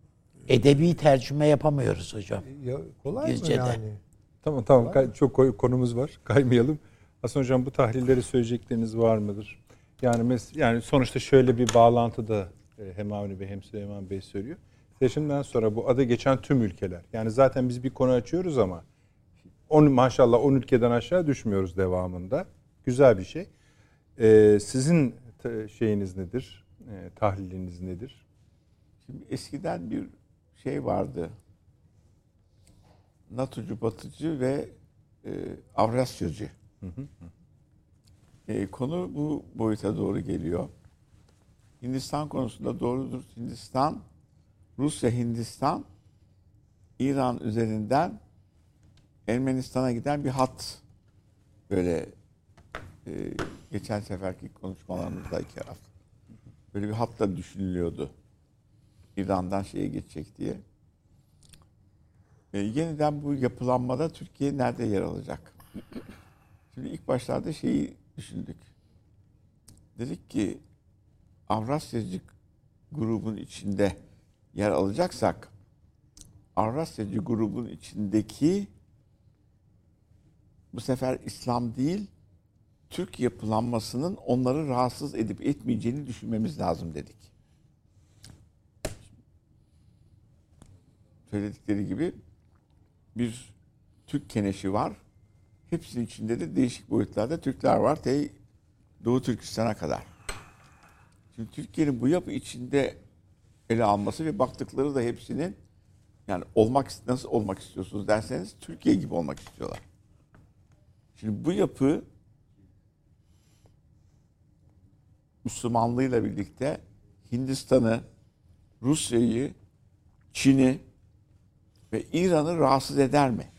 Edebi tercüme yapamıyoruz hocam. ya kolay İngilizce'de. mı yani? Tamam tamam Kay- çok koy- konumuz var. Kaymayalım. Hasan Hocam bu tahlilleri söyleyecekleriniz var mıdır? Yani mes- yani sonuçta şöyle bir bağlantı da e, hem Avni Bey hem Süleyman Bey söylüyor. Seçimden sonra bu adı geçen tüm ülkeler. Yani zaten biz bir konu açıyoruz ama on maşallah on ülkeden aşağı düşmüyoruz devamında. Güzel bir şey. Ee, sizin t- şeyiniz nedir? Ee, tahliliniz nedir? Şimdi eskiden bir şey vardı. NATO'cu, Batıcı ve e, Avrasyacı. Hı hı. E, konu bu boyuta doğru geliyor. Hindistan konusunda doğrudur. Hindistan, Rusya, Hindistan, İran üzerinden Ermenistan'a giden bir hat. Böyle e, geçen seferki konuşmalarımızda iki hafta. Böyle bir hatla düşünülüyordu. İran'dan şeye geçecek diye. E, yeniden bu yapılanmada Türkiye nerede yer alacak? Şimdi ilk başlarda şeyi düşündük. Dedik ki Avrasyacı grubun içinde yer alacaksak Avrasyacı grubun içindeki bu sefer İslam değil Türk yapılanmasının onları rahatsız edip etmeyeceğini düşünmemiz lazım dedik. Söyledikleri gibi bir Türk keneşi var. Hepsinin içinde de değişik boyutlarda Türkler var. Te Doğu Türkistan'a kadar. Şimdi Türkiye'nin bu yapı içinde ele alması ve baktıkları da hepsinin yani olmak nasıl olmak istiyorsunuz derseniz Türkiye gibi olmak istiyorlar. Şimdi bu yapı Müslümanlığıyla birlikte Hindistan'ı, Rusya'yı, Çin'i ve İran'ı rahatsız eder mi?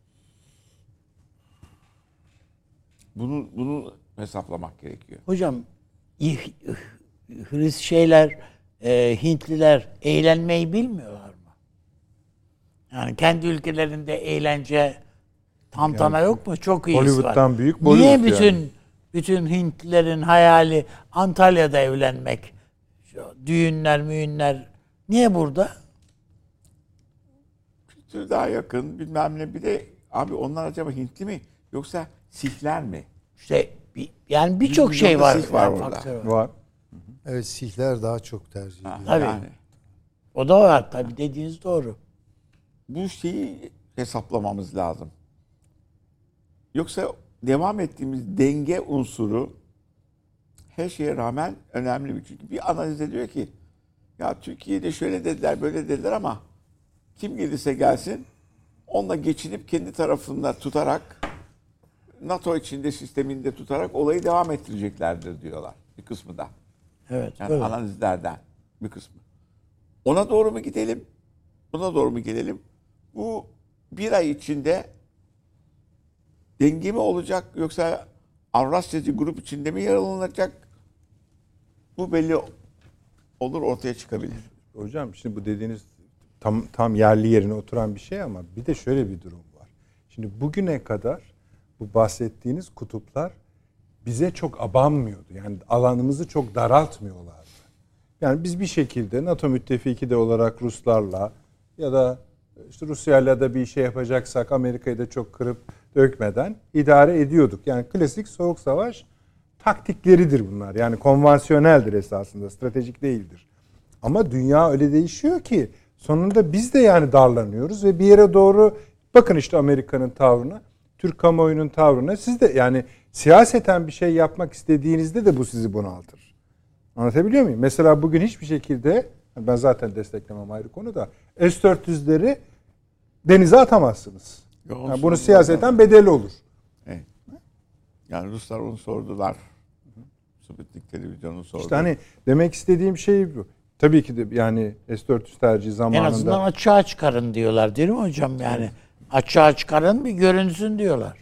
Bunu bunu hesaplamak gerekiyor. Hocam Hristiyan şeyler, e, Hintliler eğlenmeyi bilmiyorlar mı? Yani kendi ülkelerinde eğlence, tantana Yani yok mu? Çok iyi var. Hollywood'dan büyük Bollywood Niye bütün yani. bütün Hintlilerin hayali Antalya'da evlenmek? Şu düğünler, müğünler niye burada? Kültür daha yakın bilmem ne. Bir de abi onlar acaba Hintli mi yoksa Sihler mi? İşte bir- yani birçok Bir şey milyon da var. Sih var yani orada. faktör var. Var. Evet Sihler daha çok tercih Ha, ediyor. Tabii. Yani O da var tabii dediğiniz doğru. bu şeyi hesaplamamız lazım. Yoksa devam ettiğimiz denge unsuru her şeye rağmen önemli bir. Çünkü bir analiz ediyor ki ya Türkiye'de şöyle dediler, böyle dediler ama kim gelirse gelsin onunla geçinip kendi tarafında tutarak NATO içinde sisteminde tutarak olayı devam ettireceklerdir diyorlar bir kısmı da. Evet. Yani evet. analizlerden bir kısmı. Ona doğru mu gidelim? Buna doğru mu gelelim? Bu bir ay içinde denge mi olacak yoksa Avrasyacı grup içinde mi yaralanacak? Bu belli olur, ortaya çıkabilir. Hocam şimdi bu dediğiniz tam tam yerli yerine oturan bir şey ama bir de şöyle bir durum var. Şimdi bugüne kadar bu bahsettiğiniz kutuplar bize çok abanmıyordu. Yani alanımızı çok daraltmıyorlardı. Yani biz bir şekilde NATO müttefiki de olarak Ruslarla ya da işte Rusya'yla da bir şey yapacaksak Amerika'yı da çok kırıp dökmeden idare ediyorduk. Yani klasik soğuk savaş taktikleridir bunlar. Yani konvansiyoneldir esasında, stratejik değildir. Ama dünya öyle değişiyor ki sonunda biz de yani darlanıyoruz ve bir yere doğru bakın işte Amerika'nın tavrına, Türk kamuoyunun tavrına. Siz de yani siyaseten bir şey yapmak istediğinizde de bu sizi bunaltır. Anlatabiliyor muyum? Mesela bugün hiçbir şekilde, ben zaten desteklemem ayrı konu da, S dört yüzleri denize atamazsınız. Yani bunu siyaseten bedeli olur. Evet. Yani Ruslar onu sordular. Sputnik televizyonu sordu. İşte hani demek istediğim şey bu. Tabii ki de yani S dört yüz tercihi zamanında. En azından açığa çıkarın diyorlar değil mi hocam? Yani evet. Açığa çıkarın bir görünsün diyorlar.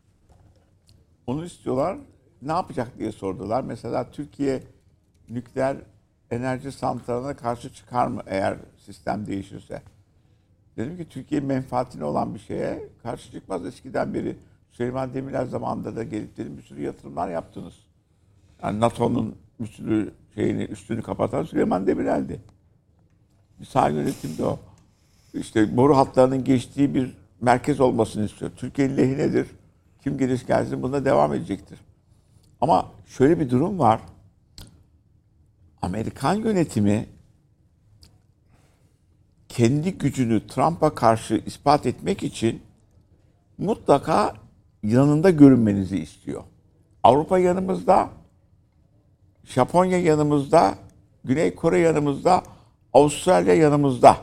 Onu istiyorlar. Ne yapacak diye sordular. Mesela Türkiye nükleer enerji santralına karşı çıkar mı eğer sistem değişirse? Dedim ki Türkiye menfaatine olan bir şeye karşı çıkmaz. Eskiden beri Süleyman Demirel zamanında da gelip dedim bir sürü yatırımlar yaptınız. Yani NATO'nun bir sürü şeyini, üstünü kapatan Süleyman Demirel'di. Bir sağ yönetimde o. İşte boru hatlarının geçtiği bir merkez olmasını istiyor. Türkiye'nin lehinedir. Kim gelirse gelsin buna devam edecektir. Ama şöyle bir durum var. Amerikan yönetimi kendi gücünü Trump'a karşı ispat etmek için mutlaka yanında görünmenizi istiyor. Avrupa yanımızda, Japonya yanımızda, Güney Kore yanımızda, Avustralya yanımızda.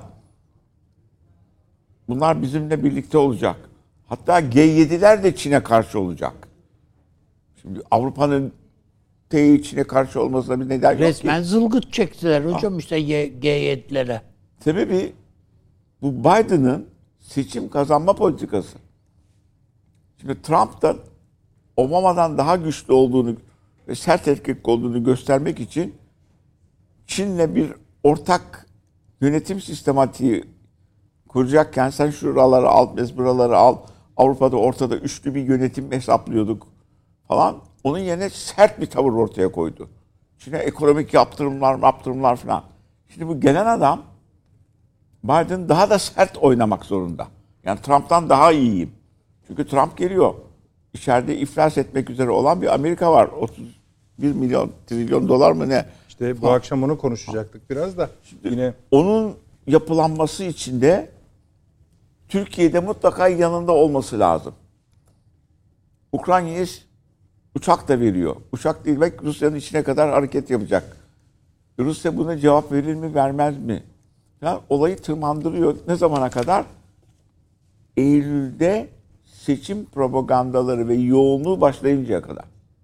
Bunlar bizimle birlikte olacak. Hatta G yediler de Çin'e karşı olacak. Şimdi Avrupa'nın T Çin'e karşı olmasına bir neden yok ki. Resmen zılgıt çektiler hocam işte G yedilere. Sebebi bu Biden'ın seçim kazanma politikası. Şimdi Trump'tan Obama'dan daha güçlü olduğunu ve sert erkek olduğunu göstermek için Çin'le bir ortak yönetim sistematiği kuracakken sen şuraları al, biz buraları al. Avrupa'da ortada üçlü bir yönetim hesaplıyorduk falan. Onun yerine sert bir tavır ortaya koydu. Çin'e ekonomik yaptırımlar, yaptırımlar falan. Şimdi bu gelen adam Biden daha da sert oynamak zorunda. Yani Trump'tan daha iyiyim. Çünkü Trump geliyor. İçeride iflas etmek üzere olan bir Amerika var. otuz bir milyon trilyon dolar mı ne? İşte bu falan. akşam onu konuşacaktık biraz da. Şimdi yine onun yapılanması için de Türkiye'de mutlaka yanında olması lazım. Ukrayna'ya uçak da veriyor. Uçak değil, belki Rusya'nın içine kadar hareket yapacak. Rusya buna cevap verir mi, vermez mi? Yani olayı tırmandırıyor. Ne zamana kadar? Eylül'de seçim propagandaları ve yoğunluğu başlayıncaya kadar.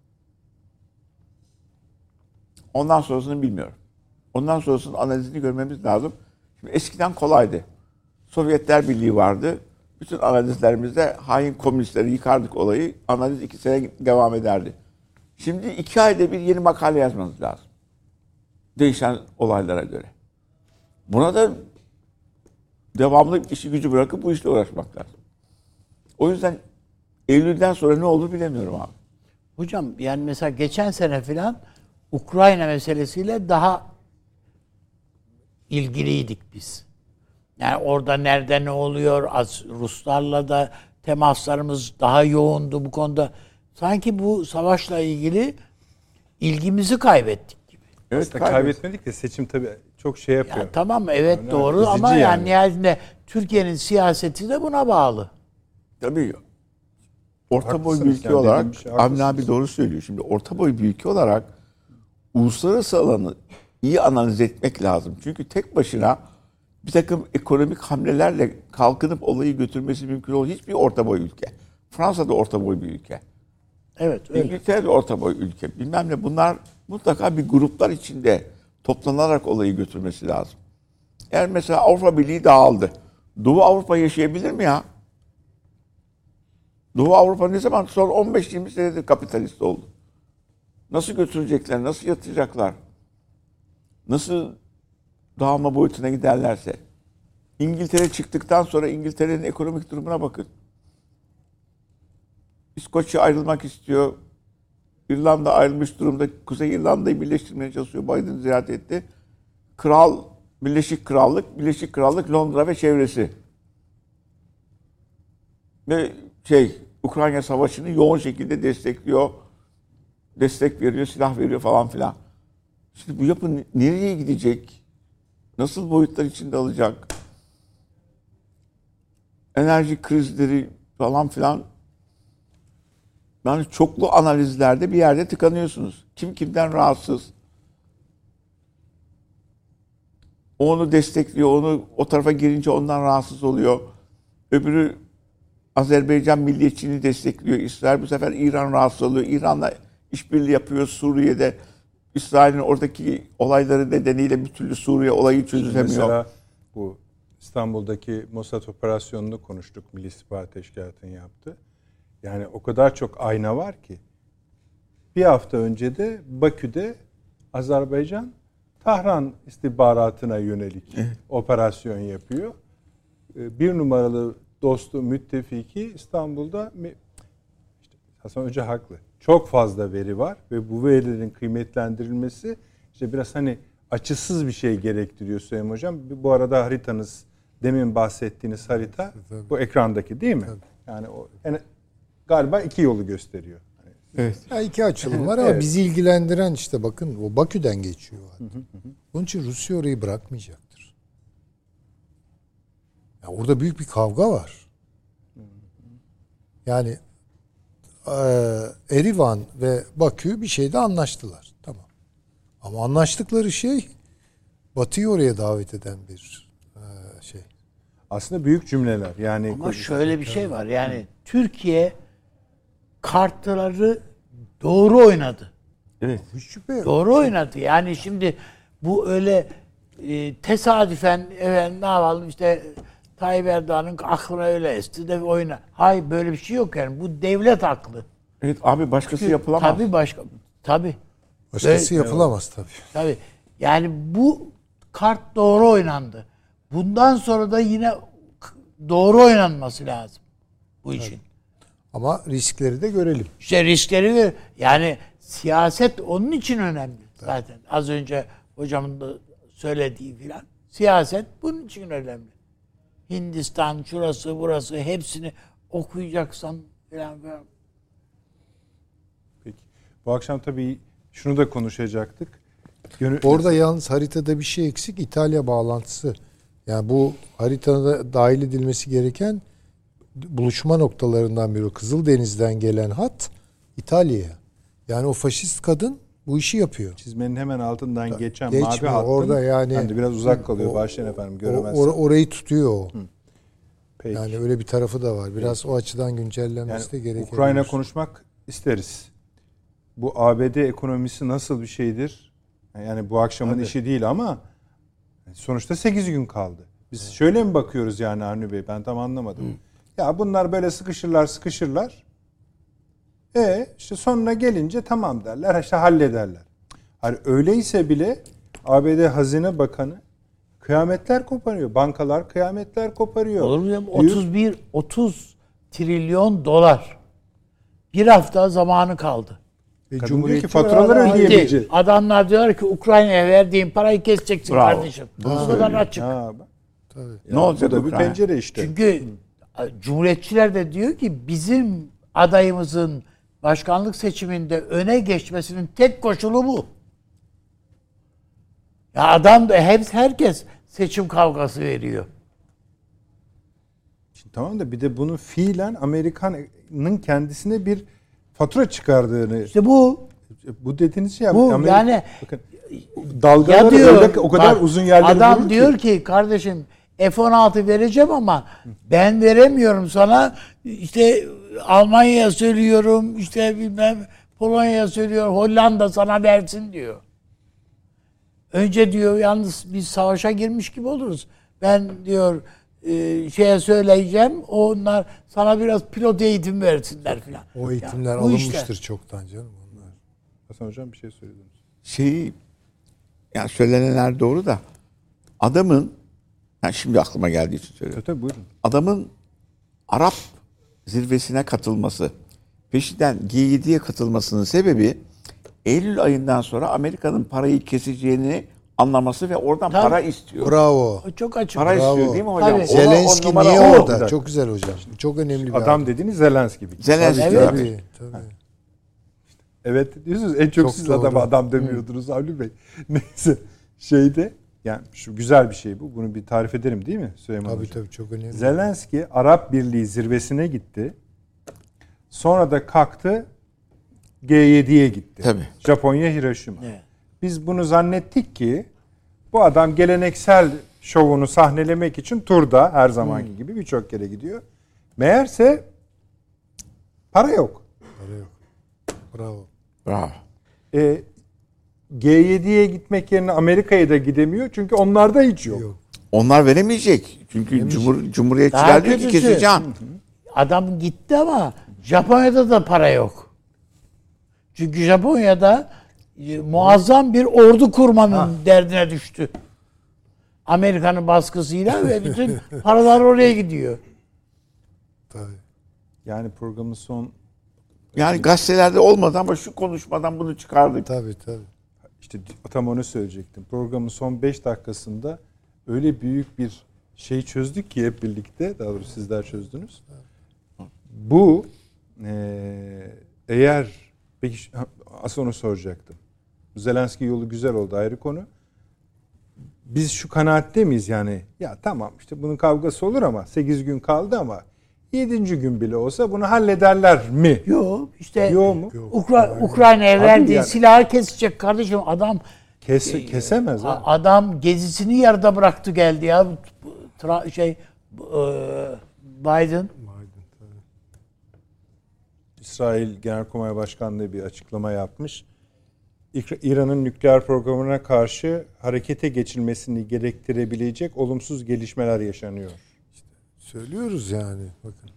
Ondan sonrasını bilmiyorum. Ondan sonrasının analizini görmemiz lazım. Şimdi eskiden kolaydı. Sovyetler Birliği vardı. Bütün analizlerimizde hain komünistleri yıkardık olayı. Analiz iki sene devam ederdi. Şimdi iki ayda bir yeni makale yazmanız lazım. Değişen olaylara göre. Buna da devamlı işi gücü bırakıp bu işle uğraşmak lazım. O yüzden Eylül'den sonra ne olur bilemiyorum abi. Hocam yani mesela geçen sene filan Ukrayna meselesiyle daha ilgiliydik biz. Yani orada nerede ne oluyor, az Ruslarla da temaslarımız daha yoğundu bu konuda. Sanki bu savaşla ilgili ilgimizi kaybettik gibi. Evet, kaybetmedik de seçim tabii çok şey yapıyor. Ya tamam evet yani doğru ama yani, yani nihayetinde Türkiye'nin siyaseti de buna bağlı. Tabii. Orta Haklısınız, boy bir ülke yani olarak, şey, Avni abi doğru söylüyor. Şimdi orta boy bir ülke olarak uluslararası alanı iyi analiz etmek lazım. Çünkü tek başına bir takım ekonomik hamlelerle kalkınıp olayı götürmesi mümkün olan hiçbir orta boy ülke. Fransa da orta boy bir ülke. Evet, öyle. İngiltere de orta boy ülke. Bilmem ne, bunlar mutlaka bir gruplar içinde toplanarak olayı götürmesi lazım. Eğer mesela Avrupa Birliği dağıldı. Doğu Avrupa yaşayabilir mi ya? Doğu Avrupa ne zaman sonra on beş yirmi senedir kapitalist oldu. Nasıl götürecekler, nasıl yatacaklar? Nasıl dağılma boyutuna giderlerse. İngiltere çıktıktan sonra İngiltere'nin ekonomik durumuna bakın. İskoçya ayrılmak istiyor. İrlanda ayrılmış durumda. Kuzey İrlanda'yı birleştirmeye çalışıyor. Biden ziyaret etti. Kral, Birleşik Krallık, Birleşik Krallık, Londra ve çevresi. Ve şey, Ukrayna Savaşı'nı yoğun şekilde destekliyor. Destek veriyor, silah veriyor falan filan. Şimdi bu yapı nereye gidecek? Nasıl boyutlar içinde alacak? Enerji krizleri falan filan. Yani çoklu analizlerde bir yerde tıkanıyorsunuz. Kim kimden rahatsız? O onu destekliyor, onu o tarafa girince ondan rahatsız oluyor. Öbürü Azerbaycan milliyetçiliğini destekliyor. İsrail bu sefer İran rahatsız oluyor. İran'la işbirliği yapıyor Suriye'de. İsrail'in oradaki olayları nedeniyle bir türlü Suriye olayı çözülemiyor. Mesela bu İstanbul'daki Mossad operasyonunu konuştuk. Milli İstihbarat Teşkilatı'nın yaptı. Yani o kadar çok ayna var ki. Bir hafta önce de Bakü'de Azerbaycan Tahran istihbaratına yönelik evet. operasyon yapıyor. Bir numaralı dostu, müttefiki İstanbul'da işte aslında önce haklı. Çok fazla veri var ve bu verilerin kıymetlendirilmesi işte biraz hani açısız bir şey gerektiriyor Süleyman Hocam. Bu arada haritanız, demin bahsettiğiniz harita tabii. bu ekrandaki değil mi? Tabii. Yani o yani galiba iki yolu gösteriyor. Evet. Ya iki açılım var ama evet. bizi ilgilendiren işte bakın o Bakü'den geçiyor. Hı hı hı. Onun için Rusya orayı bırakmayacaktır. Ya orada büyük bir kavga var. Yani e, Erivan ve Bakü bir şeyde anlaştılar. Tamam. Ama anlaştıkları şey Batı'yı oraya davet eden bir e, şey. Aslında büyük cümleler. Yani ama şöyle bir şey var. Yani Hı. Türkiye kartları doğru oynadı. Evet. Hiç şüphe yok. Doğru oynadı. Yani şimdi bu öyle e, tesadüfen evet ne yapalım işte Tayyip Erdoğan'ın aklına öyle esti de oyna. Hayır böyle bir şey yok yani. Bu devlet aklı. Evet abi başkası Çünkü, yapılamaz. Tabii başka. Tabii. Başkası Böyle, yapılamaz tabii. Tabii. Yani bu kart doğru oynandı. Bundan sonra da yine doğru oynanması lazım bu işin. Evet. Ama riskleri de görelim. İşte riskleri yani siyaset onun için önemli zaten. Evet. Az önce hocamın da söylediği filan. Siyaset bunun için önemli. Hindistan, şurası, burası hepsini okuyacaksan filan filan. Peki. Bu akşam tabii şunu da konuşacaktık. Gönül... Orada yalnız haritada bir şey eksik. İtalya bağlantısı. Yani bu haritada dahil edilmesi gereken buluşma noktalarından biri. Kızıldeniz'den gelen hat İtalya'ya. Yani o faşist kadın bu işi yapıyor. Çizmenin hemen altından Ta, geçen geçmiyor. mavi hattın orada yani, yani biraz uzak kalıyor. Başlayın efendim göremezsin. Or, orayı tutuyor o. Hı. Peki. Yani öyle bir tarafı da var. Biraz Peki. o açıdan güncellenmesi yani de gerekiyor. Ukrayna konuşmak isteriz. Bu A B D ekonomisi nasıl bir şeydir? Yani bu akşamın Hadi. işi değil ama sonuçta sekiz gün kaldı. Biz evet. şöyle mi bakıyoruz yani Avni Bey? Ben tam anlamadım. Hı. Ya bunlar böyle sıkışırlar sıkışırlar. E işte sonuna gelince tamam derler. İşte hallederler. Hani öyleyse bile A B D Hazine Bakanı kıyametler koparıyor. Bankalar kıyametler koparıyor. Olur mu? otuz bir otuz trilyon dolar. Bir hafta zamanı kaldı. E, Cumhuriyeti faturaları ödeyemeyecek. Adamlar diyorlar ki Ukrayna'ya verdiğin parayı keseceksin Bravo. kardeşim. Bu kadar açık. Ha, Tabii. Ne olacak da bir pencere işte. Çünkü Hı. Cumhuriyetçiler de diyor ki bizim adayımızın başkanlık seçiminde öne geçmesinin tek koşulu bu. Ya adam da hep herkes seçim kavgası veriyor. Şimdi tamam da bir de bunu fiilen Amerika'nın kendisine bir fatura çıkardığını. İşte bu. Bu dediğiniz şey. Bu Amerika, yani bakın, Dalgalar ya diyor, öyle, o kadar bak, uzun yerleri adam vurur diyor ki. ki kardeşim F on altı vereceğim ama ben veremiyorum sana. İşte Almanya'ya söylüyorum, işte bilmem Polonya'ya söylüyorum, Hollanda sana versin diyor. Önce diyor yalnız biz savaşa girmiş gibi oluruz. Ben diyor e, şeye söyleyeceğim, onlar sana biraz pilot eğitim versinler filan. O eğitimler Yani bu alınmıştır işte. çoktan canım onlar. Hasan Hocam bir şey söylediniz. Şeyi, yani söylenenler doğru da adamın, yani şimdi aklıma geldiği için söylüyorum. Tabii, tabii buyurun. Adamın Arap zirvesine katılması, peşinden G yediye katılmasının sebebi Eylül ayından sonra Amerika'nın parayı keseceğini anlaması ve oradan Tabii. para istiyor. Bravo. O çok açık. Para Bravo. istiyor değil mi hocam? Tabii. Ona- Zelenski on numara niye o. orada? dakika. Çok güzel hocam. Çok önemli bir Adam adam. dediğiniz Zelenski gibi. Zelenski Tabii, tabii. tabii, tabii. Evet diyorsunuz, en çok, Çok siz doğru. adama adam demiyordunuz Avni Bey. Neyse şeyde, yani şu güzel bir şey bu. Bunu bir tarif ederim değil mi Süleyman Tabii Hocam? tabii çok önemli. Zelenski Arap Birliği zirvesine gitti. Sonra da kalktı G yediye gitti. Tabii. Japonya, Hiroşima. Evet. Biz bunu zannettik ki bu adam geleneksel şovunu sahnelemek için turda her zamanki gibi birçok kere gidiyor. Meğerse para yok. Para yok. Bravo. Bravo. E, G yediye gitmek yerine Amerika'ya da gidemiyor. Çünkü onlarda hiç yok. Yok. Onlar veremeyecek. Çünkü Cumhur, Daha Cumhuriyetçiler diyor ki kötüsü. keseceğim. Adam gitti ama Japonya'da da para yok. Çünkü Japonya'da e, muazzam bir ordu kurmanın derdine düştü. Amerika'nın baskısıyla ve bütün paralar oraya gidiyor. Tabii. Yani programın son Yani gazetelerde olmadı ama şu konuşmadan bunu çıkardık. Tabii tabii. işte tam onu söyleyecektim. Programın son beş dakikasında öyle büyük bir şey çözdük ki hep birlikte, daha doğrusu sizler çözdünüz. Bu eee, eğer peki asıl onu soracaktım. Zelenski yolu güzel oldu, ayrı konu. Biz şu kanaatte miyiz yani? Ya tamam işte bunun kavgası olur ama sekiz gün kaldı ama yedinci gün bile olsa bunu hallederler mi? Yok işte Yok mu? Ukra- Ukrayna'ya Abi verdiği yani- silahı kesecek kardeşim adam. Kes, kesemez ha. A- Adam gezisini yarıda bıraktı geldi ya. Tra- şey e, Biden. İsrail Genelkurmay Başkanlığı bir açıklama yapmış. İk- İran'ın nükleer programına karşı harekete geçilmesini gerektirebilecek olumsuz gelişmeler yaşanıyor. Söylüyoruz yani. Bakın.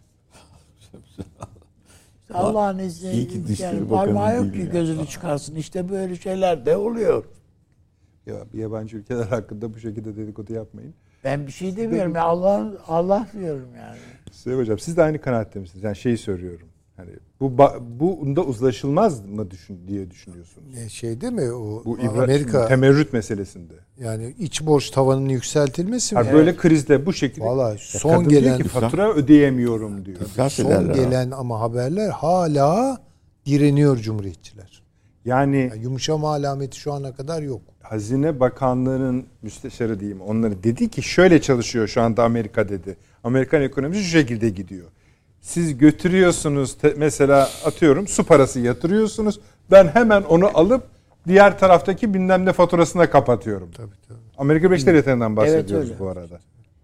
Allah'ın izniyle İyi ki Dışişleri yani Bakanı parmağı yok değil ki ya. gözünü çıkarsın. İşte böyle şeyler de oluyor. Ya bir yabancı ülkeler hakkında bu şekilde dedikodu yapmayın. Ben bir şey demiyorum ya Allah Allah diyorum yani. Süleyman Hocam siz de aynı kanaatte misiniz? Yani şeyi soruyorum. Hani bu ba- bunda uzlaşılmaz mı düşün diye düşünüyorsunuz? E, şey değil mi o Bu İbra- Amerika temerrüt meselesinde. yani iç borç tavanının yükseltilmesi mi? Ha, böyle krizde bu şekilde. Valla Ya son kadın diyor gelen ki fatura ödeyemiyorum diyor. İflas son ederler ha. gelen ama haberler hala direniyor Cumhuriyetçiler. Yani Yani yumuşama alameti şu ana kadar yok. Hazine Bakanlığı'nın müsteşarı diyeyim onları dedi ki şöyle çalışıyor şu anda Amerika dedi. Amerikan ekonomisi şu şekilde gidiyor. Siz götürüyorsunuz te- mesela atıyorum su parası yatırıyorsunuz. Ben hemen onu alıp diğer taraftaki bilmem ne faturasına kapatıyorum. Tabii tabii. Amerika Birleşik Devletleri'nden bahsediyoruz öyle. bu arada.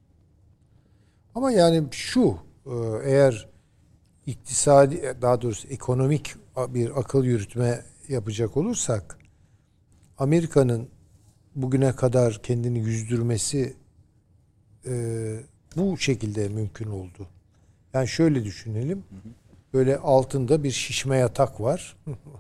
Ama yani şu e, eğer iktisadi daha doğrusu ekonomik bir akıl yürütme yapacak olursak Amerika'nın bugüne kadar kendini yüzdürmesi e, bu şekilde mümkün oldu. Yani şöyle düşünelim. Böyle altında bir şişme yatak var.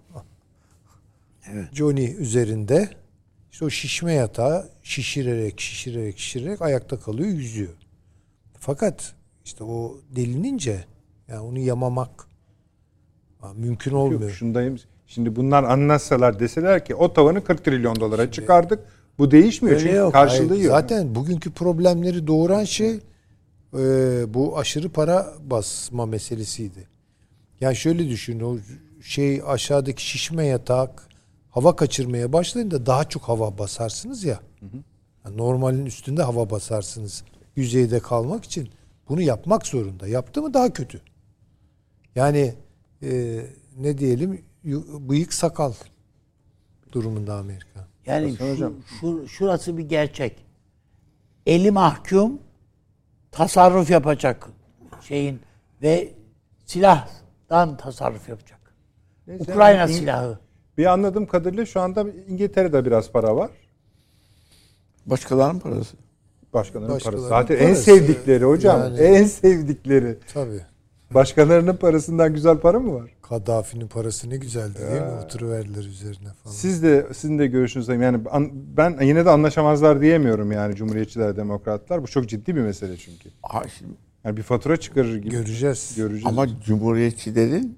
Evet. Johnny üzerinde. İşte o şişme yatağı şişirerek, şişirerek, şişirerek ayakta kalıyor, yüzüyor. Fakat işte o delinince yani onu yamamak mümkün olmuyor. Yok, şundayım. Şimdi bunlar anlatsalar deseler ki o tavanı kırk trilyon dolara çıkardık. Bu değişmiyor Öyle çünkü yok. karşılığı Hayır, yok. zaten bugünkü problemleri doğuran şey e, bu aşırı para basma meselesiydi. Yani şöyle düşün, o şey aşağıdaki şişme yatak hava kaçırmaya başlayınca daha çok hava basarsınız ya. Hı hı. Yani normalin üstünde hava basarsınız yüzeyde kalmak için. Bunu yapmak zorunda. Yaptı mı daha kötü. Yani e, ne diyelim bıyık sakal. durumunda Amerika. Yani Hasan şu, hocam. şu, şurası bir gerçek. Eli mahkum tasarruf yapacak şeyin ve silahdan tasarruf yapacak. Neyse, Ukrayna yani, silahı. Bir anladığım kadarıyla şu anda İngiltere'de biraz para var. Başkalarının parası. Başkalarının Başkalarının parası. Zaten en parası. sevdikleri hocam. Yani- En sevdikleri. Tabii. Başkalarının parasından güzel para mı var? Kaddafi'nin parası ne güzeldi değil mi? Oturuverdiler üzerine falan. Siz de sizin de görüşünüz yani an- ben yine de anlaşamazlar diyemiyorum yani Cumhuriyetçiler, Demokratlar. Bu çok ciddi bir mesele çünkü. Ha, şimdi, Yani bir fatura çıkarır gibi. Göreceğiz. Göreceğiz. ama Cumhuriyetçilerin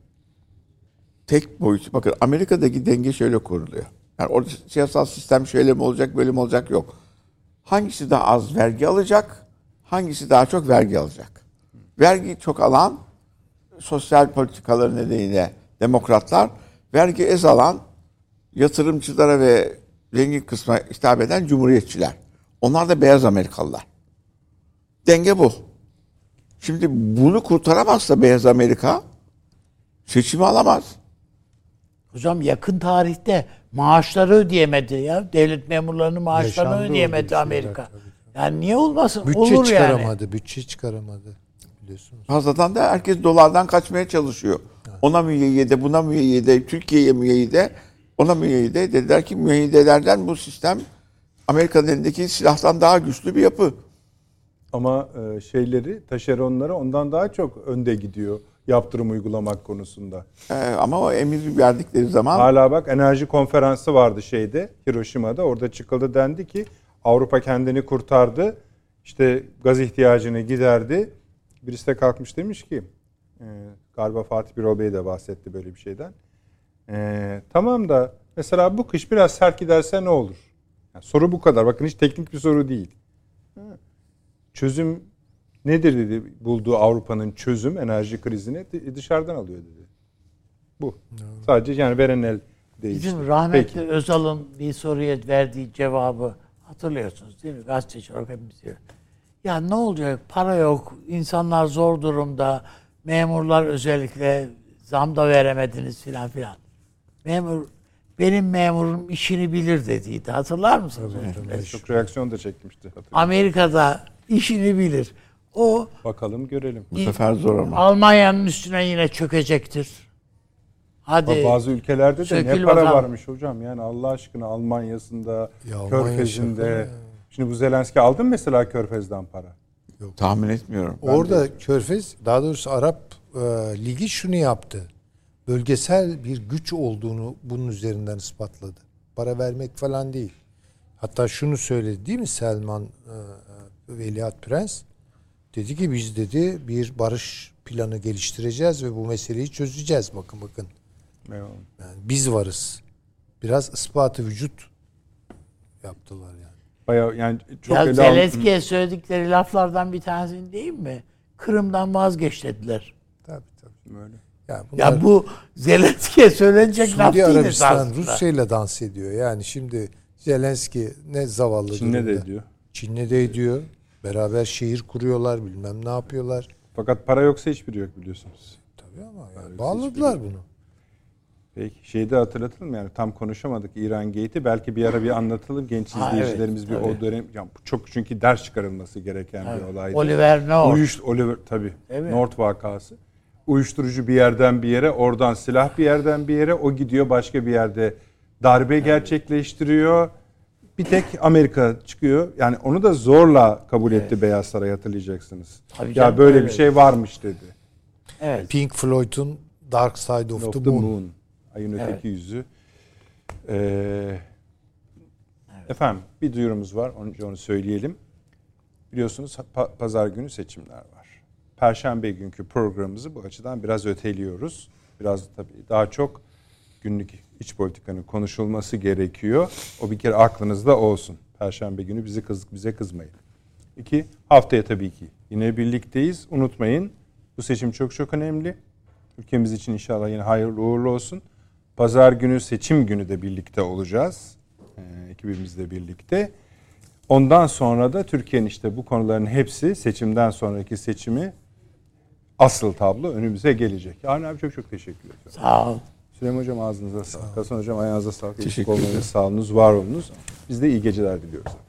tek boyutu, bakın Amerika'daki denge şöyle kuruluyor. Yani orada siyasal sistem şöyle mi olacak, böyle mi olacak yok. Hangisi daha az vergi alacak, hangisi daha çok vergi alacak? Vergi çok alan sosyal politikaları nedeniyle demokratlar, vergi az alan yatırımcılara ve zengin kısma hitap eden cumhuriyetçiler. Onlar da beyaz Amerikalılar. Denge bu. Şimdi bunu kurtaramazsa beyaz Amerika seçimi alamaz. Hocam yakın tarihte maaşları ödeyemedi ya. Devlet memurlarının maaşlarını Yaşandı ödeyemedi orada bir şeyler Amerika. tabii. Yani niye olmasın? Bütçe Olur yani. çıkaramadı. Bütçe çıkaramadı. Biliyorsunuz. Fazladan da herkes dolardan kaçmaya çalışıyor. Ona müeyyide, buna müeyyide, Türkiye'ye müeyyide, ona müeyyide. Dediler ki müeyyidelerden bu sistem Amerika'nın elindeki silahtan daha güçlü bir yapı. Ama e, şeyleri, taşeronları ondan daha çok önde gidiyor yaptırım uygulamak konusunda. Ee, ama o emir verdikleri zaman Hala bak enerji konferansı vardı şeyde, Hiroşima'da. Orada çıkıldı, dendi ki Avrupa kendini kurtardı. İşte gaz ihtiyacını giderdi. Birisi de kalkmış demiş ki, e, galiba Fatih Birol Bey de bahsetti böyle bir şeyden. E, tamam da mesela bu kış biraz sert giderse ne olur? Yani soru bu kadar. Bakın hiç teknik bir soru değil. Çözüm nedir dedi, bulduğu Avrupa'nın çözüm enerji krizine dışarıdan alıyor dedi. Bu. Sadece yani veren el değişti. Bizim rahmetli Peki. Özal'ın bir soruya verdiği cevabı hatırlıyorsunuz değil mi? Gazeteci olarak hepimiz diyor. Ya ne olacak? Para yok. İnsanlar zor durumda. Memurlar özellikle zam da veremediniz filan filan. Memur, benim memurum işini bilir dediydi. Hatırlar mısınız? Evet, çok reaksiyon da çekmişti. Hatırlıyorum. Amerika'da işini bilir. O Bakalım görelim. bu sefer zor ama. Almanya'nın üstüne yine çökecektir. Hadi. Ama bazı ülkelerde de sökül ne para bakalım. varmış hocam. Yani Allah aşkına Almanya'sında, Ya Almanya Körfez'inde. şaka ya. Şimdi bu Zelenski aldı mı mesela Körfez'den para? Tahmin etmiyorum. Orada Körfez, daha doğrusu Arap e, Ligi şunu yaptı. Bölgesel bir güç olduğunu bunun üzerinden ispatladı. Para vermek falan değil. Hatta şunu söyledi değil mi Selman e, Veliaht Prens? Dedi ki biz dedi bir barış planı geliştireceğiz ve bu meseleyi çözeceğiz. Bakın bakın. Eyvallah. Yani biz varız. Biraz ispatı vücut yaptılar yani. Bayağı yani çok Ya ele al- Zelenski'ye söyledikleri laflardan bir tanesi değil mi? Kırım'dan vazgeç dediler. Tabii tabii. Böyle. Ya, bunlar Ya bu Zelenski'ye söylenecek laf Suudi değil Arabistan aslında. Rusya ile dans ediyor. Yani şimdi Zelenski ne zavallı Çin'le de durumda. ediyor. Çin'le de ediyor. Beraber şehir kuruyorlar, bilmem ne yapıyorlar. Fakat para yoksa hiçbiri yok biliyorsunuz. Tabii ama yani Yani bağladılar hiçbiri- bunu. Peki şeyi de hatırlatalım yani tam konuşamadık İran Gate'i. Belki bir ara bir anlatalım genç Ha, izleyicilerimiz evet, bir o tabii. dönem. Yani bu çok çünkü ders çıkarılması gereken Evet. bir olaydı. Oliver North. Uyuş, Oliver tabii. Evet. North vakası. Uyuşturucu bir yerden bir yere, oradan silah bir yerden bir yere, o gidiyor başka bir yerde darbe gerçekleştiriyor. Bir tek Amerika çıkıyor. Yani onu da zorla kabul etti Beyaz Saray, hatırlayacaksınız. Tabii Ya canım, böyle öyle. bir şey varmış dedi. Evet. Pink Floyd'un Dark Side of, Of the, the Moon. Moon. Ayın öteki Evet. yüzü. Ee, Efendim bir duyurumuz var. Önce onu söyleyelim. Biliyorsunuz pa- pazar günü seçimler var. Perşembe günkü programımızı bu açıdan biraz öteliyoruz. Biraz tabii daha çok günlük iç politikanın konuşulması gerekiyor. O bir kere aklınızda olsun. Perşembe günü bizi kız, bize kızmayın. İki, haftaya tabii ki yine birlikteyiz. Unutmayın bu seçim çok çok önemli. Ülkemiz için inşallah yine hayırlı uğurlu olsun. Pazar günü seçim günü de birlikte olacağız. Ee, ekibimizle birlikte. Ondan sonra da Türkiye'nin işte bu konuların hepsi seçimden sonraki seçimi asıl tablo önümüze gelecek. Avni abi çok çok teşekkür ederim. Sağ ol. Süleyman Hocam ağzınıza sağlık. Hasan Hocam ayağınıza sağlık. Teşekkür Eksik olmayınız, ederim. sağ olunuz, var olunuz. Biz de iyi geceler diliyoruz.